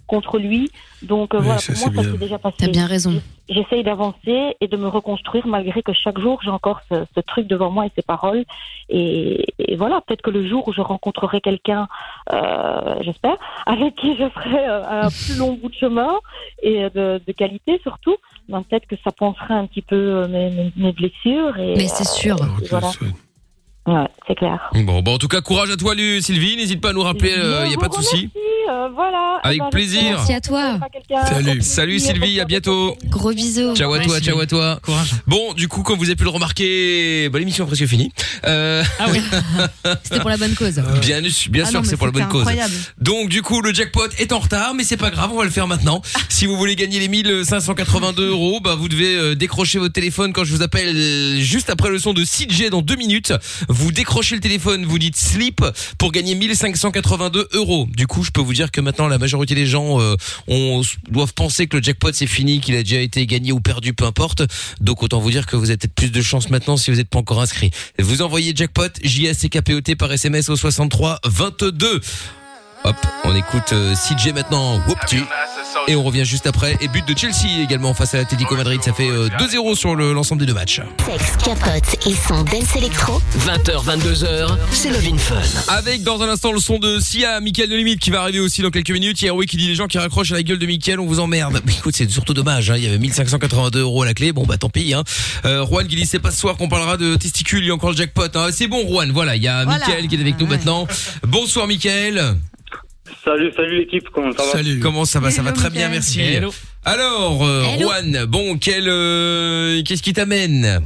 contre lui. Donc Oui, voilà, ça, pour moi, c'est ça bien. s'est déjà passé. T'as bien raison. J'essaye d'avancer et de me reconstruire malgré que chaque jour j'ai encore ce truc devant moi et ces paroles. Et voilà, peut-être que le jour où je rencontrerai quelqu'un, j'espère, avec qui je ferai un plus long bout de chemin et de qualité surtout, ben, peut-être que ça penserait un petit peu mes blessures. Et, Mais c'est sûr. et voilà. Ouais, c'est clair. Bon, en tout cas, courage à toi, Sylvie. N'hésite pas à nous rappeler, il y a pas de souci. Voilà. Avec plaisir. Merci à toi. Salut Sylvie, à bientôt. Gros bisous. Ciao à toi, ciao à toi. Courage. Bon, du coup, comme vous avez pu le remarquer, l'émission est presque finie. Ah oui. C'était pour la bonne cause. Bien sûr, c'est pour la bonne cause. Donc, du coup, le jackpot est en retard, mais c'est pas grave, on va le faire maintenant. Si vous voulez gagner les 1582 €, bah, vous devez décrocher votre téléphone quand je vous appelle juste après le son de CJ dans 2 minutes. Vous décrochez le téléphone, vous dites sleep pour gagner 1582 €. Du coup, je peux vous dire que maintenant la majorité des gens doivent penser que le jackpot c'est fini, qu'il a déjà été gagné ou perdu, peu importe. Donc autant vous dire que vous avez peut-être plus de chance maintenant si vous n'êtes pas encore inscrit. Vous envoyez jackpot JACKPOT par SMS au 63 22. Hop, on écoute CJ maintenant, Whoop-tu. Et on revient juste après. Et but de Chelsea également face à l'Atlético Madrid. Ça fait 2-0 sur l'ensemble des 2 matchs. Sex, capote et son dance électro. 20h, 22h, c'est Love in Fun. Avec dans un instant le son de Sia, Mickaël de Limite qui va arriver aussi dans quelques minutes. Il y a Roy qui dit les gens qui raccrochent à la gueule de Mickaël, on vous emmerde. Mais écoute, c'est surtout dommage, hein. Il y avait 1582 € à la clé. Bon bah tant pis, hein. Juan qui dit c'est pas ce soir qu'on parlera de testicules, il y a encore le jackpot, hein. C'est bon Juan, voilà, il y a Mickaël qui est avec nous maintenant. Bonsoir Mickaël. Salut l'équipe, comment ça va? Salut. Comment ça va? Ça va très bien, merci. Hello. Alors, Juan, bon, qu'est-ce qui t'amène?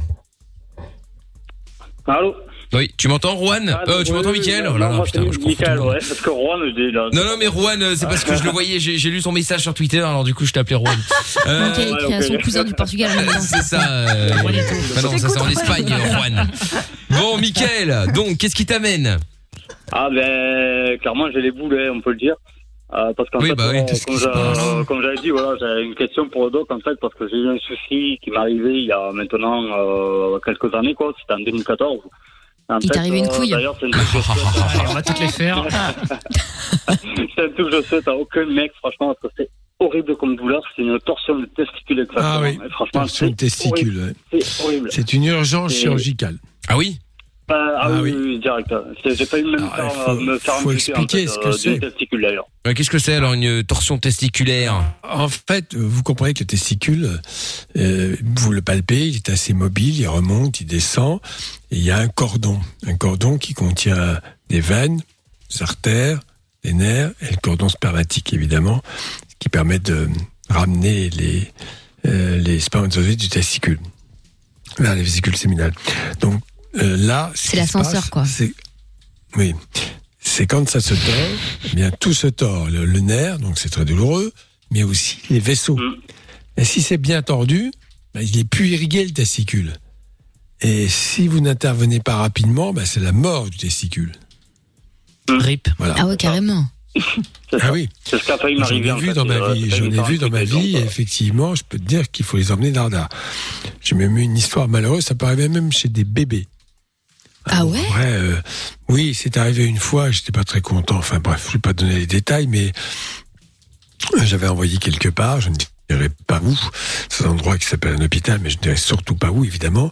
Allô? Oui, tu m'entends, Juan? Tu m'entends, Mickaël? Oh là là, putain, je Mickaël, ouais, parce que Juan, je dis là. Non, mais Juan, c'est parce que je le voyais, j'ai lu son message sur Twitter, alors du coup, je t'ai appelé Juan. Ok, qui a son cousin du Portugal en même temps. C'est ça, non, ça c'est en Espagne, Juan. Bon, Mickaël, donc, qu'est-ce qui t'amène? Ah, ben, clairement, j'ai les boulets, on peut le dire. Parce qu'en fait, comme j'avais dit, voilà, j'avais une question pour le doc, en fait, parce que j'ai eu un souci qui m'est arrivé il y a maintenant quelques années, quoi. C'était en 2014. Il t'est arrivé une couille. D'ailleurs, c'est une truc Allez, on va toutes les faire. c'est un truc que je souhaite à aucun mec, franchement, parce que c'est horrible comme douleur. C'est une torsion de testicule, exactement. Ah oui, et franchement, torsion de testicule. Ouais. C'est horrible. C'est une urgence chirurgicale. Ah oui? Oui, direct. J'ai pas eu même me faire faut expliquer ce que c'est. Testicule d'ailleurs. Qu'est-ce que c'est alors une torsion testiculaire? En fait, vous comprenez que le testicule, vous le palpez, il est assez mobile, il remonte, il descend, et il y a un cordon qui contient des veines, des artères, des nerfs, et le cordon spermatique évidemment, ce qui permet de ramener les spermatozoïdes du testicule vers les vésicules séminales. Donc là, c'est l'ascenseur, quoi. Oui. C'est quand ça se tord, eh bien tout se tord. Le nerf, donc c'est très douloureux, mais aussi les vaisseaux. Et si c'est bien tordu, ben, il est plus irrigué le testicule. Et si vous n'intervenez pas rapidement, ben, c'est la mort du testicule. RIP. Voilà. Ah ouais, carrément. Ah oui. C'est ce qu'a failli m'arriver. J'en ai vu dans ma vie, et effectivement, je peux te dire qu'il faut les emmener dardard. J'ai même eu une histoire malheureuse, ça peut arriver même chez des bébés. Ah ouais? Oui, c'est arrivé une fois, j'étais pas très content. Enfin bref, je vais pas donner les détails, mais j'avais envoyé quelque part, je ne dirai pas où, c'est un endroit qui s'appelle un hôpital, mais je ne dirai surtout pas où, évidemment,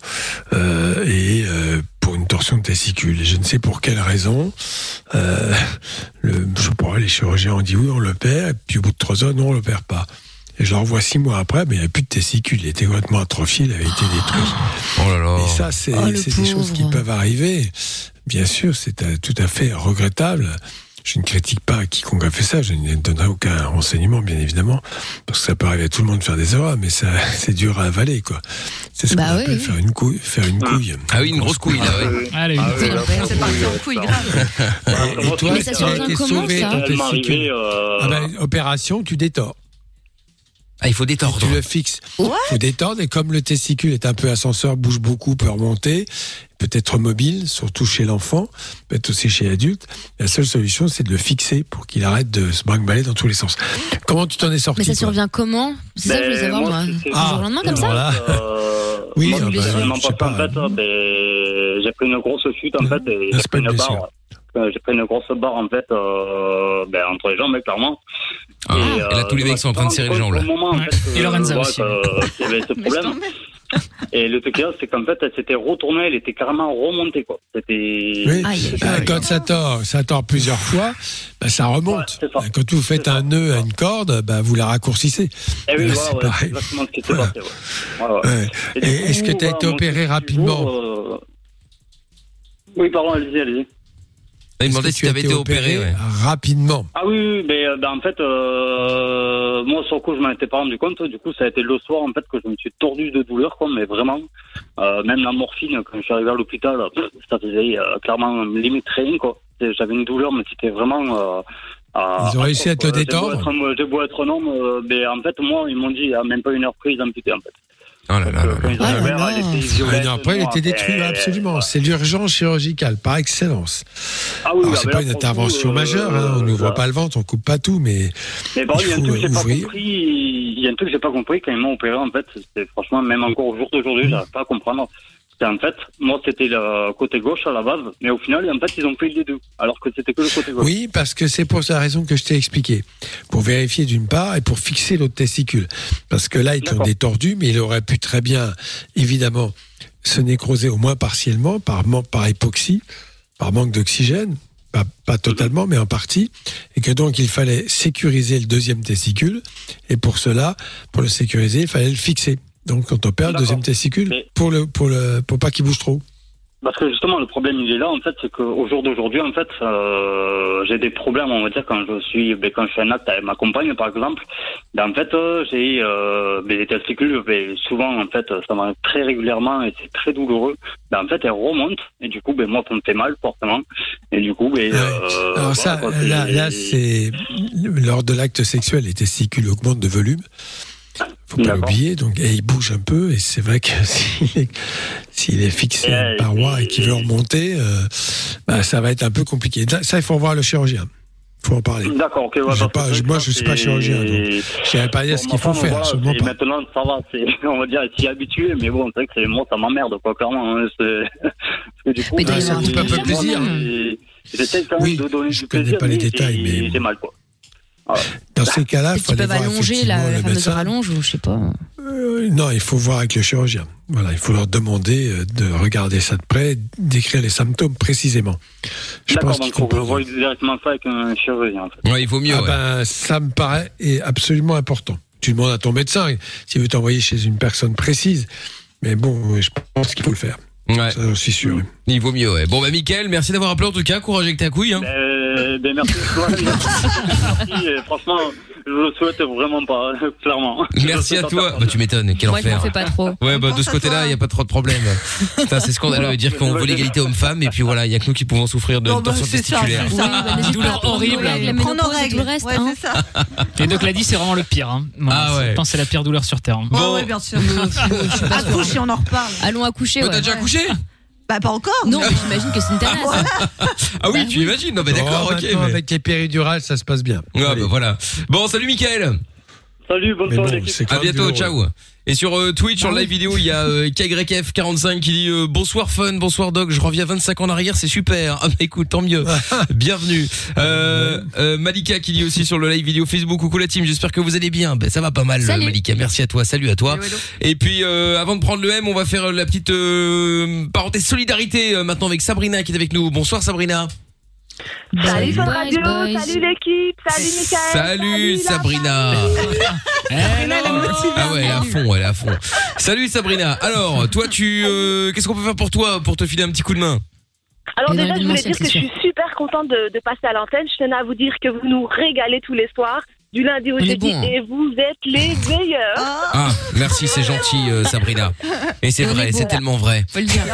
pour une torsion de testicule. Et je ne sais pour quelle raison, je sais pas, les chirurgiens ont dit oui, on l'opère, et puis au bout de 3 heures, non, on l'opère pas. Et je le revois 6 mois après, mais il n'y a plus de testicule. Il était complètement atrophié, il avait été détruit. Oh là là. Et ça, c'est des choses qui peuvent arriver. Bien sûr, c'est tout à fait regrettable. Je ne critique pas quiconque a fait ça. Je ne donnerai aucun renseignement, bien évidemment. Parce que ça peut arriver à tout le monde de faire des erreurs, mais ça, c'est dur à avaler, quoi. C'est ce qu'on appelle faire une couille. Ah oui, une grosse couille, là, ouais. Allez, c'est parti en couille grave. Et toi, mais ça tu as survient été comment, sauvé ça? ton testicule. Opération, tu détords. Ah, il faut détordre. Tu le fixes. Il faut détordre, et comme le testicule est un peu ascenseur, bouge beaucoup, peut remonter, peut être mobile, surtout chez l'enfant, peut être aussi chez l'adulte, la seule solution, c'est de le fixer pour qu'il arrête de se brinque-baller dans tous les sens. Comment tu t'en es sorti? Mais ça survient comment? C'est ça que je voulais savoir, moi. Du jour au lendemain, comme ça? Oui, je sais pas. En fait, j'ai pris une grosse chute, en fait, et j'ai pris une barre. J'ai pris une grosse barre, en fait, entre les jambes, clairement. Et là, tous les mecs sont en train de serrer les jambes, là. Et Lorenza aussi. Il y avait ce problème. Et le truc, c'est qu'en fait, elle s'était retournée, elle était carrément remontée, quoi. C'était. Oui. Quand ça tord plusieurs fois, ça remonte. Ouais, ça. Quand vous faites un nœud à une corde, vous la raccourcissez. Et oui, c'est exactement ce qui s'est passé. Ouais. Et est-ce que tu as été opéré rapidement? Oui, pardon, allez-y. Il demandait si tu avais été opéré rapidement. Ah oui, mais en fait, moi sur le coup je m'en étais pas rendu compte. Du coup, ça a été le soir en fait que je me suis tordu de douleur, quoi. Mais vraiment, même la morphine quand je suis arrivé à l'hôpital, ça faisait clairement limite rien, quoi. J'avais une douleur, mais c'était vraiment. Ils ont réussi à te le détendre. J'ai beau être un homme, mais en fait moi ils m'ont dit même pas une heure prise amputée en fait. Oh là là. Après, il était détruit, absolument. C'est l'urgence chirurgicale, par excellence. Alors, c'est pas une intervention majeure, on n'ouvre pas le ventre, on coupe pas tout, mais il faut ouvrir. Il y a un truc que j'ai pas compris quand ils m'ont opéré, en fait, c'est franchement, même encore au jour d'aujourd'hui, j'arrive pas à comprendre. En fait, moi, c'était le côté gauche à la base, mais au final, en fait, ils ont fait les deux, alors que c'était que le côté gauche. Oui, parce que c'est pour la raison que je t'ai expliqué. Pour vérifier d'une part et pour fixer l'autre testicule. Parce que là, ils t'ont détordu, mais il aurait pu très bien, évidemment, se nécroser au moins partiellement, par hypoxie, par manque d'oxygène. Pas totalement, mais en partie. Et que donc, il fallait sécuriser le deuxième testicule. Et pour cela, pour le sécuriser, il fallait le fixer. Donc, quand on perd le deuxième testicule, pour pas qu'il bouge trop. Parce que justement, le problème, il est là, en fait, c'est qu'au jour d'aujourd'hui, en fait, j'ai des problèmes, on va dire, quand je fais un acte avec ma compagne, par exemple. En fait, j'ai des testicules, souvent, en fait, ça m'arrive très régulièrement et c'est très douloureux. En fait, elles remontent et du coup, moi, ça me fait mal, forcément. Et du coup, alors ça, là, c'est lors de l'acte sexuel, les testicules augmentent de volume. Faut pas l'oublier, donc et il bouge un peu et c'est vrai que s'il est fixé à une paroi et qu'il veut remonter, ça va être un peu compliqué. Ça, il faut voir le chirurgien. Il faut en parler. D'accord, ok. Moi, je suis pas chirurgien, donc je savais pas dire ce qu'il faut faire. Voilà, maintenant, ça va, on va dire, s'y habitué, mais bon, c'est vrai que moi, ça m'emmerde, quoi, clairement. Parce que du coup, ça coupe un peu le plaisir. J'essaie quand même de donner du plaisir. Je connais pas les détails, mais j'ai mal, quoi. Dans ces cas-là, il faut aller voir allonger la fameuse rallonge ou je sais pas. Non, il faut voir avec le chirurgien. Voilà, il faut leur demander de regarder ça de près, d'écrire les symptômes précisément. D'accord, donc il faut voir directement ça avec un chirurgien. En fait. Ouais, il vaut mieux. Ça me paraît absolument important. Tu demandes à ton médecin s'il veut t'envoyer chez une personne précise, mais bon, je pense qu'il faut le faire. Ouais. Ça, je suis sûr. Il vaut mieux, ouais. Bon, Mickaël, merci d'avoir appelé en tout cas. Courage avec ta couille. Merci. Merci. Franchement, je le souhaite vraiment pas, clairement. Merci à toi. Tu m'étonnes. Quel enfer. Moi, je m'en fais pas trop. Ouais, de ce côté-là, il y a pas trop de problème. Putain, c'est scandaleux de dire qu'on veut l'égalité homme-femme et puis voilà, il y a que nous qui pouvons souffrir de torsion testiculaire. Une douleur horrible. Prendre en règle le reste. Ouais, c'est ça. Et donc l'a dit, c'est vraiment le pire. Je pense que c'est la pire douleur sur terre. Bon, ouais, bien sûr. Accouche et on en reparle. Allons accoucher. T'as déjà accouché? Pas encore. Non, mais j'imagine que c'est une terrasse. Ah oui, tu imagines. Non, mais d'accord, ok. Avec les péridurales, ça se passe bien. Ouais, voilà. Bon, salut Mickaël. Salut, bonne soirée. À bientôt, ciao. Et sur Twitch, sur live vidéo, il y a KYF45 qui dit bonsoir Fun, bonsoir Doc, je reviens 25 ans en arrière, c'est super. Ah bah écoute, tant mieux. Bienvenue. Malika qui dit aussi sur le live vidéo Facebook, coucou la team, j'espère que vous allez bien. Ben ça va pas mal. Salut. Malika, merci à toi, salut à toi. Hello. Et puis avant de prendre le M, on va faire la petite parenthèse solidarité maintenant avec Sabrina qui est avec nous. Bonsoir Sabrina. Salut Fun Radio, salut l'équipe, salut Mickaël. Salut Sabrina. Ah ouais, elle est à fond, Salut Sabrina. Alors, toi qu'est-ce qu'on peut faire pour toi pour te filer un petit coup de main? Alors déjà, je voulais dire que je suis super contente de passer à l'antenne. Je tenais à vous dire que vous nous régalez tous les soirs, du lundi au jeudi, et vous êtes les meilleurs. Ah, merci, c'est gentil Sabrina. Et c'est vrai, c'est tellement vrai. Faut le dire.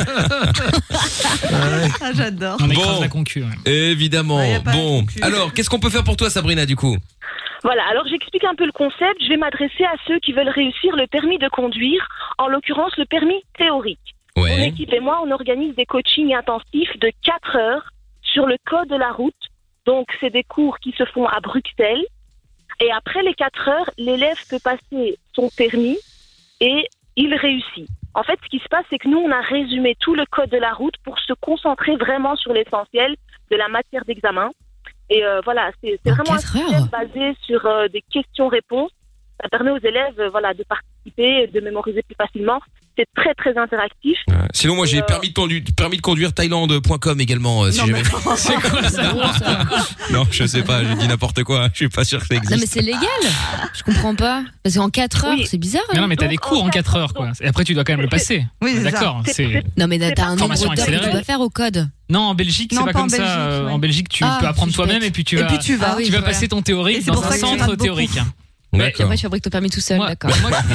Ah, j'adore. On écrase la concu. Évidemment. Bon, alors, qu'est-ce qu'on peut faire pour toi Sabrina du coup? Voilà, alors j'explique un peu le concept. Je vais m'adresser à ceux qui veulent réussir le permis de conduire, en l'occurrence le permis théorique. Ouais. Mon équipe et moi, on organise des coachings intensifs de 4 heures sur le code de la route. Donc, c'est des cours qui se font à Bruxelles. Et après les 4 heures, l'élève peut passer son permis et il réussit. En fait, ce qui se passe, c'est que nous, on a résumé tout le code de la route pour se concentrer vraiment sur l'essentiel de la matière d'examen. Et voilà, c'est vraiment un système basé sur des questions-réponses. Ça permet aux élèves de participer, de mémoriser plus facilement. C'est très très interactif. Sinon, moi j'ai permis de conduire Thaïlande.com également, si jamais. C'est quoi ça? Non, je sais pas, je dis n'importe quoi, je suis pas sûr que ça existe. Non mais c'est légal. Je comprends pas. Parce qu'en 4 heures, c'est bizarre. Non mais t'as des cours en 4 heures quoi. Et après tu dois quand même le passer. Oui, d'accord. Non mais t'as un nombre formation d'heures que tu accélérée. dois faire au code. Non, en Belgique, c'est pas comme ça. En Belgique, tu peux apprendre toi-même et puis tu vas passer ton théorique dans un centre théorique. Et après tu fabriques ton permis tout seul, d'accord.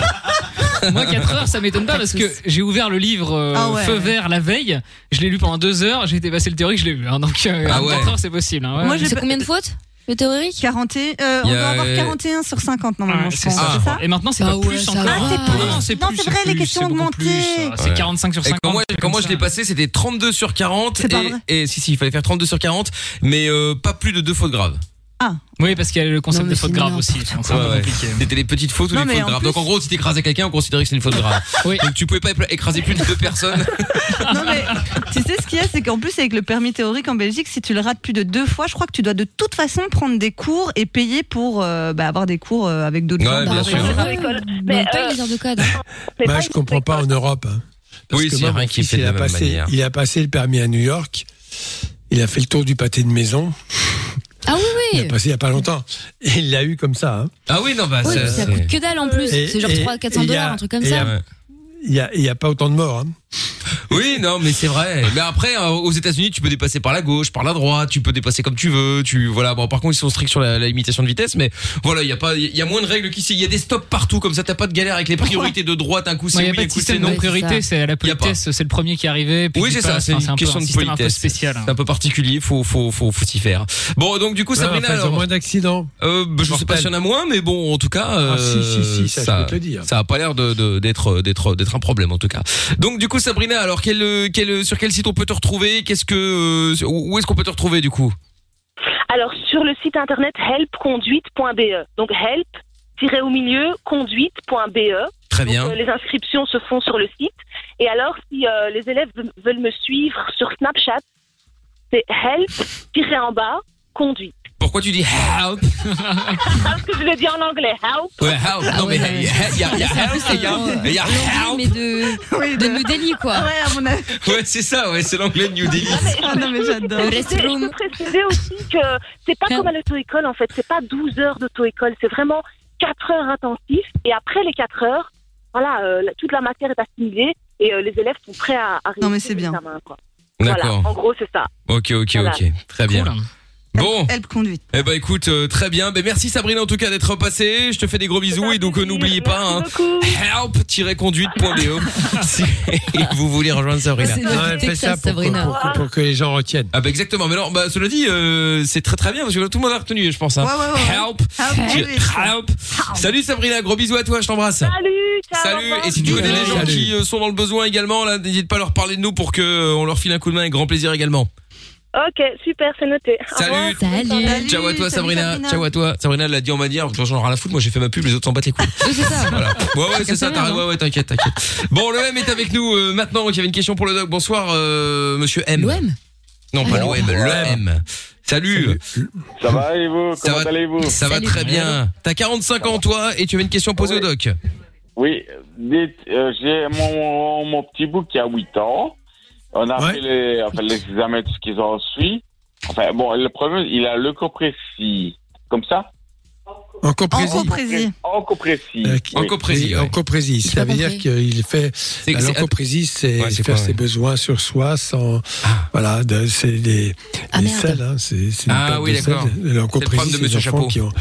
Moi 4 heures ça m'étonne pas parce que j'ai ouvert le livre Feu vert la veille, je l'ai lu pendant 2 heures, j'ai été passer le théorique, je l'ai lu donc 4 heures c'est possible. Moi j'ai combien de fautes le théorique? 40, on doit avoir 41 sur 50 normalement, je pense. C'est ça. Et maintenant c'est pas plus encore. Non, c'est vrai, les questions augmentées. C'est 45 sur 50. Quand moi je l'ai passé, c'était 32 sur 40 et si il fallait faire 32 sur 40 mais pas plus de 2 fautes graves. Ah. Oui, parce qu'il y a le concept de faute grave aussi. C'est un peu compliqué. C'était les petites fautes ou les fautes graves. Donc en gros, si t'écrasais quelqu'un, on considérait que c'est une faute grave. Donc tu pouvais pas écraser plus de 2 personnes. Non mais tu sais ce qu'il y a, c'est qu'en plus avec le permis théorique en Belgique, si tu le rates plus de 2 fois, je crois que tu dois de toute façon prendre des cours et payer pour avoir des cours avec d'autres gens. Bien sûr. Mais pas les heures de code. Moi, je comprends pas en Europe. Parce que moi, mon fils, il a passé le permis à New York. Il a fait le tour du pâté de maison. Ah oui. Il a passé il y a pas longtemps. Et il l'a eu comme ça. Ah oui, non, bah ça coûte que dalle en plus. C'est genre 300-400 $, un truc comme ça. Il y a pas autant de morts. Oui, non, mais c'est vrai. Mais après, aux États-Unis, tu peux dépasser par la gauche, par la droite, tu peux dépasser comme tu veux. Voilà. Bon, par contre, ils sont stricts sur la limitation de vitesse, mais voilà, il y a moins de règles qu'ici. Il y a des stops partout, comme ça, t'as pas de galère avec les priorités de droite. Un coup, c'est oui, un coup, c'est non. Non, priorité, c'est à la politesse, c'est le premier qui est arrivé. Oui, c'est ça. C'est une question de politesse. Un peu spécial. C'est un peu particulier. Faut s'y faire. Bon, donc du coup, Sabrina, alors, moins d'accidents. Je sais pas s'il y en a moins, mais bon, en tout cas, si, ça je peux te le dire. Ça a pas l'air d'être un problème en tout cas. Donc du coup, Sabrina, alors sur quel site on peut te retrouver? Où est-ce qu'on peut te retrouver du coup? Alors sur le site internet helpconduite.be. Donc help-conduite.be. Très bien. Donc, les inscriptions se font sur le site. Et alors si les élèves veulent me suivre sur Snapchat, c'est help-conduite. Pourquoi tu dis help? Parce que je l'ai dit en anglais, help. Ouais, help. Non, mais il y a help et il y a help. Mais de New Delhi, quoi. Ouais, à mon avis. Ouais, c'est ça, c'est l'anglais de New Delhi. Non, mais j'adore. Je peux préciser aussi que c'est pas comme à l'auto-école, en fait. C'est pas 12 heures d'auto-école. C'est vraiment 4 heures intensives. Et après les 4 heures, voilà, toute la matière est assimilée et les élèves sont prêts à réussir. Non, mais c'est bien. D'accord. Voilà, en gros, c'est ça. Ok. Très bien. Cool. Bon. Help conduite. Eh ben écoute, très bien. Ben merci Sabrina en tout cas d'être passée. Je te fais des gros bisous et donc n'oubliez pas help-conduite.be si vous voulez rejoindre Sabrina. Fais ça pour que les gens retiennent. Ah bah exactement. Mais non, cela dit, c'est très bien parce que tout le monde a retenu, je pense. Hein. Ouais. Help. Salut Sabrina, gros bisous à toi, je t'embrasse. Salut. Et si tu connais des gens qui sont dans le besoin également, là, n'hésite pas à leur parler de nous pour que on leur file un coup de main avec grand plaisir également. Ok, super, c'est noté. Salut. Ciao à toi Sabrina. Ciao à toi. Sabrina l'a dit en manière, j'en ai rien à foutre, moi j'ai fait ma pub, les autres s'en battent les couilles. Oui, c'est ça. Voilà. Ouais, c'est ça, ouais, t'inquiète. Bon, le M est avec nous maintenant, il y avait une question pour le doc. Bonsoir monsieur M. L'OM? Non, pas l'OM, le M. Salut. Ça va et vous? Comment allez-vous? Ça va très bien. T'as 45 ans toi et tu avais une question posée au doc. Oui, dites, j'ai mon petit bout qui a 8 ans. On a fait les examens, tout ce qu'ils ont suivi. Enfin, bon, le problème, il a leucoprésie. Comme ça? Encoprésie. Ça veut dire qu'il fait l'encoprésie, c'est faire ses besoins sur soi sans c'est des selles, hein, c'est oui, d'accord. L'encoprésie, c'est des enfants qui ont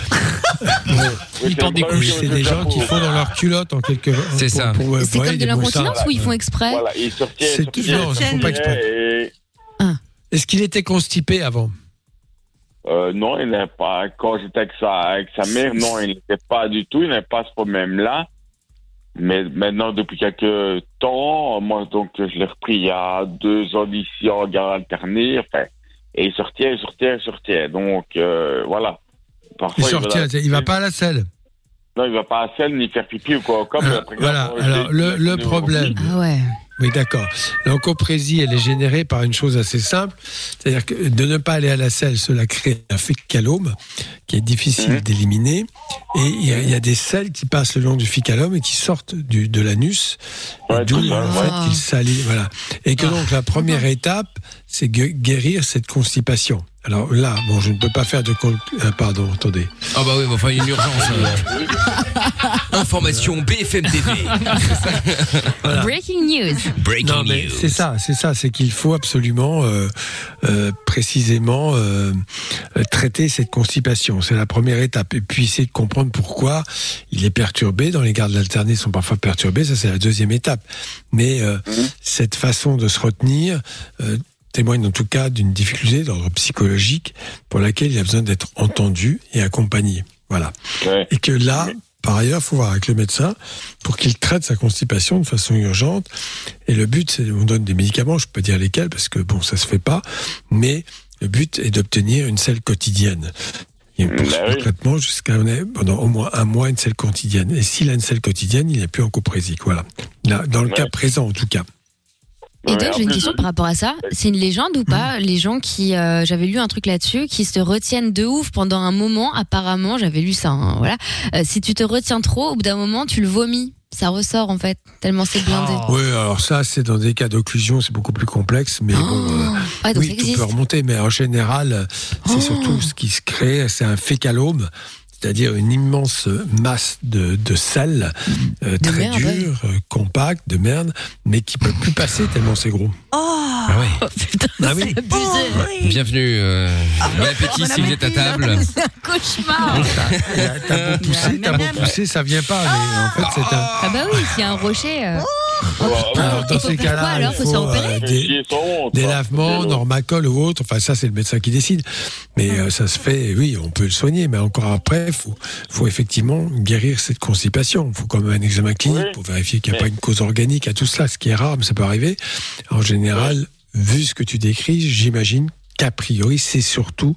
c'est des gens qui font dans leur culotte en quelque sorte. C'est ça. C'est comme de l'incontinence ou ils font exprès? Voilà, ils non, ils font pas exprès. Est-ce qu'il était constipé avant? Non, il n'est pas. Quand j'étais avec sa mère, non, il n'était pas du tout. Il n'avait pas ce problème-là. Mais maintenant, depuis quelques temps, moi, donc, je l'ai repris il y a 2 ans d'ici en garde alternée. Enfin, et il sortait. Donc, voilà. Parfois, il va pas à la selle. Non, il va pas à la selle ni faire pipi ou quoi. Comme voilà. Alors, le problème. Ah ouais. Oui, d'accord. L'encoprésie, elle est générée par une chose assez simple, c'est-à-dire que de ne pas aller à la selle, cela crée un fécalome qui est difficile d'éliminer, et il y a des selles qui passent le long du fécalome et qui sortent de l'anus, d'où le fait qu'il salit, voilà. Et que donc la première étape, c'est guérir cette constipation. Alors là, bon, je ne peux pas faire de... pardon, attendez. Ah bah oui, enfin, il y a une urgence. Information BFM TV. Voilà. Breaking news. Non, mais c'est ça, c'est qu'il faut absolument précisément traiter cette constipation. C'est la première étape. Et puis, essayer de comprendre pourquoi il est perturbé. Dans les gardes alternés, ils sont parfois perturbés. Ça, c'est la deuxième étape. Mais cette façon de se retenir... témoigne en tout cas d'une difficulté d'ordre psychologique pour laquelle il a besoin d'être entendu et accompagné. Voilà. Ouais. Et que là, par ailleurs, il faut voir avec le médecin pour qu'il traite sa constipation de façon urgente. Et le but, c'est qu'on donne des médicaments, je peux pas dire lesquels parce que bon, ça se fait pas, mais le but est d'obtenir une selle quotidienne. Il y a un traitement jusqu'à pendant au moins un mois une selle quotidienne. Et s'il a une selle quotidienne, il n'est plus encoprésique. Voilà. Là, dans le cas présent, en tout cas. Et donc j'ai une question par rapport à ça. C'est une légende ou pas? Les gens qui, j'avais lu un truc là-dessus, qui se retiennent de ouf pendant un moment. Apparemment, j'avais lu ça. Hein, voilà. Si tu te retiens trop, au bout d'un moment, tu le vomis. Ça ressort en fait, tellement c'est blindé. Oui, alors ça, c'est dans des cas d'occlusion, c'est beaucoup plus complexe, mais bon, oui, tout peut remonter. Mais en général, c'est surtout ce qui se crée, c'est un fécalome. C'est-à-dire une immense masse de sel très dur, compact, de merde, mais qui peut plus passer tellement c'est gros. Oh, oui. Putain, c'est abusé. Bienvenue. Bon appétit si vous êtes à table. C'est un cauchemar. T'as beau pousser, ça vient pas. Mais en fait, c'est un... Ah bah oui, s'il y a un rocher... Alors, dans ces cas-là, il faut des lavements, Normacol ou autre. Enfin, ça, c'est le médecin qui décide. Mais ça se fait, oui, on peut le soigner. Mais encore après, faut effectivement guérir cette constipation. Il faut quand même un examen clinique pour vérifier qu'il n'y a pas une cause organique à tout cela, ce qui est rare, mais ça peut arriver. En général, vu ce que tu décris, j'imagine qu'a priori, c'est surtout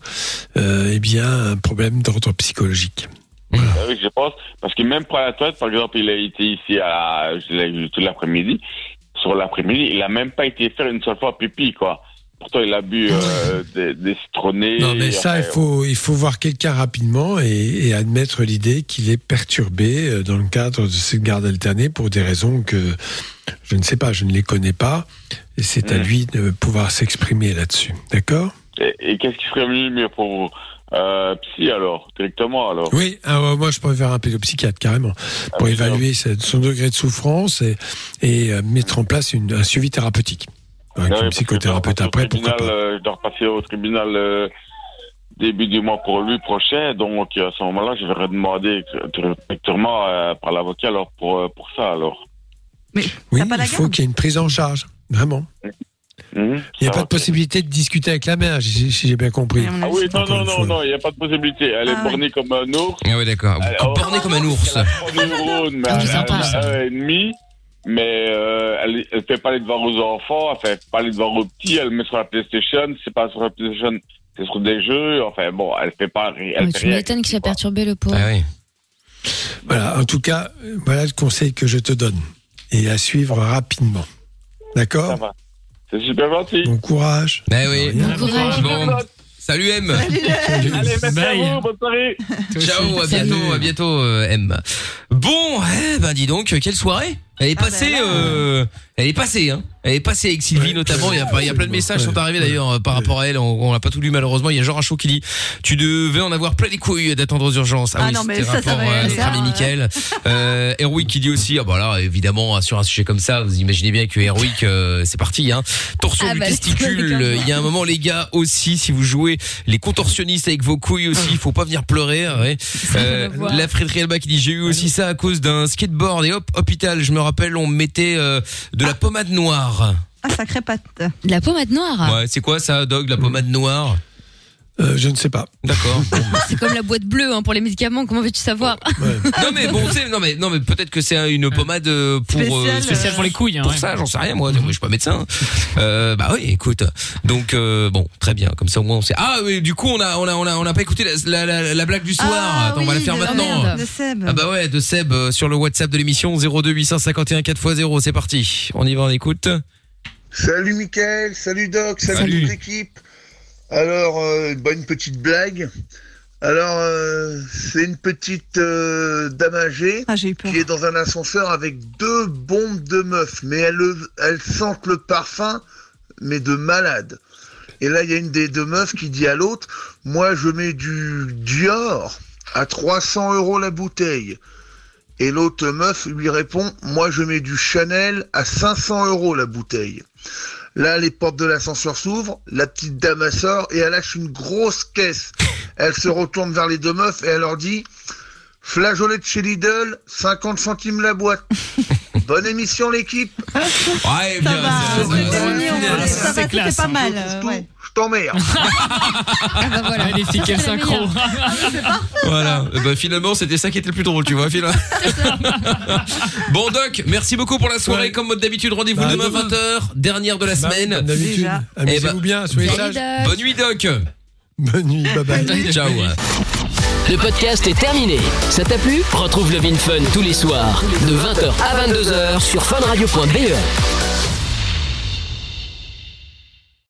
un problème d'ordre psychologique. Voilà. Oui, je pense, parce que même pour la toilette, par exemple, il a été ici je l'ai vu tout l'après-midi. Sur l'après-midi, il a même pas été faire une seule fois pipi, quoi. Pourtant, il a bu des citronnés. Non, mais ça, il faut voir quelqu'un rapidement et admettre l'idée qu'il est perturbé dans le cadre de cette garde alternée pour des raisons que je ne sais pas, je ne les connais pas. Et c'est à lui de pouvoir s'exprimer là-dessus. D'accord ? Et qu'est-ce qui serait mieux pour vous ? Psy alors, directement alors. Oui, moi je pourrais faire un pédopsychiatre carrément pour évaluer son degré de souffrance et mettre en place un suivi thérapeutique. Avec une psychothérapeute après, pourquoi pas. Je dois repasser au tribunal début du mois pour lui prochain, donc à ce moment-là je vais redemander directement par l'avocat alors pour ça alors. Mais oui, il faut qu'il y ait une prise en charge, vraiment. Il n'y a pas de possibilité de discuter avec la mère, si j'ai bien compris. Ah oui, non, il n'y a pas de possibilité. Elle est bornée comme un ours. Ah oui, d'accord. Bornée comme un ours. Elle a une demi, mais elle fait pas les devoirs aux enfants, elle fait pas les devoirs aux petits, elle met sur la PlayStation, c'est pas sur la PlayStation, c'est sur des jeux, enfin bon, elle fait pas rien. Tu m'étonnes qu'il soit perturbé le pauvre. Ah oui. Voilà, en tout cas, voilà le conseil que je te donne. Et à suivre rapidement. D'accord ? Ça va. C'est super gentil. Bon courage. Ben oui. Bon courage. Bon. Salut M. Allez, merci à vous, bonne soirée. Ciao, à bientôt M. Bon, dis donc, quelle soirée. Elle est passée, elle est passée, hein. Elle est passée avec Sylvie notamment. Il y a plein de messages qui sont arrivés d'ailleurs par rapport à elle. On l'a pas tout lu malheureusement. Il y a Jean Rachaud qui dit tu devais en avoir plein les couilles d'attendre aux urgences. Ah oui, non, mais c'était rapport à notre ami Mickaël. Erwick qui dit aussi là évidemment sur un sujet comme ça, vous imaginez bien que Erwick c'est parti hein. Torsion du testicule. Il y a un moment les gars aussi si vous jouez les contorsionnistes avec vos couilles aussi, il faut pas venir pleurer. Ouais. La Frédéric Alba qui dit j'ai eu aussi ça à cause d'un skateboard et hop hôpital. Je me rappelle on mettait de la pommade noire. Ah, sacrée patte. De la pommade noire. Ouais, c'est quoi ça, Dog, la pommade noire? Je ne sais pas. D'accord. C'est comme la boîte bleue hein, pour les médicaments. Comment veux-tu savoir? Non mais bon, non mais peut-être que c'est une pommade pour spécial pour les couilles. Pour ça, j'en sais rien moi. Je suis pas médecin. Bah oui, écoute. Donc bon, très bien. Comme ça au moins on sait. Ah oui, du coup on a pas écouté la blague du soir. Attends, on va la faire maintenant. De Seb. Ah bah ouais, de Seb sur le WhatsApp de l'émission 02 851 4x0. C'est parti. On y va, on écoute. Salut Mickaël, salut Doc, salut toute l'équipe. Alors, une petite blague. Alors, c'est une petite dame âgée qui est dans un ascenseur avec 2 bombes de meufs, mais elles sentent le parfum, mais de malade. Et là, il y a une des 2 meufs qui dit à l'autre, moi je mets du Dior à 300 € la bouteille. Et l'autre meuf lui répond, moi je mets du Chanel à 500 € la bouteille. Là, les portes de l'ascenseur s'ouvrent, la petite dame sort et elle lâche une grosse caisse. Elle se retourne vers les 2 meufs et elle leur dit « Flageolet de chez Lidl, 50 centimes la boîte. » Bonne émission l'équipe. Ouais, bien, c'est classe. C'est pas mal. Je t'emmerde. Voilà, magnifique, quel synchro. C'est parfait. Voilà. Bah, finalement, c'était ça qui était le plus drôle, tu vois. Bon Doc, merci beaucoup pour la soirée. Comme d'habitude, rendez-vous demain 20h, dernière de la semaine. D'habitude. Amusez-vous bien, soyez sages. Bonne nuit Doc. Bonne nuit, bye bye. Ciao. Le podcast est terminé. Ça t'a plu? Retrouve Love in Fun tous les soirs de 20h à 22h sur funradio.be.